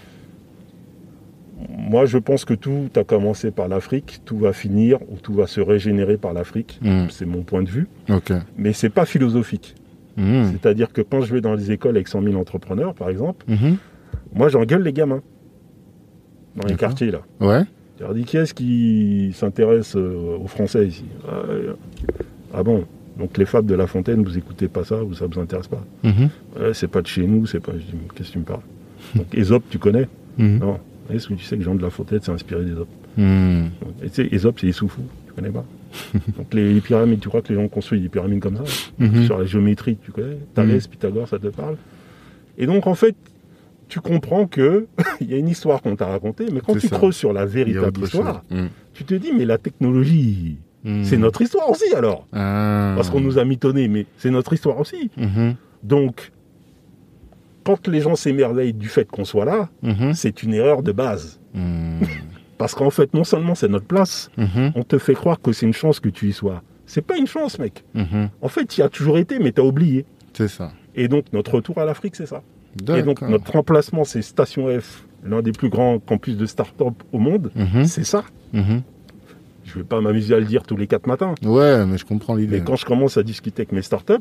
moi, je pense que tout a commencé par l'Afrique, tout va finir ou tout va se régénérer par l'Afrique. Mm. C'est mon point de vue, Ok. mais c'est pas philosophique. Mm. C'est-à-dire que quand je vais dans les écoles avec cent mille entrepreneurs, par exemple, Mhm. moi j'engueule les gamins dans les D'accord. quartiers là. Ouais. Je leur dis qui est-ce qui s'intéresse euh, aux Français ici ah, euh, ah bon, donc les fables de La Fontaine, vous écoutez pas ça, ou ça vous intéresse pas. Mhm. Ouais, c'est pas de chez nous, c'est pas. Je dis, qu'est-ce que tu me parles? Donc Ésope, tu connais? Mhm. Non. Est-ce que tu sais que Jean de La Fontaine s'est inspiré d'Ésope? Mm. Et tu sais, Ésope, c'est Issoufou, tu connais pas? Donc les, les pyramides, tu crois que les gens construisent des pyramides comme ça? Mhm. Sur la géométrie, tu connais? Thalès, Pythagore, ça te parle? Et donc en fait, tu comprends que il y a une histoire qu'on t'a racontée, mais quand C'est tu ça. creuses sur la Il y a véritable autre histoire, chose. Mm. tu te dis mais la technologie, Mm. c'est notre histoire aussi alors. Ah. Parce qu'on nous a mitonnés, mais c'est notre histoire aussi. Mhm. Donc, quand les gens s'émerveillent du fait qu'on soit là, Mhm. c'est une erreur de base. Mhm. Parce qu'en fait, non seulement c'est notre place, Mhm. on te fait croire que c'est une chance que tu y sois. C'est pas une chance, mec. Mhm. En fait, tu y as toujours été, mais tu as oublié. C'est ça. Et donc, notre retour à l'Afrique, c'est ça. Et donc, D'accord. notre remplacement, c'est Station F, l'un des plus grands campus de start-up au monde. Mhm. C'est ça. Mhm. Je ne vais pas m'amuser à le dire tous les quatre matins. Ouais, mais je comprends l'idée. Mais quand je commence à discuter avec mes startups,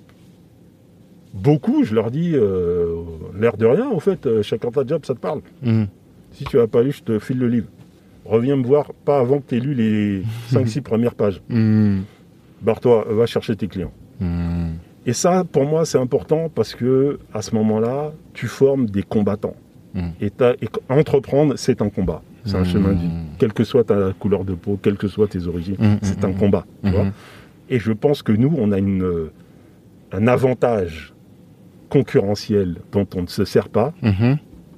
beaucoup, je leur dis, euh, l'air de rien, en fait, euh, Chacun ta job, ça te parle. Mhm. Si tu n'as pas lu, je te file le livre. Reviens me voir, pas avant que tu aies lu les cinq six premières pages. Mhm. Barre-toi, va chercher tes clients. Mhm. Et ça, pour moi, c'est important parce que à ce moment-là, tu formes des combattants. Mhm. Et, t'as- et entreprendre, c'est un combat. C'est un Mhm. chemin de vie. Quelle que soit ta couleur de peau, quelles que soient tes origines, Mhm. c'est un combat. Tu Mhm. vois. Et je pense que nous, on a une, euh, un avantage concurrentiel dont on ne se sert pas. Mhm.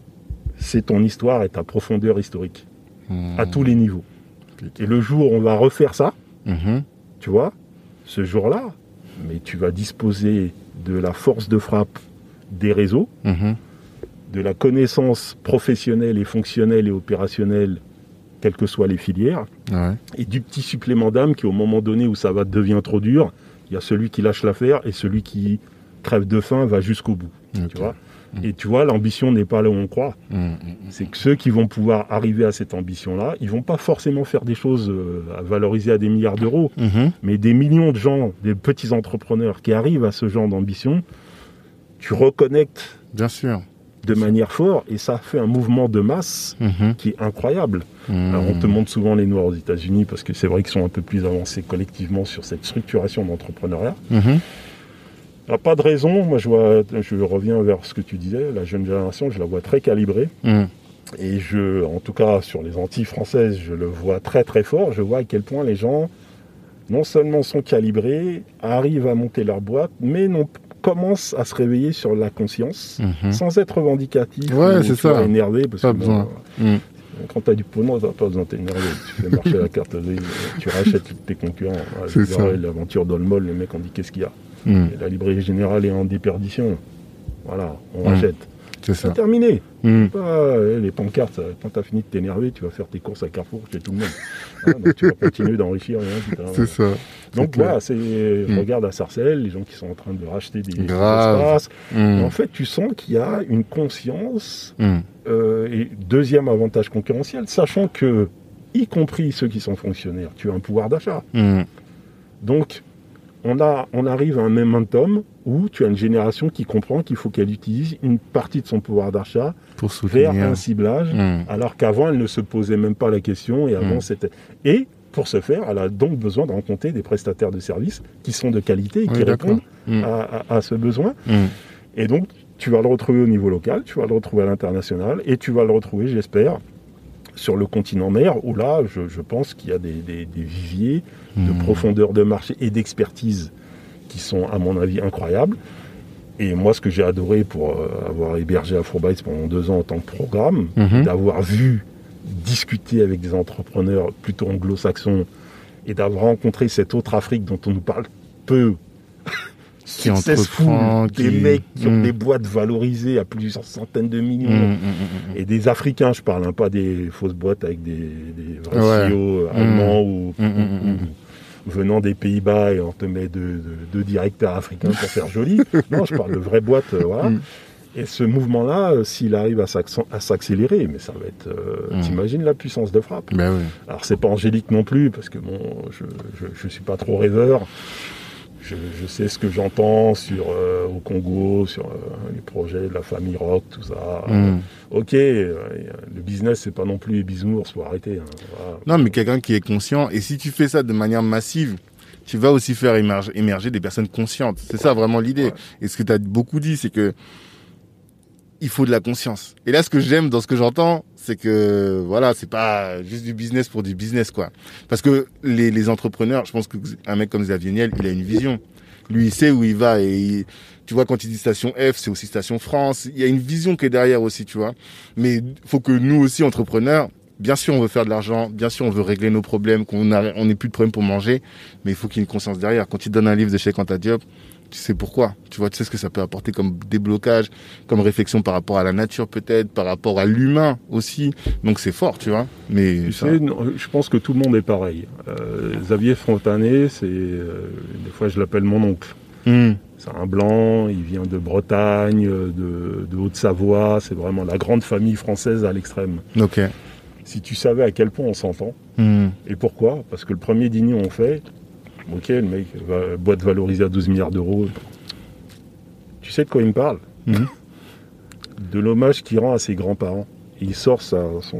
C'est ton histoire et ta profondeur historique Mhm. à tous les niveaux. Putain. Et le jour où on va refaire ça, Mhm. tu vois, ce jour-là, mais tu vas disposer de la force de frappe des réseaux, Mhm. de la connaissance professionnelle et fonctionnelle et opérationnelle, quelles que soient les filières, Ouais. et du petit supplément d'âme qui, au moment donné où ça va devient trop dur, il y a celui qui lâche l'affaire et celui qui crève de faim va jusqu'au bout. Ok. Tu vois. Et tu vois, l'ambition n'est pas là où on croit. Mhm. C'est que ceux qui vont pouvoir arriver à cette ambition-là, ils vont pas forcément faire des choses euh, à valoriser à des milliards d'euros, Mhm. mais des millions de gens, des petits entrepreneurs qui arrivent à ce genre d'ambition, tu reconnectes Bien sûr. de manière forte et ça fait un mouvement de masse Mhm. qui est incroyable. Mhm. Alors on te montre souvent les Noirs aux États-Unis parce que c'est vrai qu'ils sont un peu plus avancés collectivement sur cette structuration d'entrepreneuriat. Mhm. Il n'y a pas de raison, moi je vois, je reviens vers ce que tu disais, la jeune génération, je la vois très calibrée. Mhm. Et je, en tout cas sur les Antilles françaises, je le vois très très fort. Je vois à quel point les gens, non seulement sont calibrés, arrivent à monter leur boîte, mais non, commencent à se réveiller sur la conscience, Mhm. sans être revendicatif Ouais, ou c'est tu vois, ça. énervé. Parce Pas que, besoin. bon, Mhm. quand tu as du pognon, tu n'as pas besoin de t'énerver. Tu fais marcher la carte grise, tu rachètes tous tes concurrents. Ouais, C'est ça. L'aventure d'Olmol, le mec, on dit qu'est-ce qu'il y a. Mhm. Et la librairie générale est en déperdition. Voilà, on Mhm. rachète. C'est C'est ça. terminé. Mhm. Pas, euh, les pancartes, ça, quand tu as fini de t'énerver, tu vas faire tes courses à Carrefour chez tout le monde. Hein, donc tu vas continuer d'enrichir. Hein, putain. C'est ça. Donc clair. voilà, c'est, je Mm. regarde à Sarcelles, les gens qui sont en train de racheter des, des Grave. espaces. Et Mhm. en fait, tu sens qu'il y a une conscience. Mhm. Euh, et deuxième avantage concurrentiel, sachant que, y compris ceux qui sont fonctionnaires, tu as un pouvoir d'achat. Mhm. Donc, on, a, on arrive à un momentum où tu as une génération qui comprend qu'il faut qu'elle utilise une partie de son pouvoir d'achat Pour vers soutenir. un ciblage, Mhm. alors qu'avant, elle ne se posait même pas la question. Et avant, Mm. c'était... Et pour ce faire, elle a donc besoin de rencontrer des prestataires de services qui sont de qualité et Oui, qui d'accord. répondent Mhm. à, à- à ce besoin. Mhm. Et donc, tu vas le retrouver au niveau local, tu vas le retrouver à l'international, et tu vas le retrouver, j'espère, sur le continent mer, où là, je, je pense qu'il y a des, des- des viviers de Mhm. profondeur de marché et d'expertise qui sont, à mon avis, incroyables. Et moi, ce que j'ai adoré pour euh, avoir hébergé Afrobytes pendant deux ans en tant que programme, Mhm. d'avoir vu, discuter avec des entrepreneurs plutôt anglo-saxons, et d'avoir rencontré cette autre Afrique dont on nous parle peu, Qui successful, entreprend, des qui- mecs qui ont Mm. des boîtes valorisées à plusieurs centaines de millions, Mhm. Mhm. et des Africains, je parle, hein, pas des fausses boîtes avec des, des vrais Ouais. C E O allemands ou, Mm, mm, ou- mm, ou venant des Pays-Bas et on te met deux, deux- deux directeurs africains pour faire joli. Non, je parle de vraies boîtes, euh, voilà. Mm. Et ce mouvement-là, euh, s'il arrive à s'accen- à s'accélérer, mais ça va être... euh, Mm. T'imagines la puissance de frappe. Ben oui. Alors, c'est pas angélique non plus, parce que bon, je, je, je suis pas trop rêveur. Je, je sais ce que j'entends sur euh, au Congo, sur euh, les projets de la famille Rock, tout ça. Mhm. Ok, euh, le business, c'est pas non plus les bisounours, faut arrêter. Hein, voilà. Non, mais quelqu'un qui est conscient. Et si tu fais ça de manière massive, tu vas aussi faire émerger, émerger des personnes conscientes. C'est ça vraiment l'idée. Ouais. Et ce que tu as beaucoup dit, c'est que il faut de la conscience. Et là, ce que j'aime dans ce que j'entends, c'est que voilà, c'est pas juste du business pour du business, quoi. Parce que les, les entrepreneurs, je pense qu'un mec comme Xavier Niel, il a une vision. Lui, il sait où il va. Et il- tu vois, quand il dit Station F, c'est aussi Station France. Il y a une vision qui est derrière aussi, tu vois. Mais faut que nous aussi, entrepreneurs, bien sûr, on veut faire de l'argent. Bien sûr, on veut régler nos problèmes, qu'on a, on n'ait plus de problèmes pour manger. Mais il faut qu'il y ait une conscience derrière. Quand tu donnes un livre de Cheikh Anta Diop, tu sais pourquoi, tu vois, tu sais ce que ça peut apporter comme déblocage, comme réflexion par rapport à la nature peut-être, par rapport à l'humain aussi. Donc c'est fort, tu vois. Mais tu ça... sais, je pense que tout le monde est pareil. Euh, Xavier Fontanet, c'est euh, des fois je l'appelle mon oncle. Mmh. C'est un blanc, il vient de Bretagne, de, de Haute-Savoie, c'est vraiment la grande famille française à l'extrême. Ok. Si tu savais à quel point on s'entend, Mmh. et pourquoi? Parce que le premier dîner on fait, ok, le mec, va, boîte valorisée à douze milliards d'euros, tu sais de quoi il me parle? Mmh. De l'hommage qu'il rend à ses grands-parents. Il sort sa, son...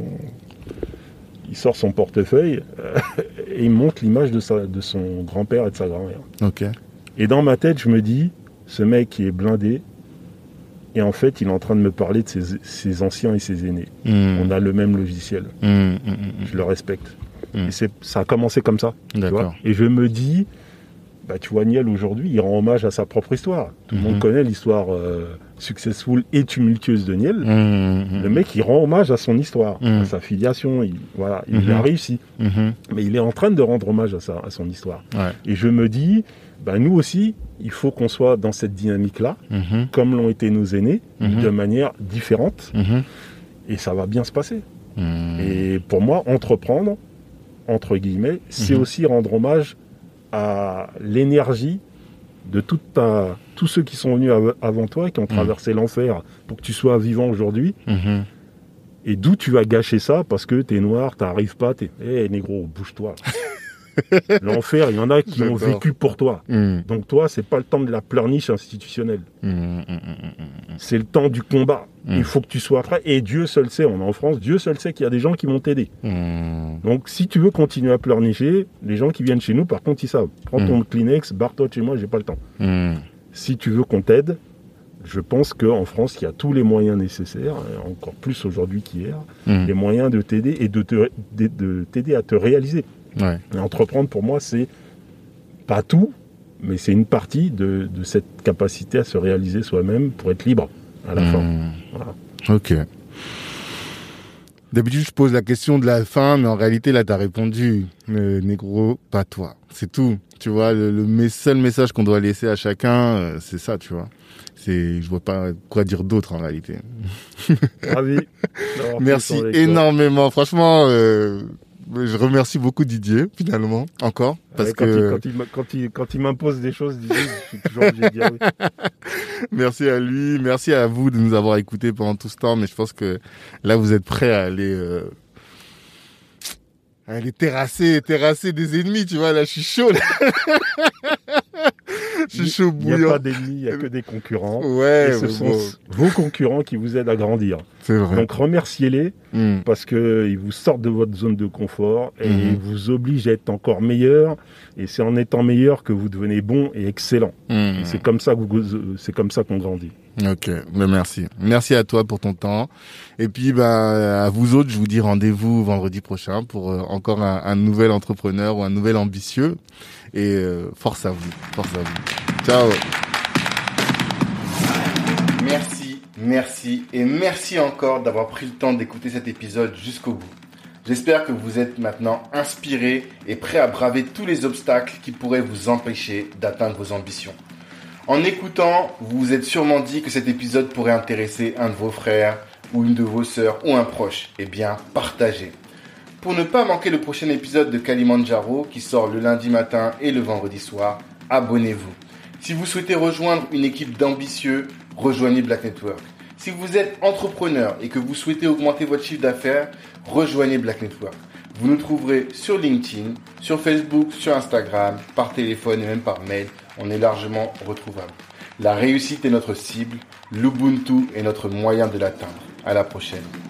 Il sort son portefeuille euh, et il montre l'image de, sa, de son grand-père et de sa grand-mère. Ok. Et dans ma tête, je me dis, ce mec qui est blindé, et en fait, il est en train de me parler de ses, ses anciens et ses aînés. Mmh. On a le même logiciel. Mmh, mmh, mmh. Je le respecte. Mmh. Et c'est, ça a commencé comme ça. Tu D'accord. vois, et je me dis, bah, tu vois, Niel, aujourd'hui, il rend hommage à sa propre histoire. Tout le Mmh. monde connaît l'histoire euh, successful et tumultueuse de Niel. Mmh. Le mec, il rend hommage à son histoire, Mmh. à sa filiation. Il, voilà, il Mmh. a réussi. Mmh. Mais il est en train de rendre hommage à, sa, à son histoire. Ouais. Et je me dis, bah, nous aussi, il faut qu'on soit dans cette dynamique-là, Mmh. comme l'ont été nos aînés, Mmh. de manière différente. Mmh. Et ça va bien se passer. Mmh. Et pour moi, entreprendre, entre guillemets, c'est Mmh. aussi rendre hommage à l'énergie de toute ta, tous ceux qui sont venus av- avant toi, qui ont traversé l'enfer pour que tu sois vivant aujourd'hui. Mmh. Et d'où tu vas gâcher ça parce que t'es noir, t'arrives pas, t'es... Eh hey, négro, bouge-toi. L'enfer, il y en a qui D'accord. ont vécu pour toi. Mmh. Donc toi, c'est pas le temps de la pleurniche institutionnelle. Mmh. Mmh. C'est le temps du combat. Mm. Il faut que tu sois prêt. Et Dieu seul sait, on est en France, Dieu seul sait qu'il y a des gens qui vont t'aider. Mmh. Donc si tu veux continuer à pleurnicher, les gens qui viennent chez nous, par contre, ils savent. Prends Mm. ton Kleenex, barre-toi de chez moi, j'ai pas le temps. Mmh. Si tu veux qu'on t'aide, je pense qu'en France, il y a tous les moyens nécessaires, et encore plus aujourd'hui qu'hier, Mmh. les moyens de t'aider et de, te, de, de t'aider à te réaliser. Ouais. Et entreprendre, pour moi, c'est pas tout, mais c'est une partie de, de cette capacité à se réaliser soi-même pour être libre à la fin. Mmh. Voilà. Ok. D'habitude, je pose la question de la fin, mais en réalité, là, t'as répondu. Euh, négro, pas toi. C'est tout. Tu vois, le, le mes- seul message qu'on doit laisser à chacun, euh, c'est ça, tu vois. C'est, je vois pas quoi dire d'autre en réalité. Ravi. d'avoir Merci pris le temps avec toi. énormément. Franchement, euh, je remercie beaucoup Didier, finalement, encore. Parce Ouais, quand, que il, quand, il, m'a- quand, il, quand il m'impose des choses, Didier, je suis toujours obligé de dire oui. merci à lui, merci à vous de nous avoir écoutés pendant tout ce temps. Mais je pense que là, vous êtes prêts à aller, euh, à aller terrasser, terrasser des ennemis, tu vois. Là, je suis chaud. Là. je suis chaud Il n'y a bouillant. pas d'ennemis, il n'y a que des concurrents. Ouais, et ce mais sont bon, vos concurrents qui vous aident à grandir. c'est vrai. Donc remerciez-les Mm. parce qu'ils vous sortent de votre zone de confort et Mhm. ils vous obligent à être encore meilleur. Et c'est en étant meilleur que vous devenez bon et excellent. Mm. Et c'est comme ça que vous, c'est comme ça qu'on grandit. Ok, ben merci. Merci à toi pour ton temps. Et puis ben à vous autres, je vous dis rendez-vous vendredi prochain pour euh, encore un, un nouvel entrepreneur ou un nouvel ambitieux. Et euh, force à vous, force à vous. Ciao. Merci, merci et merci encore d'avoir pris le temps d'écouter cet épisode jusqu'au bout. J'espère que vous êtes maintenant inspiré et prêt à braver tous les obstacles qui pourraient vous empêcher d'atteindre vos ambitions. En écoutant, vous vous êtes sûrement dit que cet épisode pourrait intéresser un de vos frères ou une de vos sœurs ou un proche. Eh bien, partagez. Pour ne pas manquer le prochain épisode de Kalimandjaro qui sort le lundi matin et le vendredi soir, abonnez-vous. Si vous souhaitez rejoindre une équipe d'ambitieux, rejoignez Black Network. Si vous êtes entrepreneur et que vous souhaitez augmenter votre chiffre d'affaires, rejoignez Black Network. Vous nous trouverez sur LinkedIn, sur Facebook, sur Instagram, par téléphone et même par mail. On est largement retrouvable. La réussite est notre cible, l'Ubuntu est notre moyen de l'atteindre. À la prochaine.